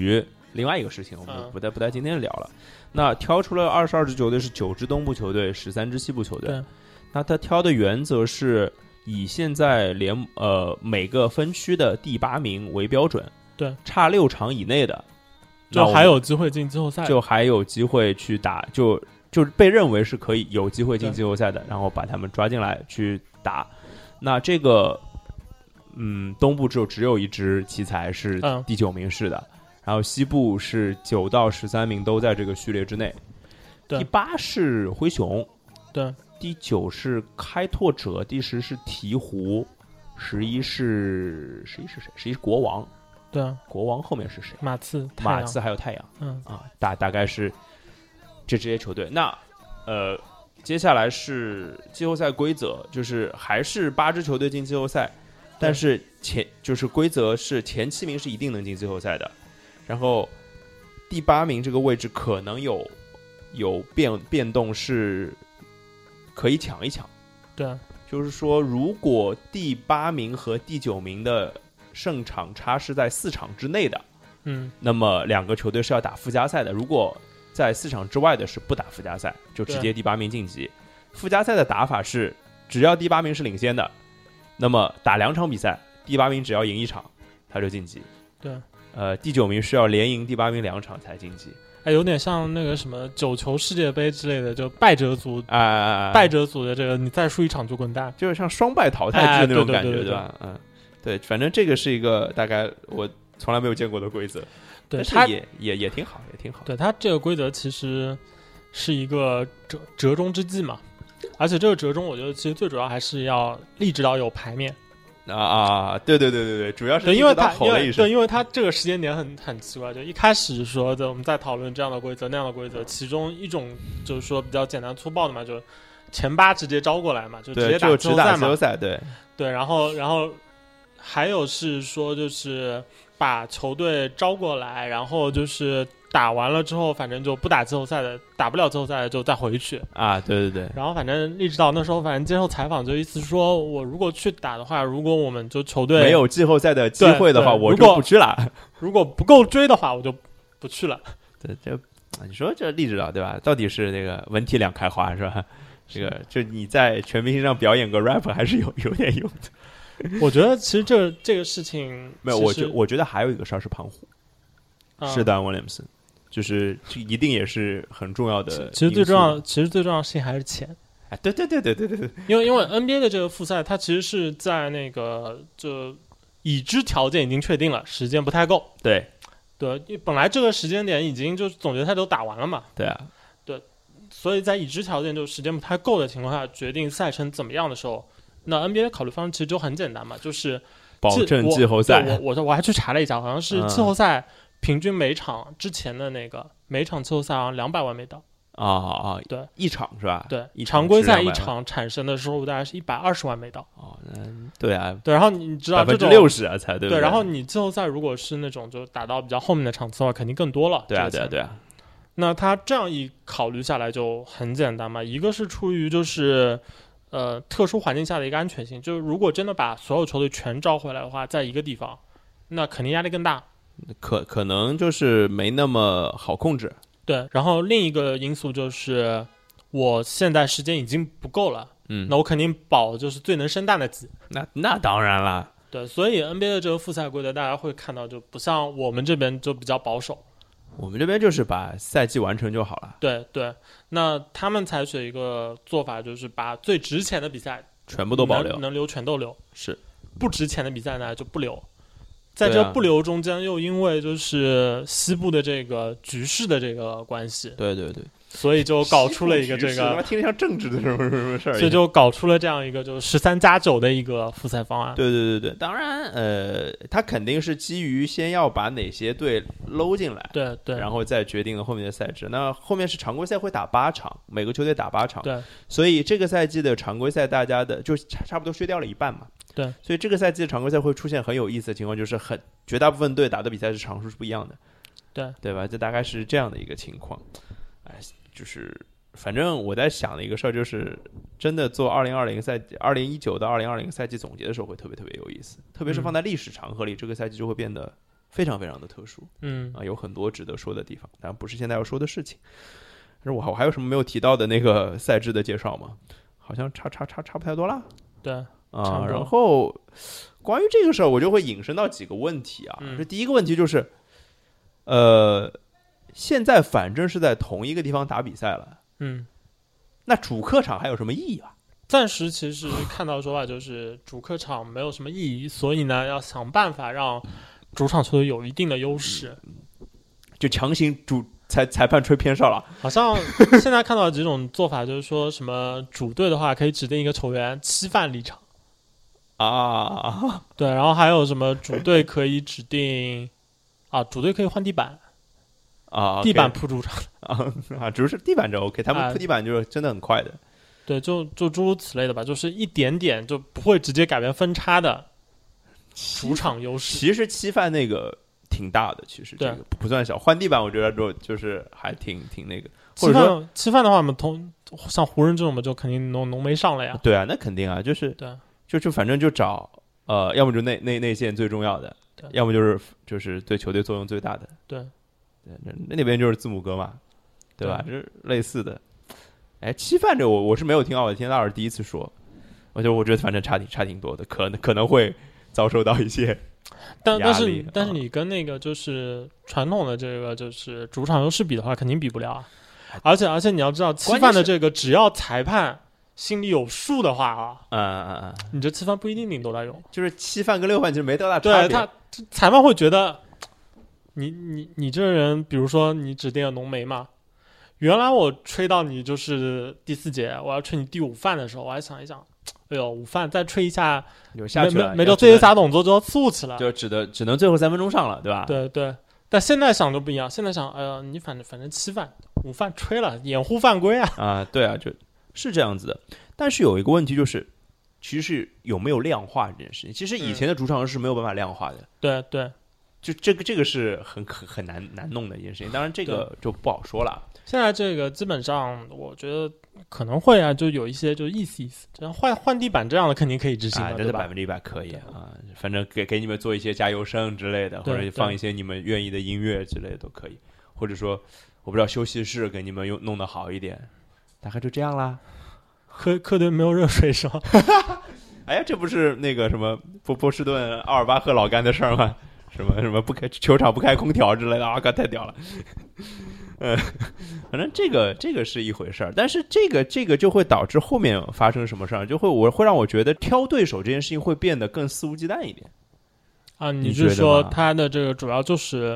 另外一个事情，我们嗯不带不带今天聊了。那挑出了二十二支球队，是九支东部球队，十三支西部球队。 对， 那他挑的原则是以现在联呃每个分区的第八名为标准， 对， 差六场以内的， 就还有机会进季后赛， 就还有机会去打，就就被认为是可以有机会进季后赛的，然后把他们抓进来去打。那这个，嗯，东部只有只有一支奇才是第九名是的，嗯、然后西部是九到十三名都在这个序列之内，第八是灰熊， 对， 第九是开拓者，第十是鹈鹕，十一是十一是谁？十一是国王。 对啊， 国王后面是谁？ 马刺、 马刺还有太阳。 嗯啊，大大概是这这些球队。那呃，接下来是季后赛规则，就是还是八支球队进季后赛，但是前就是规则是前七名是一定能进季后赛的，然后第八名这个位置可能有有变变动，是可以抢一抢。 对， 就是说，如果第八名和第九名的胜场差是在四场之内的， 嗯， 那么两个球队是要打附加赛的。如果在四场之外的是不打附加赛，就直接第八名晋级。附加赛的打法是，只要第八名是领先的，那么打两场比赛，第八名只要赢一场，他就晋级。 对， 呃，第九名需要连赢第八名两场才晋级。 哎，有点像那个什么九球世界杯之类的，就败者组啊、呃， 败者组的这个，你再输一场就滚蛋， 就是像双败淘汰制那种感觉， 哎、对, 对, 对, 对, 对吧？嗯。对，反正这个是一个大概我从来没有见过的规则， 对， 但是也也也挺好，也挺好。 对，它这个规则其实是一个折折中之计嘛，而且这个折中，我觉得其实最主要还是要立直到有牌面啊啊！对对对对对，主要是对，因为它吼了一声， 对，因为它这个时间点很很奇怪，就一开始说的我们在讨论这样的规则那样的规则，其中一种就是说比较简单粗暴的嘛，就前八直接招过来嘛，就直接打季后赛嘛， 季后赛对对，然后然后。还有是说，就是把球队招过来，然后就是打完了之后，反正就不打季后赛的，打不了季后赛的就再回去啊。对对对。 然后反正一直到那时候，反正接受采访就意思说，我如果去打的话，如果我们就球队没有季后赛的机会的话，我就不去了。 如果不够追的话，我就不去了。 对，这你说这励志了对吧？到底是那个文体两开花是吧？这个就你在全明星上表演个 rap 还是有有点用的。 我觉得其实这这个事情没有，我觉我觉得还有一个事儿是胖虎， 嗯、 是Dan Williamson，就是一定也是很重要的。 其实最重要，其实最重要的事情还是钱。 哎，对对对对对对对， 因为因为 N B A 的这个复赛，它其实是在那个就已知条件已经确定了，时间不太够。 对对，本来这个时间点已经就总决赛都打完了嘛。 对啊， 对，所以在已知条件就时间不太够的情况下，决定赛程怎么样的时候。那 N B A 的考虑方式其实就很简单嘛，就是保证季后赛。 我我我我还去查了一下，好像是季后赛平均每场之前的那个、嗯、每场季后赛好像两百万美刀啊啊， 对， 一场是吧？ 对， 一常规赛一场产生的收入大概是一百二十万美刀。 哦，嗯，对啊， 对，然后你知道百分之六十啊才对不对？对，然后你季后赛如果是那种就打到比较后面的场次的话，肯定更多了。 对啊，对啊，对啊。 那他这样一考虑下来就很简单嘛，一个是出于就是。呃，特殊环境下的一个安全性，就是如果真的把所有球队全招回来的话，在一个地方，那肯定压力更大， 可可能就是没那么好控制。 对，然后另一个因素就是，我现在时间已经不够了， 嗯， 那我肯定保就是最能生蛋的鸡。 那那当然啦， 对，所以 N B A 的这个复赛规则，大家会看到就不像我们这边就比较保守。 我们这边就是把赛季完成就好了。 对对，那他们采取一个做法，就是把最值钱的比赛全部都保留， 能, 能留全都留， 是不值钱的比赛呢就不留。在这不留中间，又因为就是西部的这个局势的这个关系， 对对对， 所以就搞出了一个这个， 听着像政治的什么什么事儿， 所以就搞出了这样一个就是十三加九的一个复赛方案。 对对对对，当然，呃，他肯定是基于先要把哪些队搂进来， 对对， 然后再决定了后面的赛制。那后面是常规赛会打八场，每个球队打八场， 对， 所以这个赛季的常规赛大家的就差差不多削掉了一半嘛。 对， 所以这个赛季的常规赛会出现很有意思的情况，就是很绝大部分队打的比赛是场数是不一样的， 对对吧？这大概是这样的一个情况。哎，就是反正我在想的一个事儿，就是真的做二零二零赛季、二零一九到二零二零赛季总结的时候，会特别特别有意思，特别是放在历史长河里，嗯、这个赛季就会变得非常非常的特殊， 嗯啊，有很多值得说的地方，当然不是现在要说的事情。但是我我还有什么没有提到的那个赛制的介绍吗？好像差差差差不太多啦。 对啊，然后关于这个事儿，我就会引申到几个问题啊。 嗯、 这第一个问题就是，呃，现在反正是在同一个地方打比赛了， 嗯， 那主客场还有什么意义啊？ 暂时其实看到的说法就是主客场没有什么意义，所以呢要想办法让主场球队有一定的优势， 就强行主裁裁判吹偏哨了。 好像现在看到的几种做法就是说什么主队的话可以指定一个球员欺犯立场啊， 对，然后还有什么主队可以指定啊，主队可以换地板啊， 地板铺主场啊啊，只是地板就 OK， 他们铺地板就是真的很快的。 对，就就诸如此类的吧，就是一点点就不会直接改变分差的主场优势。 其实欺犯那个挺大的，其实这个不算小。换地板我觉得就就是还挺挺那个。 欺犯欺犯的话，我们同像湖人这种嘛，就肯定浓浓眉上了呀。 对啊，那肯定啊，就是对， 就就反正就找呃，要么就内内内线最重要的，要么就是就是对球队作用最大的。 对， 对，那那边就是字母哥嘛，对吧？这是类似的。哎，欺犯这我我是没有听到的，听到是第一次说，我就我觉得反正差挺差挺多的，可能可能会遭受到一些但但是、 啊、 但是你跟那个就是传统的这个就是主场优势比的话，肯定比不了啊。而且而且你要知道，欺犯的这个只要裁判心里有数的话啊， 嗯嗯嗯， 你这欺犯不一定顶多大用， 就是欺犯跟六犯其实没多大差别。 对他裁判会觉得你你你这人，比如说你指定了浓眉嘛。原来我吹到你就是第四节，我要吹你第五犯的时候，我还想一想，哎呦，五犯再吹一下， 有下去了， 没没到这些啥动作就要猝起来， 就只能只能最后三分钟上了，对吧？ 对对。但现在想就不一样，现在想，哎呀，你反正反正七犯五犯吹了，掩护犯规啊！ 啊，对啊，就是这样子的。但是有一个问题就是，其实有没有量化这件事情？其实以前的主场是没有办法量化的。 嗯、对对， 就这个这个是很很很难难弄的一件事情。当然这个就不好说了。 现在这个基本上，我觉得可能会啊，就有一些就意思意思，这样换换地板这样的肯定可以执行的， 啊，这是百分之一百可以啊。反正给给你们做一些加油声之类的，或者放一些你们愿意的音乐之类的都可以。或者说，我不知道休息室给你们用弄得好一点，大概就这样啦。 客客队没有热水是吗？ 哎呀，这不是那个什么波波士顿奥尔巴赫老干的事儿吗？什么什么不开球场不开空调之类的啊，哥太屌了。呃，反正这个这个是一回事儿，但是这个这个就会导致后面发生什么事儿，就会我会让我觉得挑对手这件事情会变得更肆无忌惮一点啊。你是说他的这个主要就是，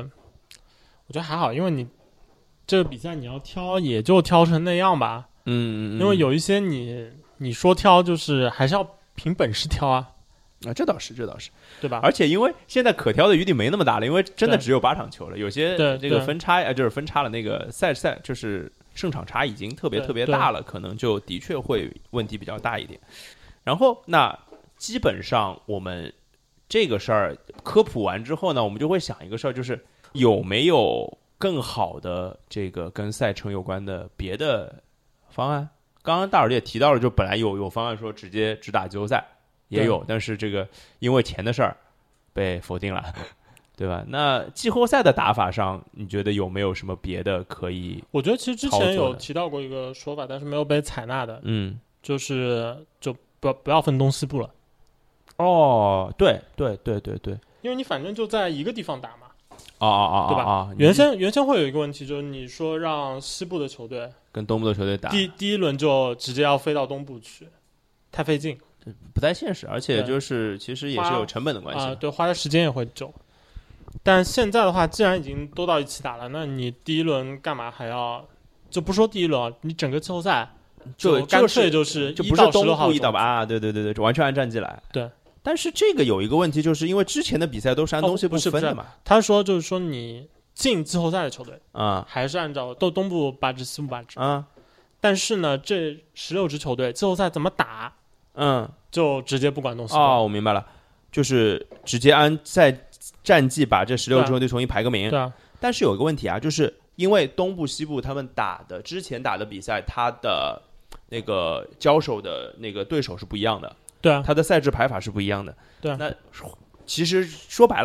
我觉得还好，因为你这个比赛你要挑也就挑成那样吧， 嗯， 因为有一些你你说挑就是还是要凭本事挑啊。 啊，这倒是，这倒是， 对吧？ 而且因为现在可挑的余地没那么大了，因为真的只有八场球了，有些这个分差啊，就是分差了，那个赛赛就是胜场差已经特别特别大了，可能就的确会问题比较大一点。然后那基本上我们这个事儿科普完之后呢，我们就会想一个事儿，就是有没有更好的这个跟赛程有关的别的方案？刚刚大老师也提到了，就本来有有方案说直接只打季后赛。也有，但是这个因为钱的事儿被否定了，对吧？那季后赛的打法上，你觉得有没有什么别的可以？ 我觉得其实之前有提到过一个说法，但是没有被采纳的， 嗯， 就是就不不要分东西部了。 哦，对对对对对， 因为你反正就在一个地方打嘛。 哦哦哦， 对吧？ 啊， 原先原先会有一个问题，就是你说让西部的球队跟东部的球队打， 第第一轮就直接要飞到东部去，太费劲。 不太现实，而且就是其实也是有成本的关系啊、呃，对，花的时间也会久。但现在的话，既然已经都到一起打了，那你第一轮干嘛还要？就不说第一轮，你整个季后赛就干脆就是就不是东部一到八啊，对对对对，完全按战绩来。 对， 但是这个有一个问题，就是因为之前的比赛都是按东西部分的嘛。 哦、他说就是说你进季后赛的球队啊、 嗯，还是按照都东部八支、西部八支啊、嗯。 但是呢，这十六支球队季后赛怎么打？ 嗯， 就直接不管东西哦，我明白了，就是直接按在战绩把这十六支球队重新排个名。 对啊， 但是有一个问题啊，就是因为东部、西部他们打的之前打的比赛，他的那个交手的那个对手是不一样的。 对啊， 他的赛制排法是不一样的。 对啊， 那其实说白了，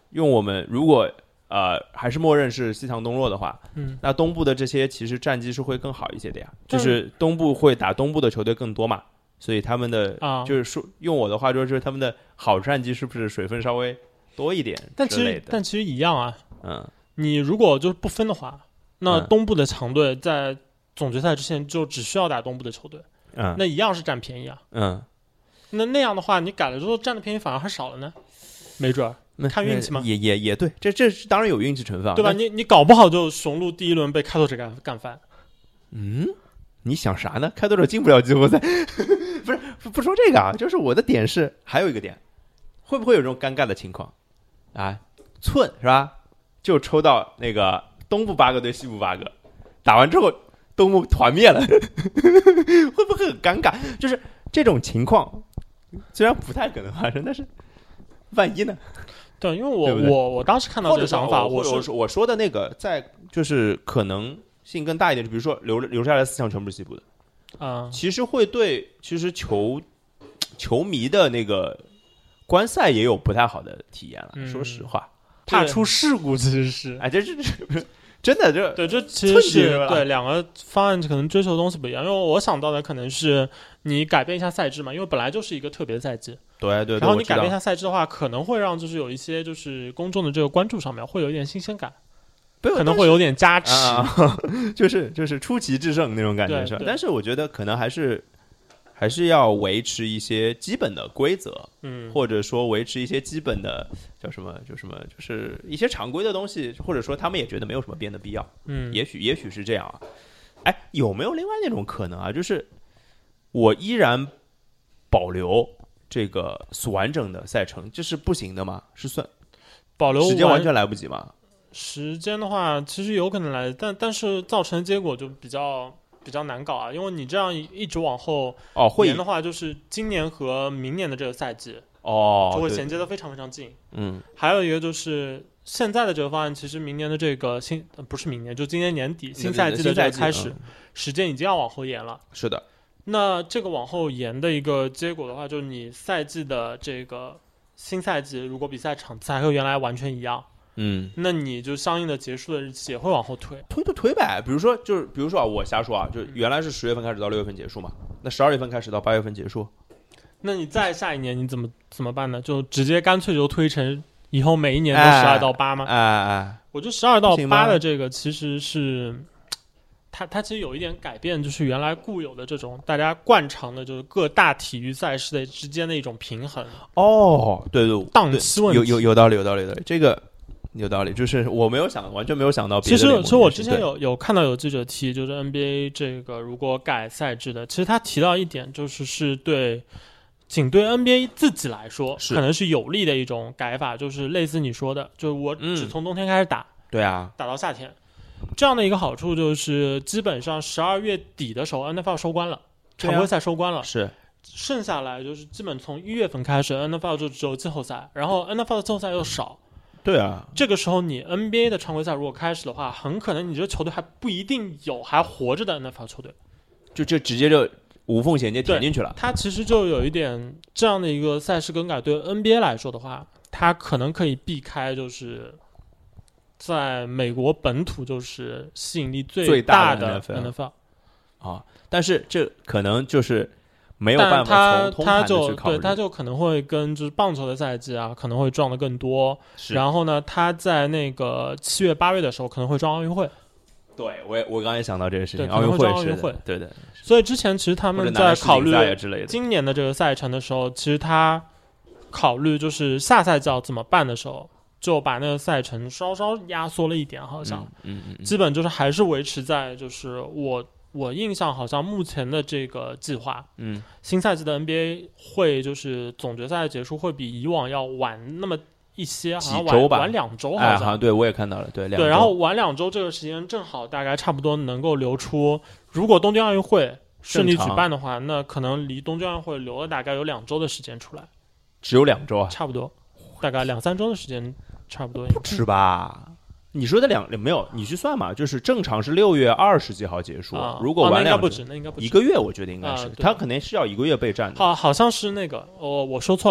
用我们如果呃还是默认是西强东弱的话， 嗯， 那东部的这些其实战绩是会更好一些的呀，就是东部会打东部的球队更多嘛，所以他们的、 啊、 就是说用我的话说，就是他们的好战绩是不是水分稍微多一点之类的？ 但其实但其实一样啊， 嗯， 你如果就是不分的话，那东部的强队在总决赛之前就只需要打东部的球队， 嗯， 那一样是占便宜啊， 嗯， 那那样的话，你改了之后占的便宜反而还少了呢，没准儿。看运气吗？ 也也也对，这这当然有运气成分， 对吧？你你搞不好就雄鹿第一轮被开拓者干干翻。 嗯，你想啥呢？开拓者进不了季后赛，不是不说这个啊，就是我的点是还有一个点，会不会有这种尴尬的情况啊？寸是吧？就抽到那个东部八个对西部八个，打完之后东部团灭了，会不会很尴尬？就是这种情况，虽然不太可能发生，但是万一呢？ 对，因为我对对我我当时看到这个想法， 我我说我说的那个在就是可能性更大一点，就比如说留留下来四强全部是西部的， 啊、嗯， 其实会对其实球球迷的那个观赛也有不太好的体验了。嗯、说实话， 怕出事故其实是， 哎，这是真的这对，这其实是对两个方案可能追求的东西不一样。因为我想到的可能是你改变一下赛制嘛，因为本来就是一个特别赛季。 对对对， 然后你改变一下赛制的话，可能会让就是有一些就是公众的这个关注上面会有一点新鲜感，可能会有点加持， 啊、就是就是出奇制胜那种感觉是吧？但是我觉得可能还是还是要维持一些基本的规则， 嗯， 或者说维持一些基本的叫什么就什么，就是一些常规的东西，或者说他们也觉得没有什么变的必要， 嗯， 也许也许是这样啊。哎，有没有另外那种可能啊？就是我依然保留这个完整的赛程，这是不行的吗？是算保留时间完全来不及吗？ 时间的话，其实有可能来，但但是造成的结果就比较比较难搞啊，因为你这样一直往后哦会延的话，就是今年和明年的这个赛季哦就会衔接的非常非常近。 嗯， 还有一个就是现在的这个方案，其实明年的这个新不是明年，就今年年底新赛季的这个开始， 嗯、 时间已经要往后延了。 是的。 那这个往后延的一个结果的话，就是你赛季的这个新赛季，如果比赛场次还和原来完全一样， 嗯， 那你就相应的结束的日期也会往后推， 推就推呗。比如说，就是比如说啊，我瞎说啊，就原来是十月份开始到六月份结束嘛，那十二月份开始到八月份结束， 那你再下一年你怎么怎么办呢？就直接干脆就推成以后每一年都十二到八吗？ 哎哎，哎我觉得十二到八的这个其实是。它它其实有一点改变，就是原来固有的这种大家惯常的，就是各大体育赛事的之间的一种平衡。 哦，对对， 档期问题有有有道理，有道理的，这个有道理。就是我没有想，完全没有想到别的其实，其实我之前有有看到有记者提，就是 N B A 这个如果改赛制的，其实他提到一点，就是是对仅对 N B A 自己来说，可能是有利的一种改法，就是类似你说的，就是我只从冬天开始打， 嗯、对啊， 打到夏天。这样的一个好处就是，基本上十二月底的时候 ，N F L 收官了，常规赛收官了， 是剩下来就是基本从一月份开始 ，N F L 就只有季后赛，然后 N F L 的季后赛又少， 对啊， 这个时候你 N B A 的常规赛如果开始的话，很可能你这个球队还不一定有还活着的 N F L 球队， 就就直接就无缝衔接填进去了。 它其实就有一点这样的一个赛事更改，对 N B A 来说的话，它可能可以避开就是。在美国本土就是吸引力最大的 N F L 啊，但是这可能就是没有办法从通盘的去考虑， 对，他就可能会跟就是棒球的赛季啊，可能会撞得更多。然后呢，他在那个七月八月的时候可能会撞奥运会。 对，我也我刚才想到这个事情， 奥运会奥运会， 对的。 所以之前其实他们在考虑今年的这个赛程的时候，其实他考虑就是下赛季要怎么办的时候。就把那个赛程稍稍压缩了一点，好像， 嗯嗯嗯、 基本就是还是维持在就是我我印象好像目前的这个计划， 嗯， 新赛季的 N B A 会就是总决赛的结束会比以往要晚那么一些，好像晚晚两周，好像， 哎，好像对我也看到了，对， 对，然后晚两周这个时间正好大概差不多能够留出，如果东京奥运会顺利举办的话，那可能离东京奥运会留了大概有两周的时间出来， 只有两周啊， 差不多，大概两三周的时间。差不多不止吧？你说的两没有，你去算嘛，就是正常是六月二十几号结束， 啊、 如果晚两、 哦、那应该不止，那应该不止一个月，我觉得应该是， 啊、 他肯定是要一个月备战的。 好，好像是那个，我我说错了，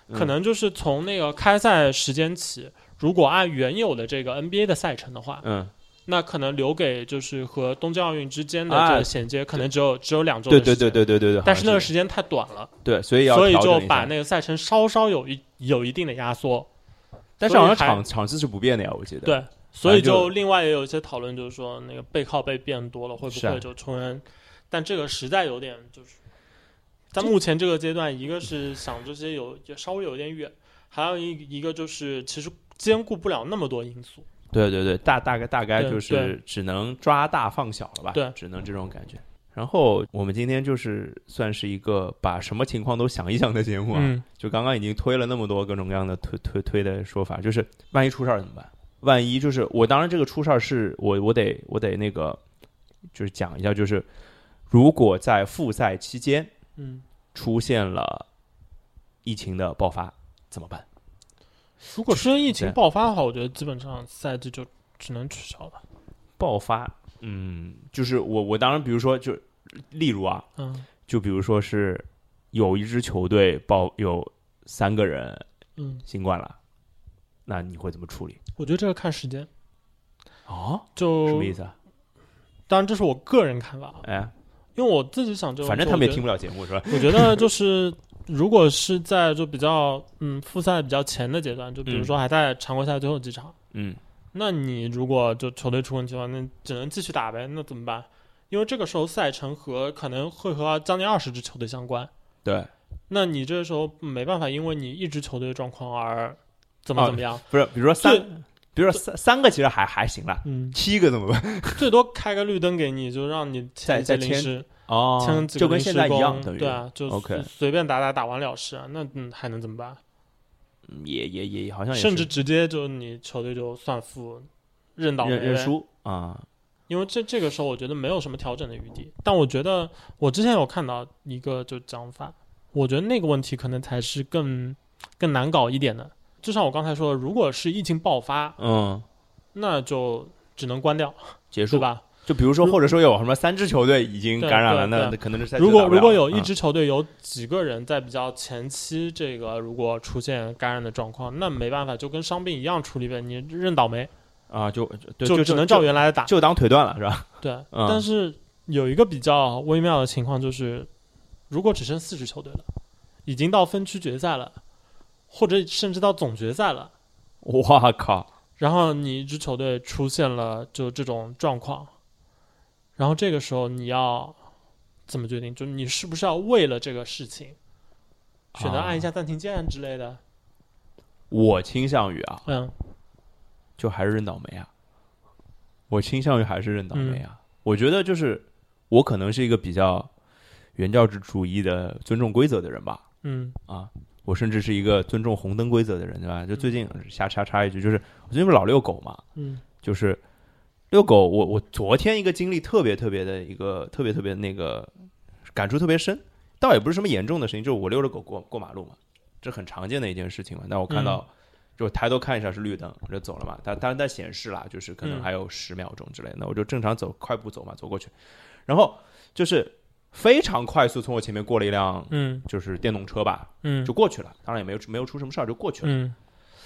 可能就是从那个开赛时间起，如果按原有的这个 N B A 的赛程的话， 嗯， 那可能留给就是和东京奥运之间的啊这个衔接，可能只有只有两周的对时间。 对对对对对对。 但是那好像个时间太短了， 对，所以要所以调整一下就把那个赛程稍稍有一有一定的压缩。 但是好像所以还场场次是不变的呀，我记得。 对，所以就就另外也有一些讨论，就是说那个背靠背变多了，会不是啊会就冲人？但这个实在有点就是，在目前这个阶段，一个是想这些有也稍微有点远，还有一一个就是其实兼顾不了那么多因素。 对对对，大大概大概对就是对只能抓大放小了吧？ 对只能这种感觉。然后我们今天就是算是一个把什么情况都想一想的节目啊， 嗯就刚刚已经推了那么多各种各样的推推推的说法，就是万一出事儿怎么办？万一就是我当然这个出事儿是我我得我得那个就是讲一下，就是如果在复赛期间嗯， 出现了疫情的爆发怎么办？ 如果出现疫情对爆发的话，我觉得基本上赛季就只能取消了。 爆发，嗯，就是我我当然比如说就例如啊， 嗯就比如说是有一支球队爆有三个人嗯， 新冠了，那你会怎么处理？ 我觉得这个看时间， 哦， 就什么意思啊？ 当然这是我个人看法啊， 哎， 因为我自己想就反正他们也听不了节目是吧？ 我觉得就是，如果是在就比较嗯复赛比较前的阶段，就比如说还在常规赛最后几场， 嗯， 那你如果就球队出问题的话，那只能继续打呗，那怎么办？因为这个时候赛程和可能会和将近二十支球队相关， 对， 那你这个时候没办法，因为你一支球队的状况而怎么怎么样， 不是，比如说最三，比如说三三个其实还还行了， 嗯， 七个怎么办？ 最多开个绿灯给你，就让你签一些再再签临时哦签几个就跟现临时工在一样，等于对啊，就 OK 随便打打打完了事啊，那嗯还能怎么办？ 嗯也也也好像也是甚至直接就你球队就算负认倒霉呗认认输啊， 因为这这个时候我觉得没有什么调整的余地。但我觉得我之前有看到一个就讲法，我觉得那个问题可能才是更更难搞一点的。就像我刚才说的，如果是疫情爆发， 嗯， 那就只能关掉， 结束对？吧？ 就比如说，或者说有什么三支球队已经对感染了， 对对那那可能是赛季如果打不了如果有一嗯支球队有几个人在比较前期这个如果出现感染的状况，那没办法，就跟伤病一样处理呗，你认倒霉， 啊，就就就就只能照原来的打。 就当腿断了是吧？ 对， 嗯但是有一个比较微妙的情况就是，如果只剩四支球队了，已经到分区决赛了，或者甚至到总决赛了， 哇靠！ 然后你一支球队出现了就这种状况，然后这个时候你要怎么决定？就你是不是要为了这个事情选择按一下暂停键之类的？ 我倾向于啊， 嗯就还是认倒霉啊。我倾向于还是认倒霉啊。我觉得就是我可能是一个比较原教旨主义的尊重规则的人吧。 嗯啊，我甚至是一个尊重红灯规则的人，对吧？就最近瞎插插一句，就是我最近不是老遛狗嘛， 嗯就是遛狗，我我昨天一个经历特别特别的一个特别特别那个感触特别深，倒也不是什么严重的事情，就是我遛着狗过过马路嘛，这很常见的一件事情嘛。但我看到、嗯、就抬头看一下是绿灯，我就走了嘛。它当然在显示啦，就是可能还有十秒钟之类的，那我就正常走，快步走嘛，走过去，然后就是非常快速从我前面过了一辆， 嗯， 就是电动车吧， 嗯， 就过去了。当然也没有没有出什么事儿，就过去了。 嗯，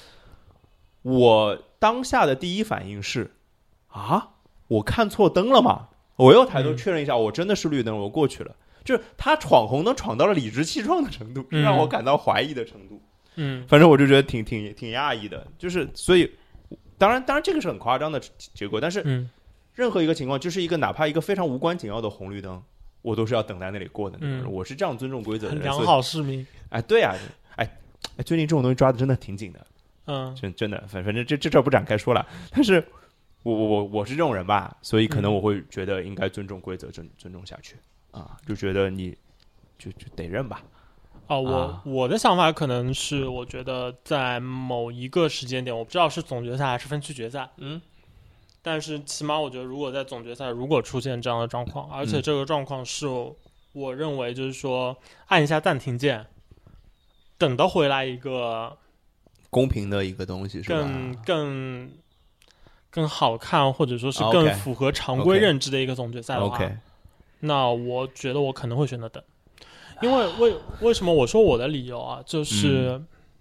我当下的第一反应是，啊，我看错灯了吗？我又抬头确认一下，我真的是绿灯，我过去了。就是他闯红灯闯到了理直气壮的程度， 嗯、 让我感到怀疑的程度。 嗯， 反正我就觉得挺挺挺讶异的。就是所以，当然当然这个是很夸张的结果，但是任何一个情况，就是一个哪怕一个非常无关紧要的红绿灯，我都是要等在那里过的那种人、嗯、我是这样尊重规则的人， 良好市民。 哎，对啊，哎哎，最近这种东西抓的真的挺紧的， 嗯， 真真的，反反正这这这不展开说了。但是我我我我是这种人吧，所以可能我会觉得应该尊重规则，尊尊重下去啊，就觉得你就就得认吧。 哦，我、 啊、 我的想法可能是，我觉得在某一个时间点，我不知道是总决赛还是分区决赛， 嗯。 但是起码我觉得，如果在总决赛如果出现这样的状况，而且这个状况是我认为就是说按一下暂停键，等得回来一个公平的一个东西，是吧？ 更更更好看，或者说是更符合常规认知的一个总决赛的话， okay. 那我觉得我可能会选择等，因为为为什么我说我的理由啊，就是、 嗯、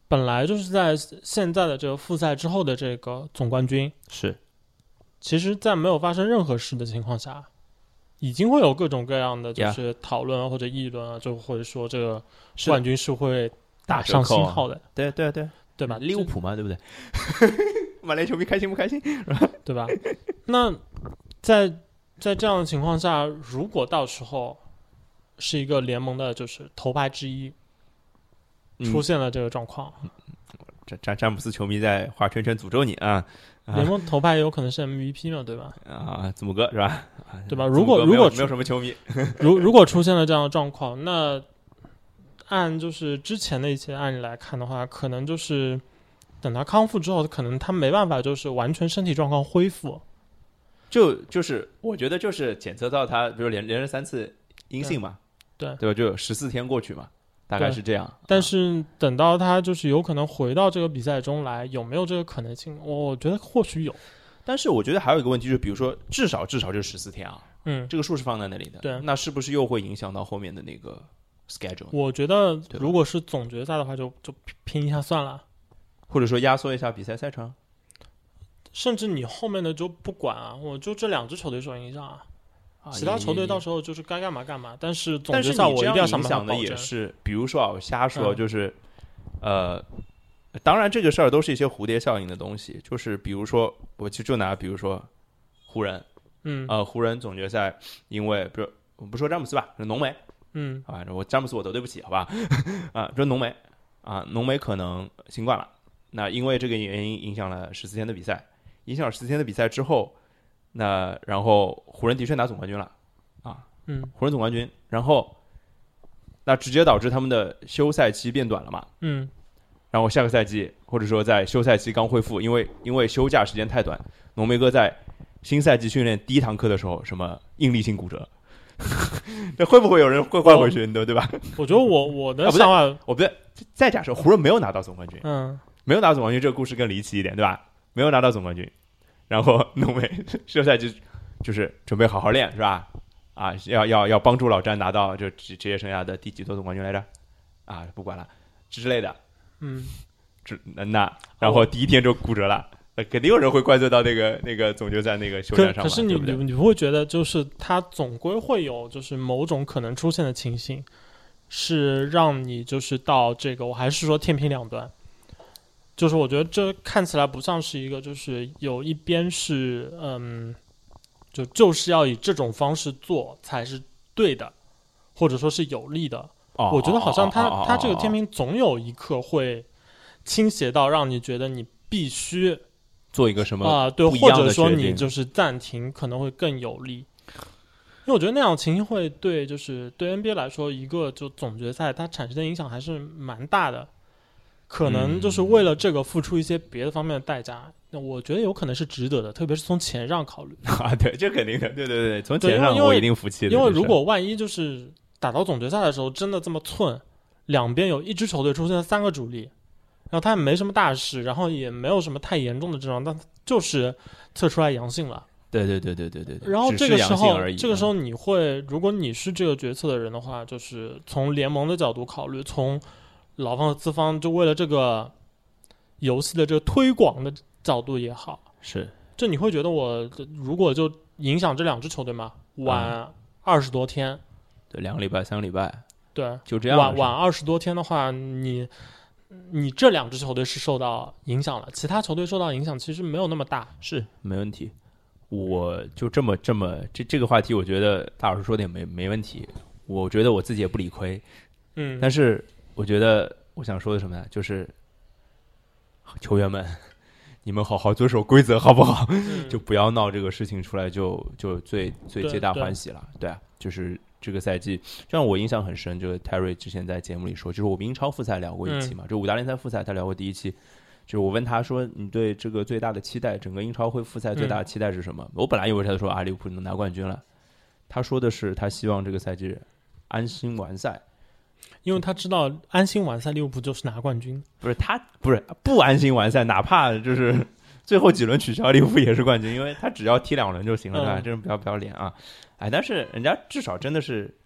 本来就是在现在的这个复赛之后的这个总冠军， 是， 其实在没有发生任何事的情况下，已经会有各种各样的就是讨论啊或者议论啊，就或者说这个冠军是会打上星号的， 对对对对吧？ 利物浦嘛，对不对？曼联球迷开心不开心？ 对吧？那在在这样的情况下，如果到时候是一个联盟的就是头牌之一出现了这个状况， 詹詹詹姆斯球迷在画圈圈诅咒你啊！ 联盟头牌有可能是 M V P 嘛，对吧？ 啊，字母哥是吧？ 对吧？如果如果没有什么球迷， 如如果出现了这样的状况，那按就是之前的一些案例来看的话，可能就是等他康复之后，可能他没办法就是完全身体状况恢复。 就就是我觉得就是检测到他，比如连连着三次阴性嘛， 对对吧？就十四天过去嘛，大概是这样。 但是等到他就是有可能回到这个比赛中来，有没有这个可能性？我觉得或许有。 但是我觉得还有一个问题，就是比如说至少至少就是十四天啊， 嗯， 这个数是放在那里的， 对， 那是不是又会影响到后面的那个 schedule？ 我觉得如果是总决赛的话就，就就拼一下算了， 或者说压缩一下比赛赛程， 甚至你后面的就不管啊，我就这两支球队受影响啊。其他球队到时候就是该干嘛干嘛，但是总决赛我一定要想办法保证。 但是你这样影响的也是，比如说啊，我瞎说，就是、嗯、呃，当然这个事儿都是一些蝴蝶效应的东西，就是比如说，我就就拿比如说湖人， 嗯， 呃，湖人总决赛，因为比如我不说詹姆斯吧，是浓眉， 嗯， 啊，我詹姆斯我都对不起，好吧，啊，这浓眉啊，浓眉可能新冠了，那因为这个原因影响了十四天的比赛，影响了十四天的比赛之后。那然后湖人的确拿总冠军了，啊， 嗯， 湖人总冠军，然后那直接导致他们的休赛期变短了嘛， 嗯， 然后下个赛季或者说在休赛期刚恢复，因为因为休假时间太短，浓眉哥在新赛季训练第一堂课的时候什么应力性骨折，这会不会有人会换回去？对对吧？ 我觉得我我的想法， 我不对，再假设湖人没有拿到总冠军， 嗯， 没有拿到总冠军，这个故事更离奇一点，对吧？没有拿到总冠军。然后浓眉休赛季就是准备好好练，是吧？啊，要要要帮助老詹拿到就职职业生涯的第几座总冠军来着？啊，不管了之类的。 嗯， 那然后第一天就骨折了，呃，肯定有人会怪罪到那个那个总决赛那个休战上。 可是你对对你你不会觉得就是他总归会有就是某种可能出现的情形，是让你就是到这个我还是说天平两端。就是我觉得这看起来不像是一个，就是有一边是嗯，就就是要以这种方式做才是对的，或者说是有利的。 哦、 我觉得好像他、 哦、 他这个天平总有一刻会倾斜到让你觉得你必须做一个什么啊、呃，对，或者说你就是暂停可能会更有利。因为我觉得那样的情形会对就是对 N B A 来说，一个就总决赛它产生的影响还是蛮大的。可能就是为了这个付出一些别的方面的代价，那、嗯、我觉得有可能是值得的，特别是从钱上考虑啊，对，这肯定的，对对对，从钱上我一定服气的。 因为如果万一就是打到总决赛的时候真的这么寸，两边有一支球队出现了三个主力，然后他也没什么大事，然后也没有什么太严重的症状，但就是测出来阳性了。 对对对对对对。 然后这个时候，这个时候你会，如果你是这个决策的人的话，就是从联盟的角度考虑，从劳方和资方就为了这个游戏的这个推广的角度也好， 是， 就你会觉得我如果就影响这两支球队嘛，晚二十多天， 嗯、对，两个礼拜、三个礼拜， 对， 就这样， 晚晚二十多天的话，你你这两支球队是受到影响了，其他球队受到影响其实没有那么大， 是没问题。我就这么这么这这个话题，我觉得大老师说的也没没问题，我觉得我自己也不理亏， 嗯， 但是。我觉得我想说的什么呢？就是球员们，你们好好遵守规则好不好？ 嗯、 就不要闹这个事情出来就，就就最最皆大欢喜了。对, 对啊，就是这个赛季，就让我印象很深。这个泰瑞之前在节目里说，就是我们英超复赛聊过一期嘛，嗯、就五大联赛复赛他聊过第一期。就是我问他说，你对这个最大的期待，整个英超会复赛最大的期待是什么？嗯、我本来以为他说啊，利物浦能拿冠军了。他说的是他希望这个赛季安心完赛。 因为他知道安心完赛，利物浦就是拿冠军。 不是他，不是不安心完赛，哪怕就是最后几轮取消，利物浦也是冠军，因为他只要踢两轮就行了，对吧？ 嗯、 真是不要不要脸啊！哎，但是人家至少真的是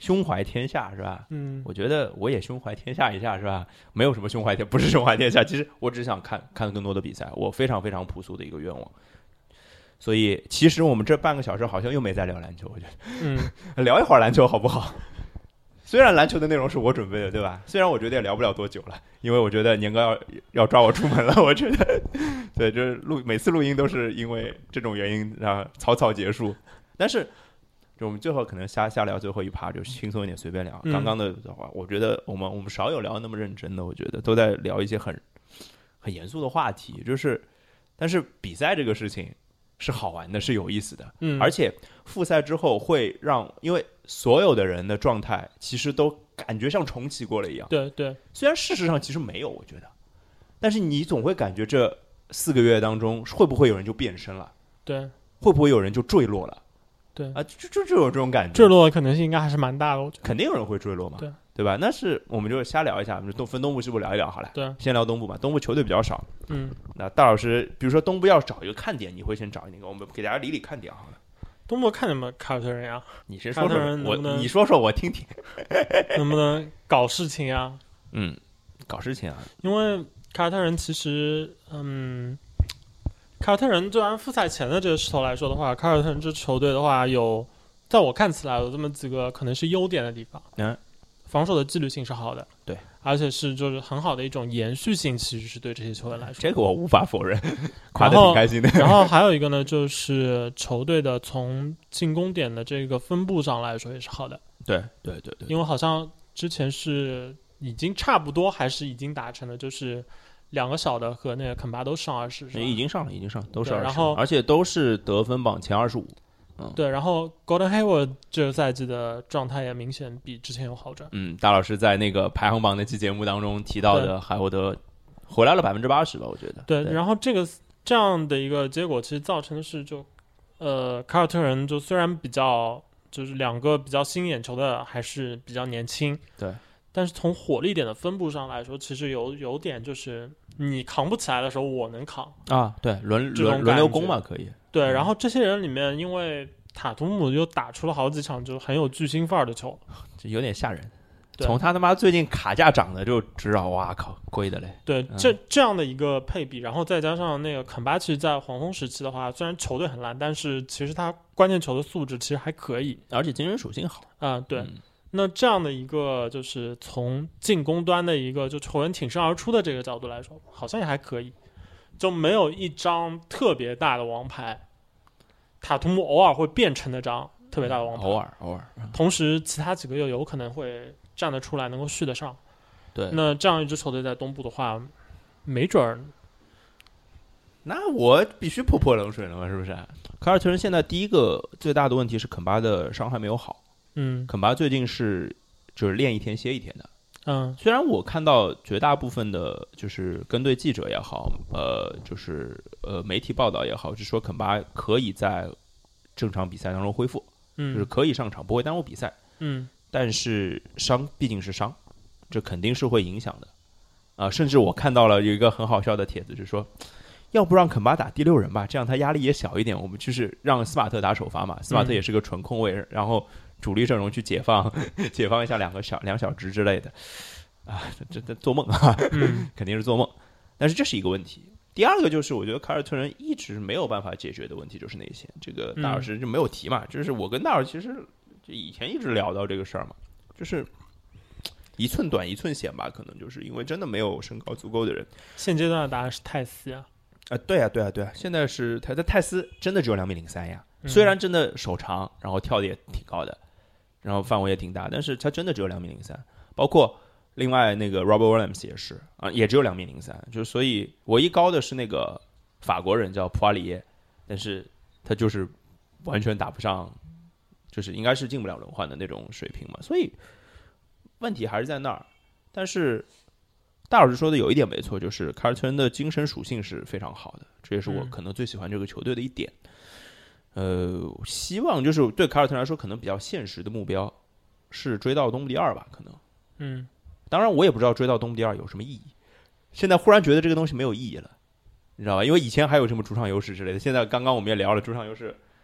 胸怀天下是吧？ 嗯， 我觉得我也胸怀天下一下是吧？没有什么胸怀天，不是胸怀天下，其实我只想看看更多的比赛，我非常非常朴素的一个愿望。所以其实我们这半个小时好像又没在聊篮球，我觉得， 嗯， 聊一会儿篮球好不好？虽然篮球的内容是我准备的，对吧？虽然我觉得也聊不了多久了，因为我觉得年哥要要抓我出门了，我觉得，对，就是录每次录音都是因为这种原因啊草草结束。但是，就我们最后可能瞎瞎聊最后一趴，就轻松一点，随便聊。 嗯、 刚刚的话，我觉得我们我们少有聊那么认真的，我觉得都在聊一些很很严肃的话题，就是，但是比赛这个事情是好玩的，是有意思的， 嗯， 而且复赛之后会让，因为所有的人的状态其实都感觉像重启过了一样， 对对， 虽然事实上其实没有，我觉得，但是你总会感觉这四个月当中会不会有人就变身了， 对， 会不会有人就坠落了， 对啊，就就就有这种感觉， 坠落的可能性应该还是蛮大的，我觉得肯定有人会坠落嘛， 对对吧？那是我们就瞎聊一下，我们就东分东部西部聊一聊好了， 对， 先聊东部吧，东部球队比较少， 嗯， 那大老师，比如说东部要找一个看点，你会先找那个，我们给大家理理看点好了。 东部看你们凯尔特人呀， 你先说说，我能不能你说说我听听， 能不能搞事情呀？ 嗯，搞事情啊， 因为凯尔特人其实，嗯，凯尔特人就按复赛前的这个势头来说的话，凯尔特人这支球队的话有，在我看起来有这么几个可能是优点的地方。 嗯， 防守的纪律性是好的， 对， 而且是就是很好的一种延续性，其实是对这些球员来说， 这个我无法否认，夸得挺开心的。 然后还有一个呢，就是球队的从进攻点的这个分布上来说也是好的。 对对对对， 因为好像之前是已经差不多，还是已经达成了，就是两个小的和那个肯巴都上二十， 已经上了，已经上，都是二十， 然后而且都是得分榜前二十五。嗯， 对，然后 Gordon Hayward 这个赛季的状态也明显比之前有好转。 嗯，大老师在那个排行榜那期节目当中提到的海沃德回来了百分之八十吧，我觉得。 对， 对， 然后这个这样的一个结果，其实造成的是就，呃，凯尔特人就虽然比较就是两个比较新眼球的还是比较年轻， 对， 但是从火力点的分布上来说，其实有有点就是你扛不起来的时候，我能扛啊，对，轮轮轮流攻嘛，可以。 对，然后这些人里面，因为塔图姆又打出了好几场就很有巨星范儿的球， 这有点吓人。从他他妈最近卡价涨的就知道，哇靠，贵的嘞。 对， 嗯、 这这样的一个配比，然后再加上那个肯巴，其实在黄蜂时期的话，虽然球队很烂，但是其实他关键球的素质其实还可以， 而且精神属性好啊、呃。对、 嗯， 那这样的一个就是从进攻端的一个就球员挺身而出的这个角度来说，好像也还可以，就没有一张特别大的王牌。塔图姆偶尔会变成那张特别大的王牌， 偶尔偶尔。 同时，其他几个又有可能会站得出来，能够续得上。 对， 那这样一支球队在东部的话，没准儿。 那我必须泼泼冷水了嘛，是不是？凯尔特人现在第一个最大的问题是肯巴的伤还没有好。 嗯， 肯巴最近是就是练一天歇一天的。 嗯， 虽然我看到绝大部分的，就是跟队记者也好，呃，就是呃媒体报道也好，是说肯巴可以在正常比赛当中恢复， 嗯， 就是可以上场，不会耽误比赛， 嗯， 但是伤毕竟是伤，这肯定是会影响的，啊、呃，甚至我看到了有一个很好笑的帖子，就是说，要不让肯巴打第六人吧，这样他压力也小一点，我们就是让斯马特打首发嘛，斯马特也是个纯控卫，嗯、然后。主力阵容去解放，解放一下两个小两小只之类的，啊，这这做梦啊， 嗯、 肯定是做梦。但是这是一个问题。第二个就是，我觉得凯尔特人一直没有办法解决的问题就是内线。这个大老师就没有提嘛，嗯、就是我跟大老师其实以前一直聊到这个事儿嘛，就是一寸短一寸险吧，可能就是因为真的没有身高足够的人。 现阶段的答案是泰斯啊， 啊，对啊，对啊，对啊，现在是他的泰斯真的只有两米零三呀，嗯、虽然真的手长，然后跳的也挺高的。然后范围也挺大，但是他真的只有两米零三，包括另外那个 Robert Williams 也是啊，也只有两米零三，就所以唯一高的是那个法国人叫普瓦里耶，但是他就是完全打不上，就是应该是进不了轮换的那种水平嘛，所以问题还是在那儿。但是大老师说的有一点没错，就是凯尔特人的精神属性是非常好的，这也是我可能最喜欢这个球队的一点。嗯呃，希望就是对凯尔特人来说，可能比较现实的目标是追到东部第二吧，可能。 嗯， 当然我也不知道追到东部第二有什么意义。现在忽然觉得这个东西没有意义了，你知道吧？因为以前还有什么主场优势之类的，现在刚刚我们也聊了主场优势，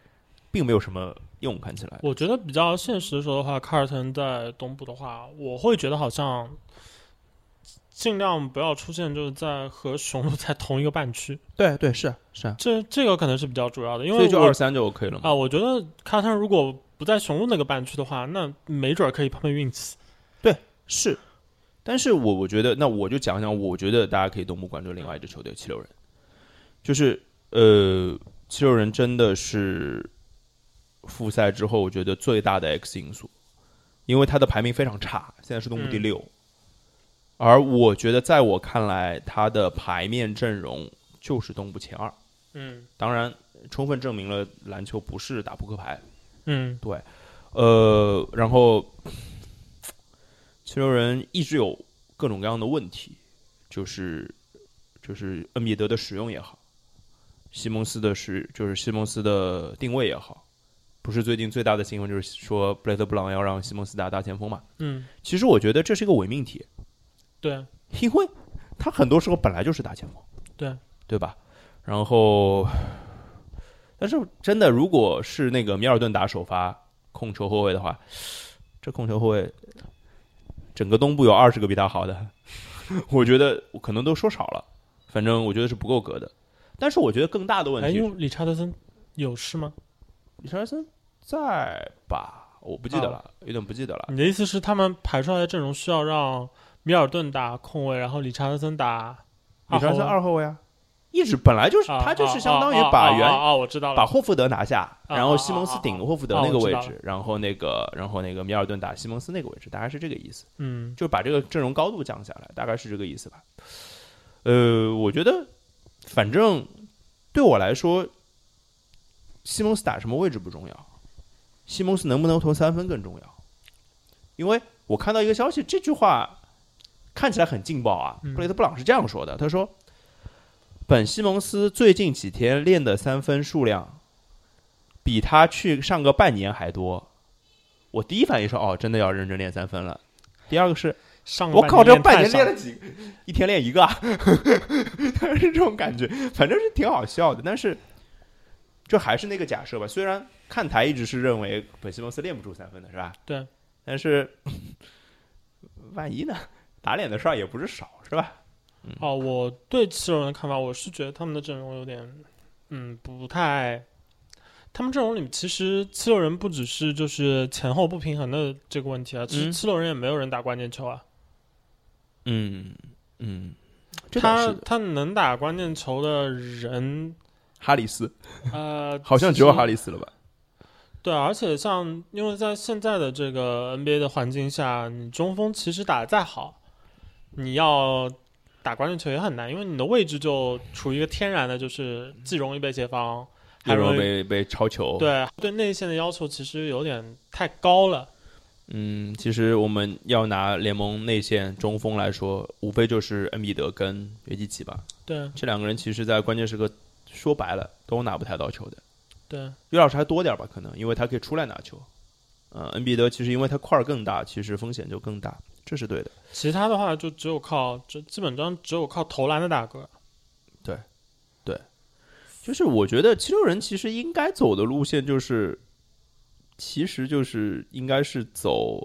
并没有什么用，看起来。 我觉得比较现实的说的话，卡尔特在东部的话，我会觉得好像尽量不要出现就是在和雄鹿在同一个半区。 对对是啊是啊， 这这个可能是比较主要的，因为所以就二三就 OK 了嘛。 啊，我觉得卡尔特如果不在雄鹿那个半区的话，那没准可以碰碰运气。 对，是。但是我我觉得，那我就讲讲，我觉得大家可以东部关注另外一支球队七六人，就是呃，七六人真的是复赛之后，我觉得最大的 X 因素，因为他的排名非常差，现在是东部第六，嗯、而我觉得在我看来，他的牌面阵容就是东部前二。 嗯， 当然，充分证明了篮球不是打扑克牌。 嗯， 对，呃，然后。七六人一直有各种各样的问题，就是就是恩比德的使用也好，西蒙斯的使就是西蒙斯的定位也好，不是最近最大的新闻就是说布雷德布朗要让西蒙斯打大前锋嘛？ 嗯， 其实我觉得这是一个伪命题， 对， 因为他很多时候本来就是大前锋， 对对吧？然后，但是真的如果是那个米尔顿打首发控球后卫的话，这控球后卫。整个东部有二十个比他好的，我觉得我可能都说少了，反正我觉得是不够格的。但是我觉得更大的问题是， 哎，因为理查德森有事吗？ 理查德森在吧？我不记得了，啊、有点不记得了。 你的意思是他们排出来的阵容需要让米尔顿打控卫，然后理查德森打理查德森二后卫啊？一直本来就是、 啊、 他就是相当于把原啊, 啊, 啊, 啊我知道了， 把霍福德拿下， 啊、 然后西蒙斯顶霍福德那个位置， 啊、 然后那个然后那个米尔顿打西蒙斯那个位置，大概是这个意思。 嗯， 就把这个阵容高度降下来，大概是这个意思吧。呃，我觉得反正对我来说，西蒙斯打什么位置不重要，西蒙斯能不能投三分更重要。因为我看到一个消息，这句话看起来很劲爆啊。 嗯、 布雷德布朗是这样说的，他说。本西蒙斯最近几天练的三分数量，比他去上个半年还多。我第一反应说，哦，真的要认真练三分了。第二个是， 上我靠，这半年练了几，一天练一个、啊，是这种感觉，反正是挺好笑的。但是，这还是那个假设吧。虽然看台一直是认为本西蒙斯练不出三分的，是吧？ 对。 但是，万一呢？打脸的事儿也不是少，是吧？ 嗯、哦，我对七六人的看法，我是觉得他们的阵容有点，嗯，不太。他们阵容里面，其实七六人不只是就是前后不平衡的这个问题啊，其实七六人也没有人打关键球啊。 嗯嗯， 他他能打关键球的人， 哈里斯， 呃， 好像只有哈里斯了吧？ 对，而且像因为在现在的这个 N B A 的环境下，你中锋其实打得再好，你要。打关键球也很难，因为你的位置就处于一个天然的，就是既容易被协防，还容易被被抄球。 对对，内线的要求其实有点太高了。 嗯，其实我们要拿联盟内线中锋来说，无非就是恩比德跟约基奇吧。 对， 这两个人其实在关键时刻说白了都拿不太到球的。 对， 约老师还多点吧，可能因为他可以出来拿球。呃，恩比德其实因为他块儿更大，其实风险就更大。这是对的， 其他的话就只有靠，就基本上只有靠投篮的大个。 对，对，就是我觉得七六人其实应该走的路线就是，其实就是应该是走，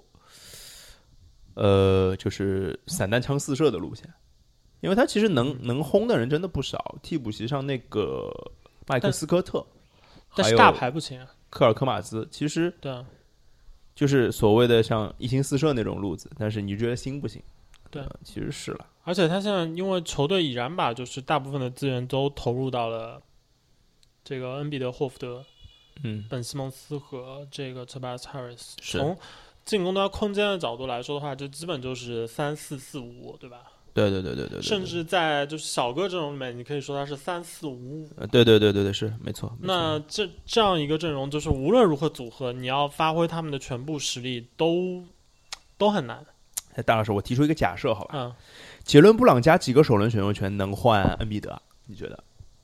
呃，就是散弹枪四射的路线，因为他其实能能轰的人真的不少，替补席上那个麦克斯科特， 但是大牌不行啊， 科尔科马兹其实对啊。 就是所谓的像一星四射那种路子，但是你觉得行不行？ 对、 呃，其实是了。 而且他现在因为球队已然把就是大部分的资源都投入到了这个恩比德、霍福德、 嗯、 本西蒙斯和这个 Tobias Harris。 是从进攻端空间的角度来说的话，就基本就是三四四五，对吧？ 对对对对 对, 对, 对。 甚至在就是小个阵容里面，你可以说它是三四五五。 对对对对对，是没错。 那这这样一个阵容，就是无论如何组合，你要发挥他们的全部实力，都都很难。 哎，大老师，我提出一个假设，好吧？ 嗯。 杰伦布朗加几个首轮选秀权能换恩比德？你觉得？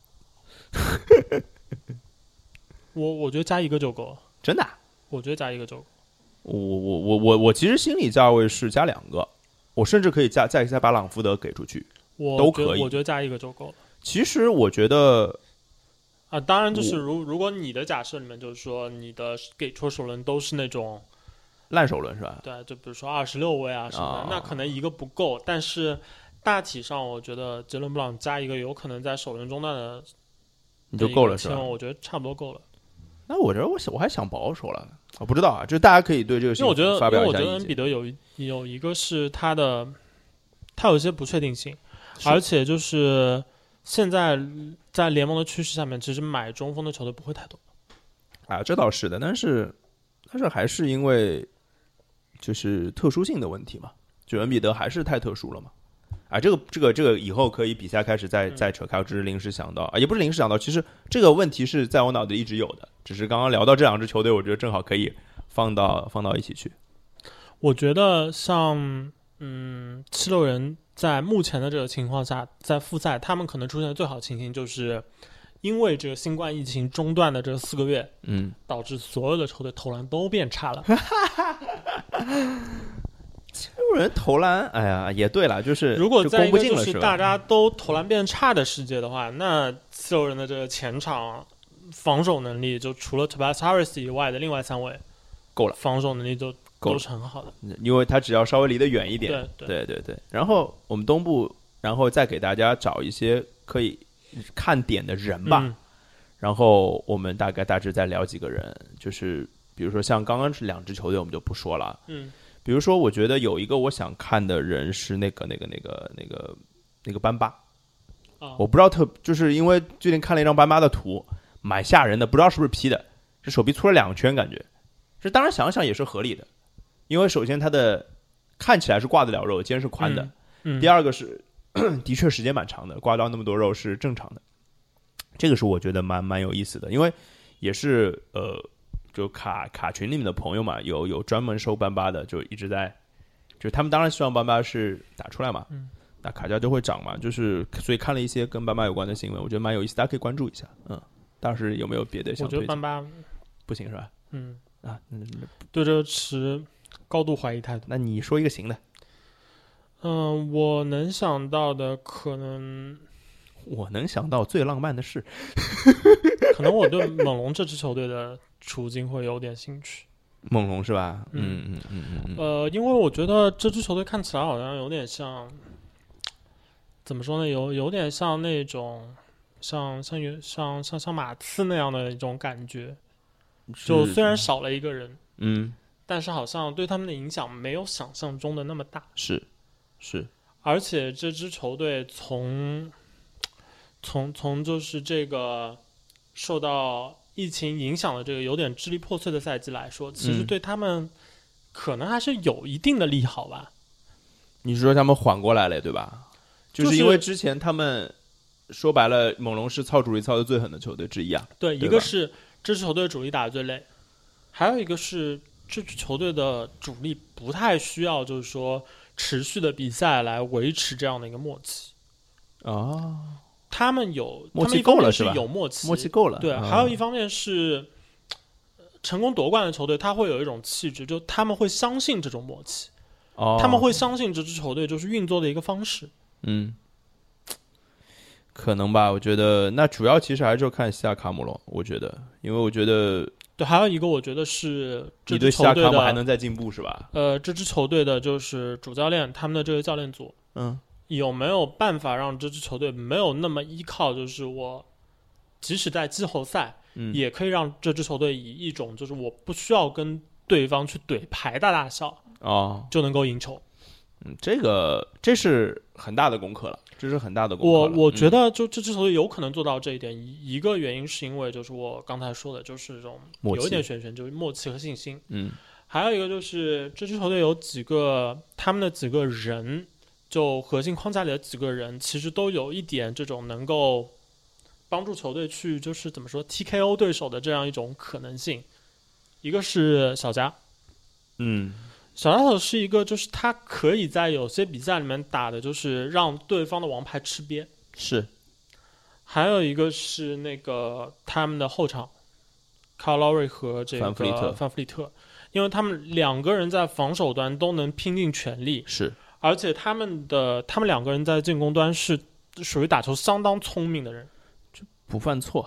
我我觉得加一个就够了。 真的、啊？ 我觉得加一个就够。 我我我我我其实心理价位是加两个。我甚至可以加再再把朗福德给出去， 我都可以。 我觉得加一个就够了。 其实我觉得， 啊，当然就是如如果你的假设里面就是说你的给出首轮都是那种烂首轮是吧？ 对，就比如说二十六位啊什么的， 哦、 那可能一个不够，但是大体上我觉得杰伦布朗加一个有可能在首轮中段的你就够了是吧？ 我觉得差不多够了。 那我觉得我我还想保守了，我不知道啊，就是大家可以对这个事情发表一下意见。因为我觉得恩比德有有一个是他的，他有一些不确定性，而且就是现在在联盟的趋势下面，其实买中锋的球队不会太多。 啊，这倒是的，但是但是还是因为就是特殊性的问题嘛，就恩比德还是太特殊了嘛。啊，这个这个这个以后可以比赛开始再再扯开，我只是临时想到啊，也不是临时想到，其实这个问题是在我脑子里一直有的，只是刚刚聊到这两支球队，我觉得正好可以放到放到一起去。 我觉得像嗯七六人在目前的这个情况下，在复赛他们可能出现的最好情形就是因为这个新冠疫情中断的这四个月， 嗯， 导致所有的球队投篮都变差了。 七六人投篮，哎呀，也对了，就是如果在一个就就是大家都投篮变差的世界的话，那七六人的这个前场防守能力，就除了 Tobias Harris 以外的另外三位够了， 防守能力就都是很好的， 因为他只要稍微离得远一点。 对对对 对, 对。然后我们东部，然后再给大家找一些可以看点的人吧。 嗯、 然后我们大概大致再聊几个人，就是比如说像刚刚是两支球队，我们就不说了。 嗯。 比如说，我觉得有一个我想看的人是那个、那个、那个、那个、那个班巴。 啊、 我不知道特，就是因为最近看了一张班巴的图，蛮吓人的，不知道是不是 P 的，这手臂粗了两圈，感觉。这当然想想也是合理的，因为首先他的看起来是挂得了肉，肩是宽的。 嗯嗯、 第二个是的确时间蛮长的，挂到那么多肉是正常的。这个是我觉得蛮蛮有意思的，因为也是呃。就卡卡群里面的朋友嘛，有有专门收班巴的，就一直在，就是他们当然希望班巴是打出来嘛， 嗯， 那卡价就会涨嘛，就是所以看了一些跟班巴有关的新闻，我觉得蛮有意思，大家可以关注一下。嗯，当时有没有别的想推荐？ 我觉得班巴不行是吧？ 嗯啊，嗯， 对这个持高度怀疑态度。 那你说一个行的？ 嗯，我能想到的可能， 我能想到最浪漫的事， 可能我对猛龙这支球队的处境会有点兴趣。 猛龙是吧？ 嗯嗯嗯嗯嗯。 呃，因为我觉得这支球队看起来好像有点像，怎么说呢？有有点像那种，像像像像像马刺那样的一种感觉。就虽然少了一个人， 嗯， 但是好像对他们的影响没有想象中的那么大。 是是， 而且这支球队从从从就是这个受到疫情影响的这个有点支离破碎的赛季来说，其实对他们可能还是有一定的利好吧。 你是说他们缓过来了，对吧？就是因为之前他们说白了，猛龙是操主力操的最狠的球队之一啊。 对，一个是这支球队主力打得最累，还有一个是这支球队的主力不太需要就是说持续的比赛来维持这样的一个默契。 哦， 他们有默契够了是吧？ 有默契， 默契够了。 对， 哦、 还有一方面是成功夺冠的球队，他会有一种气质，就他们会相信这种默契。 哦， 他们会相信这支球队就是运作的一个方式。 嗯，可能吧，我觉得那主要其实还是看西亚卡姆咯，我觉得，因为我觉得对，还有一个我觉得是这你对西亚卡姆还能再进步是吧？ 呃，这支球队的就是主教练，他们的这个教练组， 嗯， 有没有办法让这支球队没有那么依靠，就是我即使在季后赛， 嗯， 也可以让这支球队以一种就是我不需要跟对方去怼牌的大小哦， 就能够赢球。 嗯，这个这是很大的功课了，这是很大的功课了。 我我觉得就这支球队有可能做到这一点，嗯、一个原因是因为就是我刚才说的，就是这种有一点玄玄，就是默契和信心。 嗯， 还有一个就是这支球队有几个他们的几个人，就核心框架里的几个人，其实都有一点这种能够帮助球队去就是怎么说 T K O 对手的这样一种可能性。一个是小加， 嗯。 小拉头是一个，就是他可以在有些比赛里面打的，就是让对方的王牌吃瘪。 是， 还有一个是那个他们的后场 ，Kyle Lowry 和这个范弗利特， 范弗利特，因为他们两个人在防守端都能拼尽全力， 是， 而且他们的他们两个人在进攻端是属于打球相当聪明的人， 不犯错。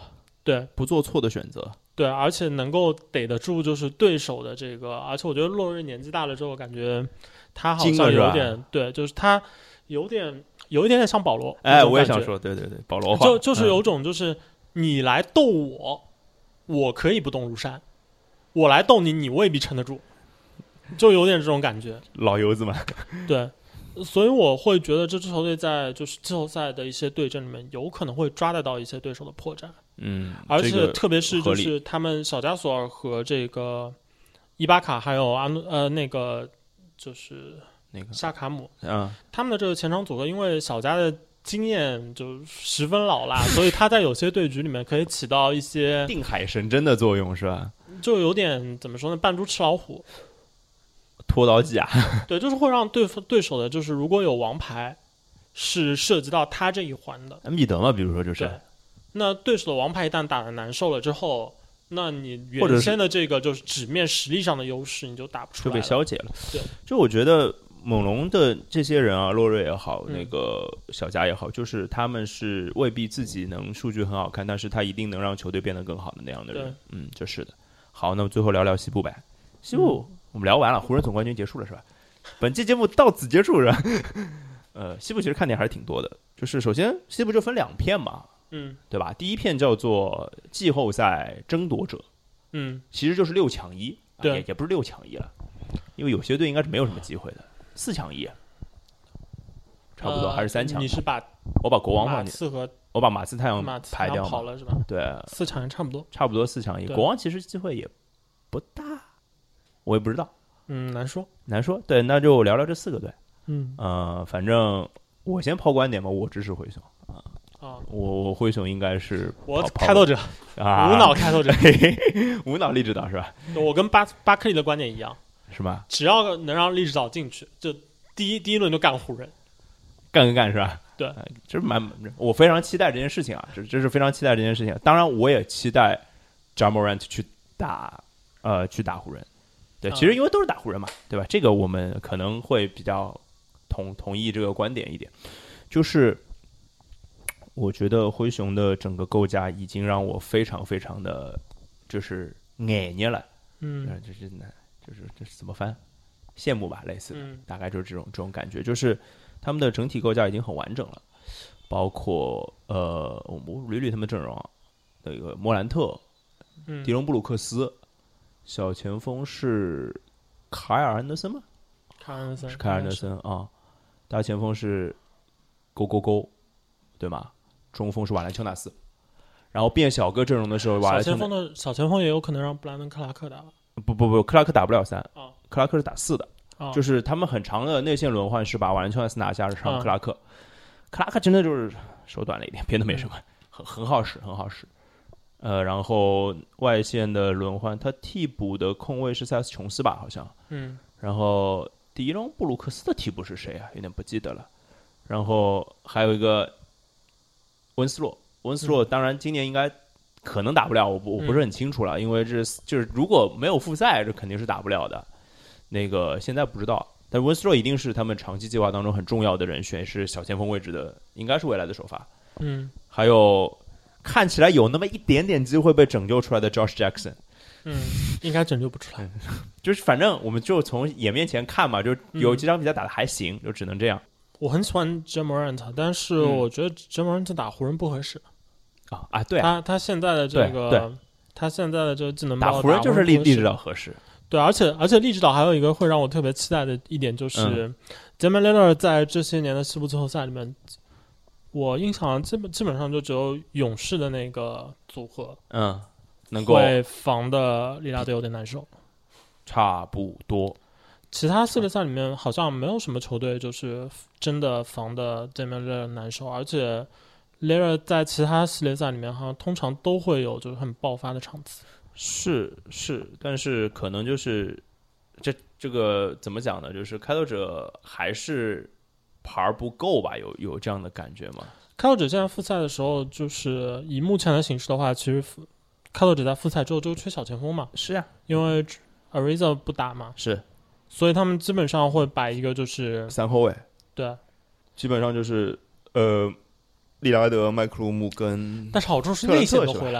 对， 不做错的选择。 对，而且能够逮得住就是对手的这个，而且我觉得洛瑞年纪大了之后，感觉他好像有点对，就是他有点有一点点像保罗。 哎，我也想说，对对对，保罗化， 就就是有种就是你来斗我，嗯、我可以不动如山；我来斗你，你未必撑得住，就有点这种感觉。 老油子嘛， 对。所以我会觉得这支球队在就是季后赛的一些对阵里面，有可能会抓得到一些对手的破绽。 嗯， 而且特别是就是他们小加索尔和这个伊巴卡，还有阿努呃那个就是那个沙卡姆， 嗯， 他们的这个前场组合，因为小加的经验就十分老辣，所以他在有些对局里面可以起到一些定海神针的作用，是吧？ 就有点怎么说呢，扮猪吃老虎。 拖刀计啊， 对，就是会让对对手的，就是如果有王牌是涉及到他这一环的， 恩比德嘛，比如说就是， 那对手的王牌一旦打得难受了之后，那你原先的这个就是纸面实力上的优势你就打不出来了， 就被消解了。 对， 就我觉得猛龙的这些人啊，洛瑞也好， 嗯、 那个小加也好，就是他们是未必自己能数据很好看，但是他一定能让球队变得更好的那样的人。嗯，就是的。好，那么最后聊聊西部呗，西部。嗯我们聊完了，湖人总冠军结束了是吧？本期节目到此结束是吧？呃，西部其实看点还是挺多的，就是首先西部就分两片嘛， 嗯， 对吧？第一片叫做季后赛争夺者， 嗯， 其实就是六抢一， 对， 啊、也也不是六抢一了，因为有些队应该是没有什么机会的，四抢一，差不多、呃、还是三抢一。 你是把我把国王放进， 和我把马刺太阳排掉跑了是吧？ 对， 四抢一差不多， 差不多四抢一。国王其实机会也不大。我也不知道， 嗯，难说， 难说。对，那就聊聊这四个队。 嗯， 呃，反正我先抛观点吧，我支持灰熊啊。 啊， 我我灰熊应该是我开拓者啊， 无脑开拓者， 无脑励志岛是吧？ 我跟巴巴克利的观点一样， 是吧？ 只要能让励志岛进去，就第一第一轮就干湖人， 干干干是吧？ 对， 这是蛮我非常期待这件事情啊，这这是非常期待这件事情。当然，我也期待 Ja Morant 去打呃去打湖人。对，其实因为都是打湖人嘛，对吧？这个我们可能会比较同同意这个观点一点，就是我觉得灰熊的整个构架已经让我非常非常的就是爱捏了， 嗯， 这是就是这是怎么翻？羡慕吧，类似的， 嗯、 大概就是这种这种感觉，就是他们的整体构架已经很完整了，包括呃，我们捋捋他们阵容啊，那个莫兰特、 嗯、 迪隆布鲁克斯。小前锋是凯尔安德森吗？ 凯尔安德森是凯尔安德森啊。大前锋是勾勾勾，对吗？中锋是瓦兰丘纳斯。然后变小个阵容的时候，瓦兰小前锋的小前锋也有可能让布兰登克拉克打了。 不不不，克拉克打不了三， 啊、 克拉克是打四的、 啊。 就是他们很长的内线轮换是把瓦兰丘纳斯拿下，上克拉克。啊、克拉克真的就是手短了一点，别的没什么，嗯、很很好使，很好使。呃，然后外线的轮换，他替补的控卫是塞斯琼斯吧，好像。 嗯。 然后迪隆布鲁克斯的替补是谁啊？有点不记得了。然后还有一个温斯洛，温斯洛当然今年应该可能打不了，我不我不是很清楚了，嗯、因为这就是如果没有复赛，这肯定是打不了的。那个现在不知道，但温斯洛一定是他们长期计划当中很重要的人选，是小前锋位置的，应该是未来的首发。 嗯。 还有。看起来有那么一点点机会被拯救出来的 Josh Jackson， 嗯，应该拯救不出来。 就是反正我们就从眼面前看嘛，就有几场比赛打得还行，嗯、就只能这样。 我很喜欢 Ja Morant， 但是我觉得 Ja Morant 打湖人不合适。 啊、嗯、啊，对啊， 他他现在的这个，他现在的这个技能包打湖人就是励励志岛合适。 对，而且而且励志岛还有一个会让我特别期待的一点就是、嗯、Damian Lillard 在这些年的西部季后赛里面。我印象基本基本上就只有勇士的那个组合， 嗯，能够会防的利拉德有点难受， 差不多。 其他系列赛里面好像没有什么球队就是真的防的 Damian Lillard 难受，而且 Lillard 在其他系列赛里面好像通常都会有就是很爆发的场次。 是是，但是可能就是这这个怎么讲呢？就是开拓者还是。牌不够吧？有有这样的感觉吗？ 开拓者现在复赛的时候，就是以目前的形势的话，其实开拓者在复赛之后就缺小前锋嘛。 是啊， 因为 Ariza 不打嘛， 是， 所以他们基本上会摆一个就是三后卫， 对， 基本上就是呃，利拉德、麦克卢姆跟， 但是好处是内线都回来了，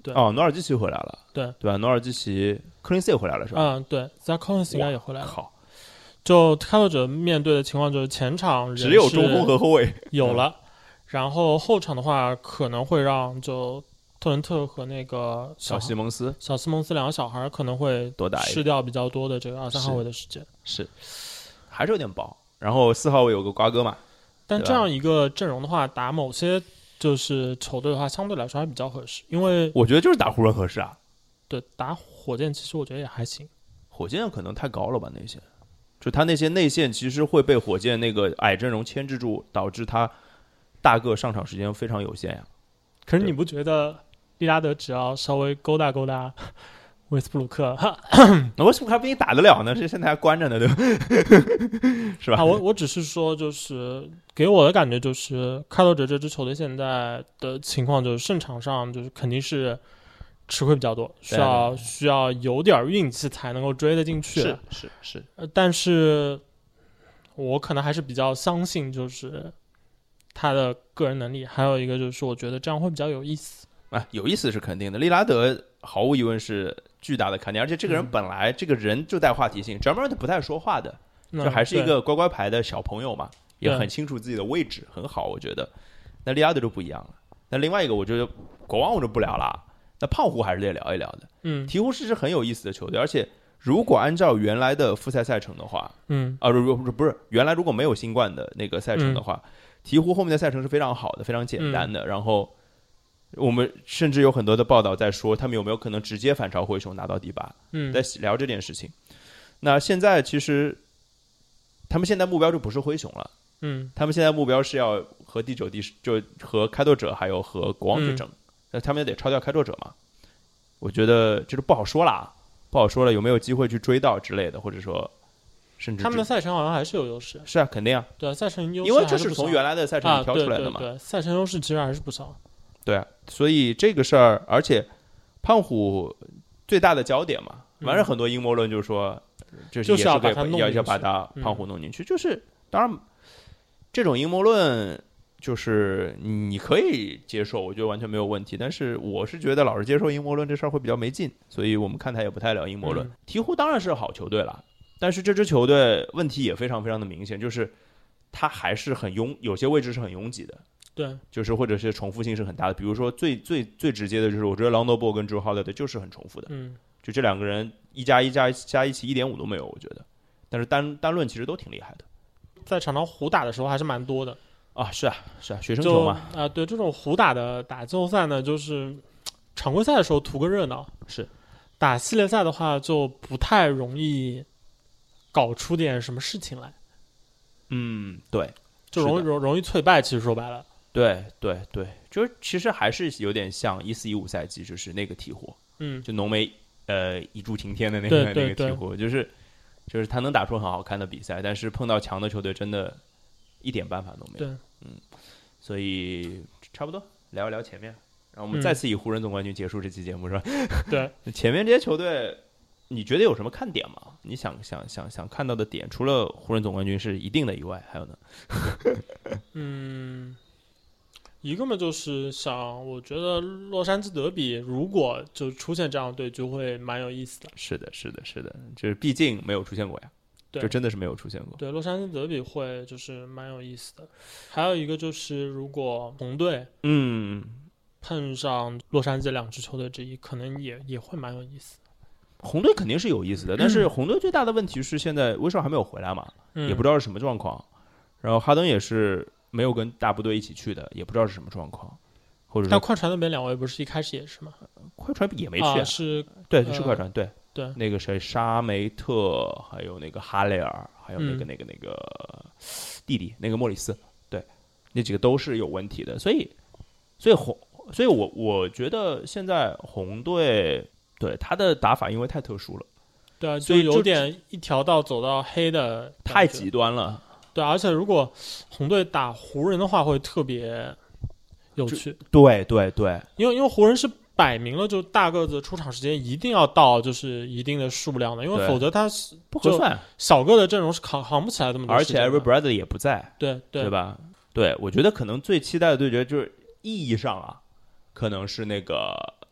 对， 哦，努尔基奇回来了， 对对吧？努尔基奇克林斯也回来了是吧？ 嗯，对 Zach Collins 应该也回来了。 好， 就开拓者面对的情况就是前场人只有中锋和后卫有了，然后后场的话可能会让就特伦特和那个小西蒙斯、 小西蒙斯两个小孩可能会多打失掉比较多的这个二三号位的时间， 是还是有点薄。然后四号位有个瓜哥嘛， 但这样一个阵容的话，打某些就是球队的话，相对来说还比较合适，因为我觉得就是打湖人合适啊。 对，打火箭其实我觉得也还行。 火箭可能太高了吧内线，就他那些内线其实会被火箭那个矮阵容牵制住，导致他大个上场时间非常有限呀。 可是你不觉得利拉德只要稍微勾搭勾搭威斯布鲁克， 那威斯布鲁克还不一定打得了呢，这现在还关着呢，对吧？是吧？ 啊，我我只是说，就是给我的感觉就是，开拓者这支球队现在的情况就是胜场上就是肯定是吃亏比较多，需要需要有点运气才能够追得进去。 是是是， 呃，但是我可能还是比较相信就是他的个人能力，还有一个就是我觉得这样会比较有意思。 啊，有意思是肯定的。利拉德毫无疑问是巨大的看点，而且这个人本来、嗯、这个人就带话题性 ，Ja Morant 不太说话的，就还是一个乖乖牌的小朋友嘛，也很清楚自己的位置，很好，我觉得。那利拉德就不一样了。那另外一个，我觉得国王我就不聊了，那胖虎还是得聊一聊的。 嗯， 鹈鹕是支很有意思的球队，而且如果按照原来的复赛赛程的话， 嗯， 啊，不不不是原来如果没有新冠的那个赛程的话，嗯、鹈鹕后面的赛程是非常好的，非常简单的，嗯、然后。我们甚至有很多的报道在说，他们有没有可能直接反超灰熊拿到第八？ 嗯， 在聊这件事情。那现在其实他们现在目标就不是灰熊了， 嗯， 他们现在目标是要和第九、第十，就和开拓者还有和国王去争。那、嗯、他们也得超掉开拓者嘛？我觉得就是不好说啦，不好说了，有没有机会去追到之类的，或者说甚至他们的赛程好像还是有优势。 是啊，肯定啊， 对，赛程优势， 因为这是从原来的赛程里挑出来的嘛。 啊、对, 对, 对, 对，赛程优势其实还是不少。 对啊，所以这个事儿，而且胖虎最大的焦点嘛，反正很多阴谋论就是说，就是也是给要要把他胖虎弄进去，就是当然这种阴谋论就是你可以接受，我觉得完全没有问题，但是我是觉得老是接受阴谋论这事儿会比较没劲，所以我们看台也不太聊阴谋论。 嗯、 鹈鹕当然是好球队了，但是这支球队问题也非常非常的明显，就是它还是很拥，有些位置是很拥挤的。 对， 就是或者是重复性是很大的，比如说最最最直接的就是，我觉得 Lonzo Ball 跟 Jrue Holiday 就是很重复的， 嗯， 就这两个人一加一加加一起一点五都没有，我觉得，但是单单论其实都挺厉害的， 在场上胡打的时候还是蛮多的啊，是啊是啊，学生球嘛， 啊、呃，对，这种胡打的打季后赛呢，就是常规赛的时候图个热闹， 是打系列赛的话就不太容易搞出点什么事情来， 嗯，对， 就容易容容易脆败，其实说白了。 对对对，就是其实还是有点像一四一五赛季，就是那个鹈鹕， 嗯， 就浓眉呃一柱擎天的那个对对那个鹈鹕，就是就是他能打出很好看的比赛，但是碰到强的球队真的一点办法都没有。 对， 嗯，所以差不多聊一聊前面，然后我们再次以湖人总冠军结束这期节目，是吧？ 对， 前面这些球队，你觉得有什么看点吗？你想想想想看到的点，除了湖人总冠军是一定的以外，还有呢？ 嗯。一个嘛就是想，我觉得洛杉矶德比如果就出现这样的对局会蛮有意思的。 是的，是的，是的，就是毕竟没有出现过呀， 对， 就真的是没有出现过。 对，洛杉矶德比会就是蛮有意思的。还有一个就是，如果红队嗯碰上洛杉矶两支球队之一，可能也也会蛮有意思的。 红队肯定是有意思的，但是红队最大的问题是现在威少还没有回来嘛， 嗯、 也不知道是什么状况，然后哈登也是。没有跟大部队一起去的，也不知道是什么状况，或者但快船那边两位不是一开始也是吗？ 快船也没去、啊啊、是对，是快船、呃、对对， 那个谁沙梅特，还有那个哈雷尔，还有那个、嗯、那个那个弟弟那个莫里斯，对，那几个都是有问题的，所以所以红，所以我我觉得现在红队对他的打法因为太特殊了， 对啊，所以有点一条道走到黑的， 太极端了。 对，而且如果红队打湖人的话，会特别有趣。 对对对， 因为因为湖人是摆明了就大个子出场时间一定要到就是一定的数量的，因为否则他不合算， 小个的阵容是扛扛不起来这么多。 而且 Avery Bradley 也不在， 对对对吧？对，我觉得可能最期待的对决就是意义上啊，可能是那个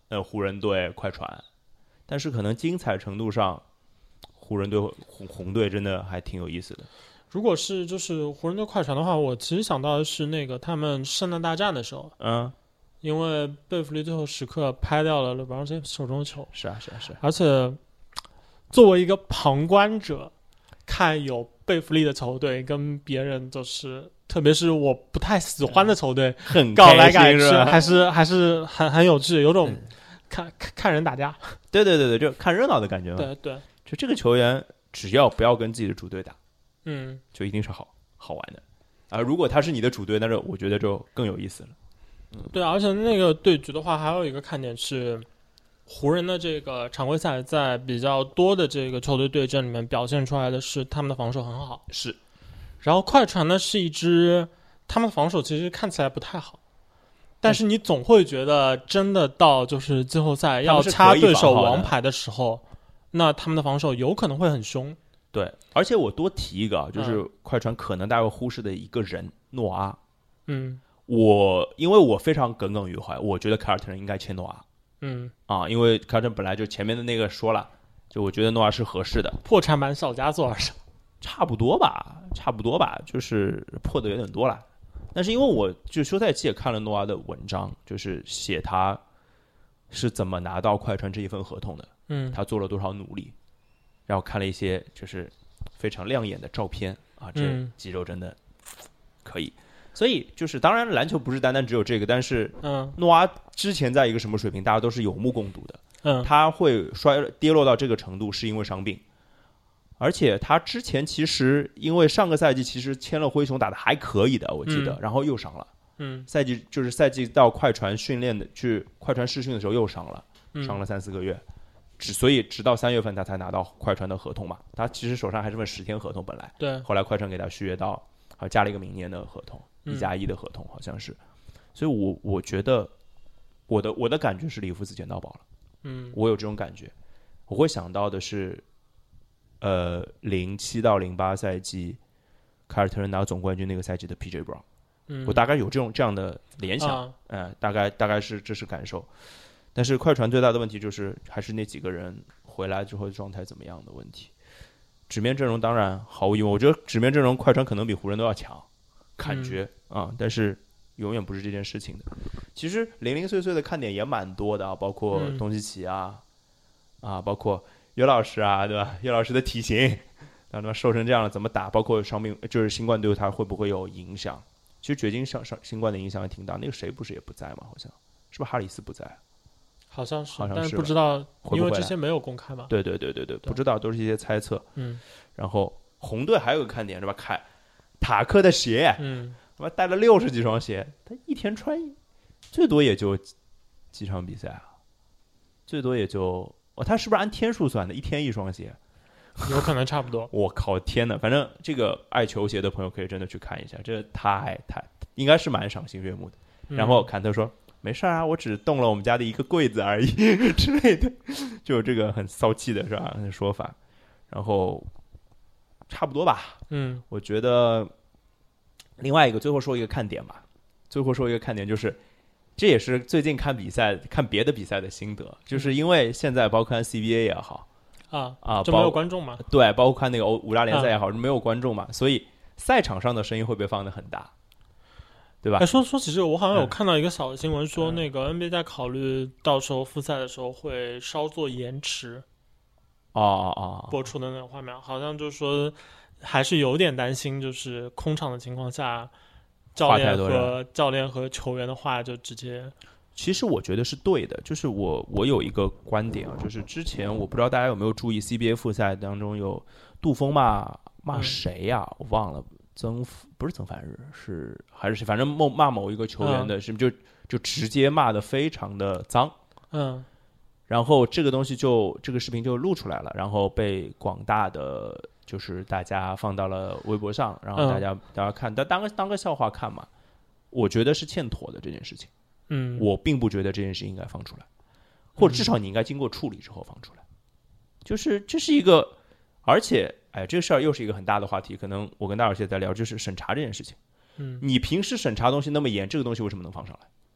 呃湖人队、快船，但是可能精彩程度上，湖人队、红红队真的还挺有意思的。 如果是就是湖人队、快船的话，我其实想到的是那个他们圣诞大战的时候， 嗯， 因为贝弗利最后时刻拍掉了 LeBron James 手中的球， 是啊，是啊，是啊。 而且作为一个旁观者，看有贝弗利的球队跟别人就是。特别是我不太喜欢的球队， 很搞来搞去， 是还是还是很很有趣，有种看、嗯、看, 看人打架。 对对对对，就看热闹的感觉嘛。 对对， 就这个球员只要不要跟自己的主队打， 嗯， 就一定是好好玩的。啊，如果他是你的主队，那就我觉得就更有意思了。 嗯，对，而且那个对局的话，还有一个看点是，湖人的这个常规赛在比较多的这个球队对阵里面表现出来的是他们的防守很好。 是。 然后快船呢是一支，他们防守其实看起来不太好，但是你总会觉得真的到就是季后赛要掐对手王牌的时候，那他们的防守有可能会很凶。 对，而且我多提一个啊，就是快船可能大家会忽视的一个人，嗯、诺阿。 嗯， 我因为我非常耿耿于怀，我觉得凯尔特人应该签诺阿。 嗯啊，因为凯尔特人本来就前面的那个说了，就我觉得诺阿是合适的， 破产版小加索尔上。 差不多吧，差不多吧，就是破的有点多了。但是因为我就休赛期也看了诺阿的文章，就是写他是怎么拿到快船这一份合同的， 嗯， 他做了多少努力，然后看了一些就是非常亮眼的照片啊，这肌肉真的可以。嗯、所以就是当然篮球不是单单只有这个，但是嗯， 诺阿之前在一个什么水平，大家都是有目共睹的。 嗯， 他会摔跌落到这个程度，是因为伤病。而且他之前其实因为上个赛季其实签了灰熊打得还可以的，我记得， 嗯、 然后又伤了。 嗯， 赛季就是赛季到快船训练的，去快船试训的时候又伤了， 嗯、 伤了三四个月，只所以直到三月份他才拿到快船的合同嘛。他其实手上还是份十天合同本来， 对， 后来快船给他续约到，啊加了一个明年的合同，一加一的合同好像是。所以我我觉得我的我的感觉是里弗斯捡到宝了， 嗯， 我有这种感觉，我会想到的是。呃，零七到零八赛季，凯尔特人拿总冠军那个赛季的 P J Brown， 嗯， 我大概有这种这样的联想， 啊、 呃，大概大概是这是感受。但是快船最大的问题就是还是那几个人回来之后状态怎么样的问题。纸面阵容当然毫无疑问，我觉得纸面阵容快船可能比湖人都要强，感觉啊、嗯呃，但是永远不是这件事情的。其实零零碎碎的看点也蛮多的啊，包括东契奇啊，嗯、啊，包括。岳老师啊，对吧？岳老师的体型，让他瘦成这样了，怎么打？包括伤病，就是新冠对他会不会有影响？其实掘金上上新冠的影响也挺大。那个谁不是也不在吗？好像是不是哈里斯不在？ 好像是， 好像是， 但是不知道， 会不会因为这些没有公开嘛。 对对对对对，不知道，都是一些猜测。 嗯。 然后红队还有个看点是吧？凯塔克的鞋， 嗯， 他妈带了六十几双鞋，他一天穿最多也就几场比赛啊，最多也就。哦，他是不是按天数算的？一天一双鞋， 有可能差不多。 我靠，天哪！反正这个爱球鞋的朋友可以真的去看一下，这太太应该是蛮赏心悦目的。 嗯、 然后坎特说：“没事啊，我只动了我们家的一个柜子而已之类的，就有这个很骚气的是吧？说法。然后差不多吧。 嗯， 我觉得另外一个最后说一个看点吧。最后说一个看点就是。”这也是最近看比赛、看别的比赛的心得，就是因为现在包括看 C B A 也好啊啊， 就没有观众嘛？ 对，包括看那个欧五大联赛也好，啊、没有观众嘛，所以赛场上的声音会被放得很大，对吧？ 哎，说说起这个，我好像有看到一个小的新闻，说那个 N B A 在考虑到时候复赛的时候会稍作延迟。 哦哦哦， 播出的那个画面，好像就是说还是有点担心，就是空场的情况下。教练和教练和球员的话就直接， 其实我觉得是对的。就是我我有一个观点啊，就是之前我不知道大家有没有注意 C B A 复赛当中有杜锋骂骂谁呀、啊嗯？我忘了，曾不是曾凡日，是还是谁？反正骂某一个球员的， 嗯、 是就就直接骂得非常的脏。 嗯， 然后这个东西就这个视频就录出来了，然后被广大的。就是大家放到了微博上，然后大家、嗯、大家看，当当个当个笑话看嘛。我觉得是欠妥的这件事情。 嗯， 我并不觉得这件事应该放出来，或者至少你应该经过处理之后放出来。就是这是一个，而且哎，这个事儿又是一个很大的话题。可能我跟大老师也在聊，就是审查这件事情。 嗯， 你平时审查东西那么严，这个东西为什么能放上来？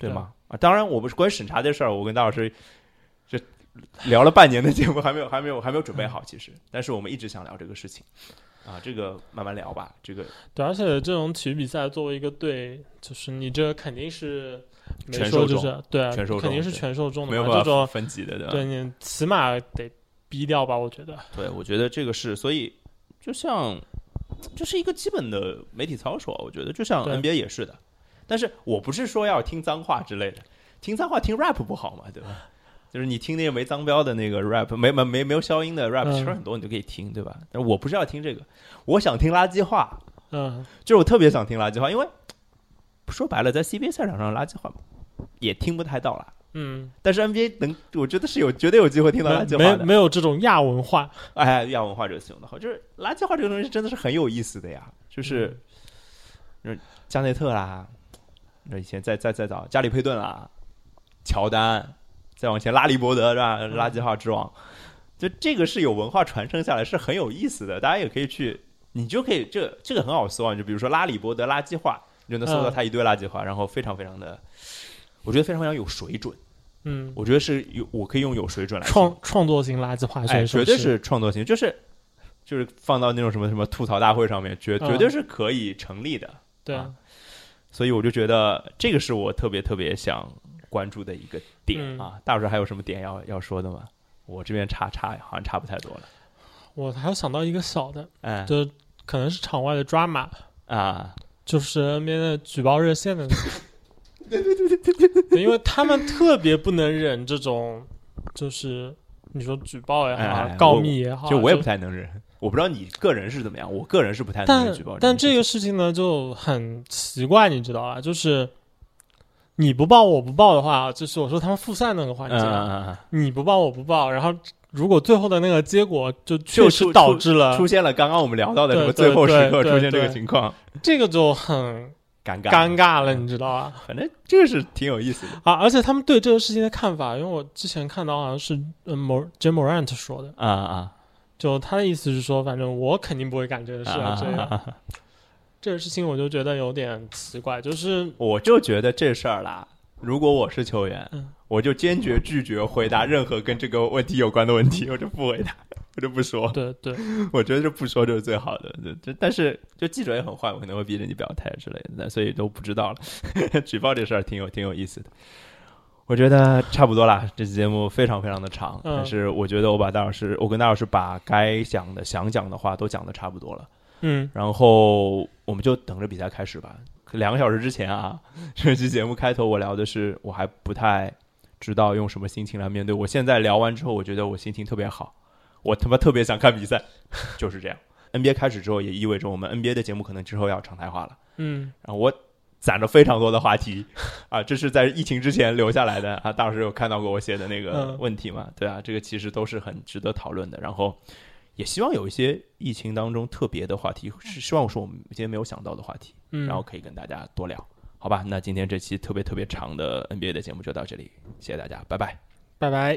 对吗？啊，当然我们关于审查这事儿，我跟大老师这聊了半年的节目，还没有还没有还没有准备好，其实，但是我们一直想聊这个事情。啊，这个慢慢聊吧。这个对，而且这种体育比赛作为一个队，就是你这个肯定是没说就是对啊， 全受众肯定是全受众的嘛， 没有办法这种分级的，对吧？ 对你起码得逼掉吧，我觉得。 对，我觉得这个是，所以就像这是一个基本的媒体操守，我觉得就像 N B A 也是的。但是我不是说要听脏话之类的，听脏话听 rap 不好嘛，对吧？就是你听那个没脏标的那个 rap， 没没没没有消音的 rap， 其实很多你就可以听，对吧？但是我不是要听这个，我想听垃圾话， 嗯， 就是我特别想听垃圾话，因为说白了，在 C B A 赛场上垃圾话也听不太到了， 嗯， 但是 N B A 能，我觉得是有绝对有机会听到垃圾话的， 没没有这种亚文化， 哎，亚文化这个形容的好，就是垃圾话这个东西真的是很有意思的呀，就是嗯，加内特啦，那以前再再再早，加里佩顿啦，乔丹。再往前，拉里伯德是吧？垃圾话之王，就这个是有文化传承下来，是很有意思的。大家也可以去，你就可以这个这个很好搜啊。就比如说拉里伯德垃圾话，你就能搜到他一堆垃圾话，嗯、然后非常非常的，我觉得非常非常有水准。 嗯， 我觉得是有，我可以用有水准来创创作型垃圾话， 哎，绝对是创作型，就是就是放到那种什么什么吐槽大会上面，绝绝对是可以成立的。 嗯、对、 啊，所以我就觉得这个是我特别特别想关注的一个点、嗯、啊，大老师还有什么点要要说的吗？我这边差差好像差不太多了。 我还有想到一个小的， 哎， 就可能是场外的 drama 啊， 就是 N B A 的举报热线的，对对对对对对，因为他们特别不能忍这种，就是你说举报也好， 哎、 告密也好， 就我也不太能忍。我不知道你个人是怎么样，我个人是不太能忍举报。 但这个事情呢就很奇怪，你知道吧？就是。你不报我不报的话，就是我说他们复赛那个环节、 嗯嗯， 你不报我不报，然后如果最后的那个结果就确实导致了出, 出, 出现了刚刚我们聊到的什么最后时刻出现这个情况， 这个就很尴尬尴尬了，你知道吧？ 反正这个是挺有意思的啊，而且他们对这个事情的看法，因为我之前看到好像是嗯 Jim Morant 说的啊啊， 就他的意思是说，反正我肯定不会干这个事啊，这样。这个事情我就觉得有点奇怪，就是我就觉得这事儿啦，如果我是球员、嗯，我就坚决拒绝回答任何跟这个问题有关的问题，我就不回答，我就不说。 对对， 我觉得这不说就是最好的。就但是就记者也很坏，我可能会逼着你表态之类的，所以都不知道了。举报这事儿挺有挺有意思的。我觉得差不多啦，这期节目非常非常的长，嗯、但是我觉得我把大老师，我跟大老师把该讲的想讲的话都讲的差不多了。 嗯， 然后我们就等着比赛开始吧。两个小时之前啊，这期节目开头我聊的是我还不太知道用什么心情来面对。我现在聊完之后，我觉得我心情特别好，我他妈特别想看比赛，就是这样。N B A 开始之后，也意味着我们 N B A 的节目可能之后要常态化了。 嗯， 然后我攒了非常多的话题啊，这是在疫情之前留下来的啊。大老师有看到过我写的那个问题吗？嗯、对啊，这个其实都是很值得讨论的。然后。也希望有一些疫情当中特别的话题，是希望说我们今天没有想到的话题， 嗯， 然后可以跟大家多聊，好吧？那今天这期特别特别长的 N B A 的节目就到这里，谢谢大家，拜拜， 拜拜。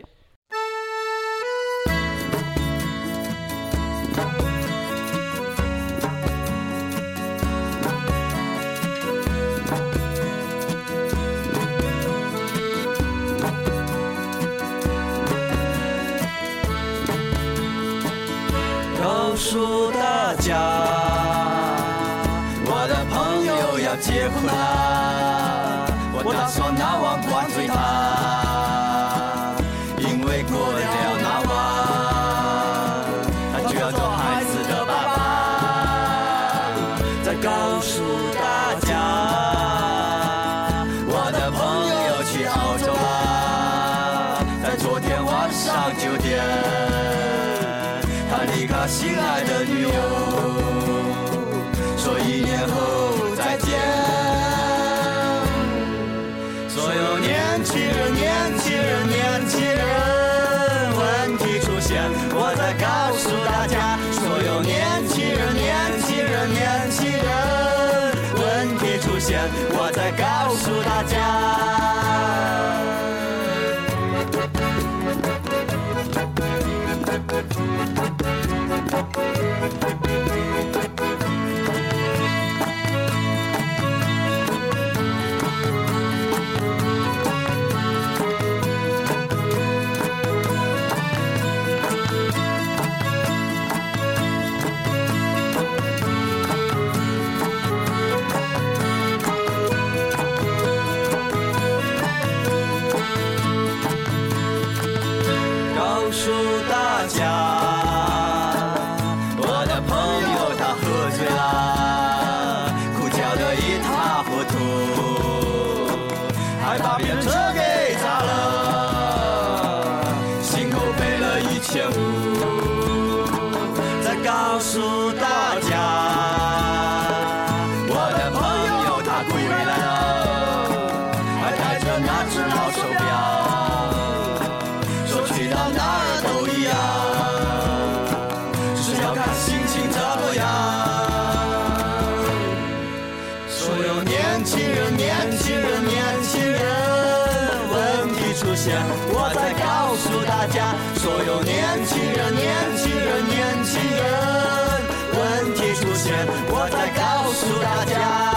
告诉大家，我的朋友要结婚啦，我打算那晚灌醉他，因为过了那晚，他就要做孩子的爸爸。再告诉大家，我的朋友去澳洲啦，在昨天晚上九点。离开心爱的女友，说一年后再见。所有年轻人，年轻人，年轻人，问题出现，我在告诉大家。所有年轻人，年轻人，年轻人，问题出现，我在告诉大家。 前五，再告诉大家，我的朋友他归来了，还带着那只老手表，说去到哪儿都一样，只要看心情怎么样。所有年轻人，年轻人，年轻人，问题出现，我再告诉大家，所有年轻人，年轻人，年轻人，问题出现，我再告诉大家。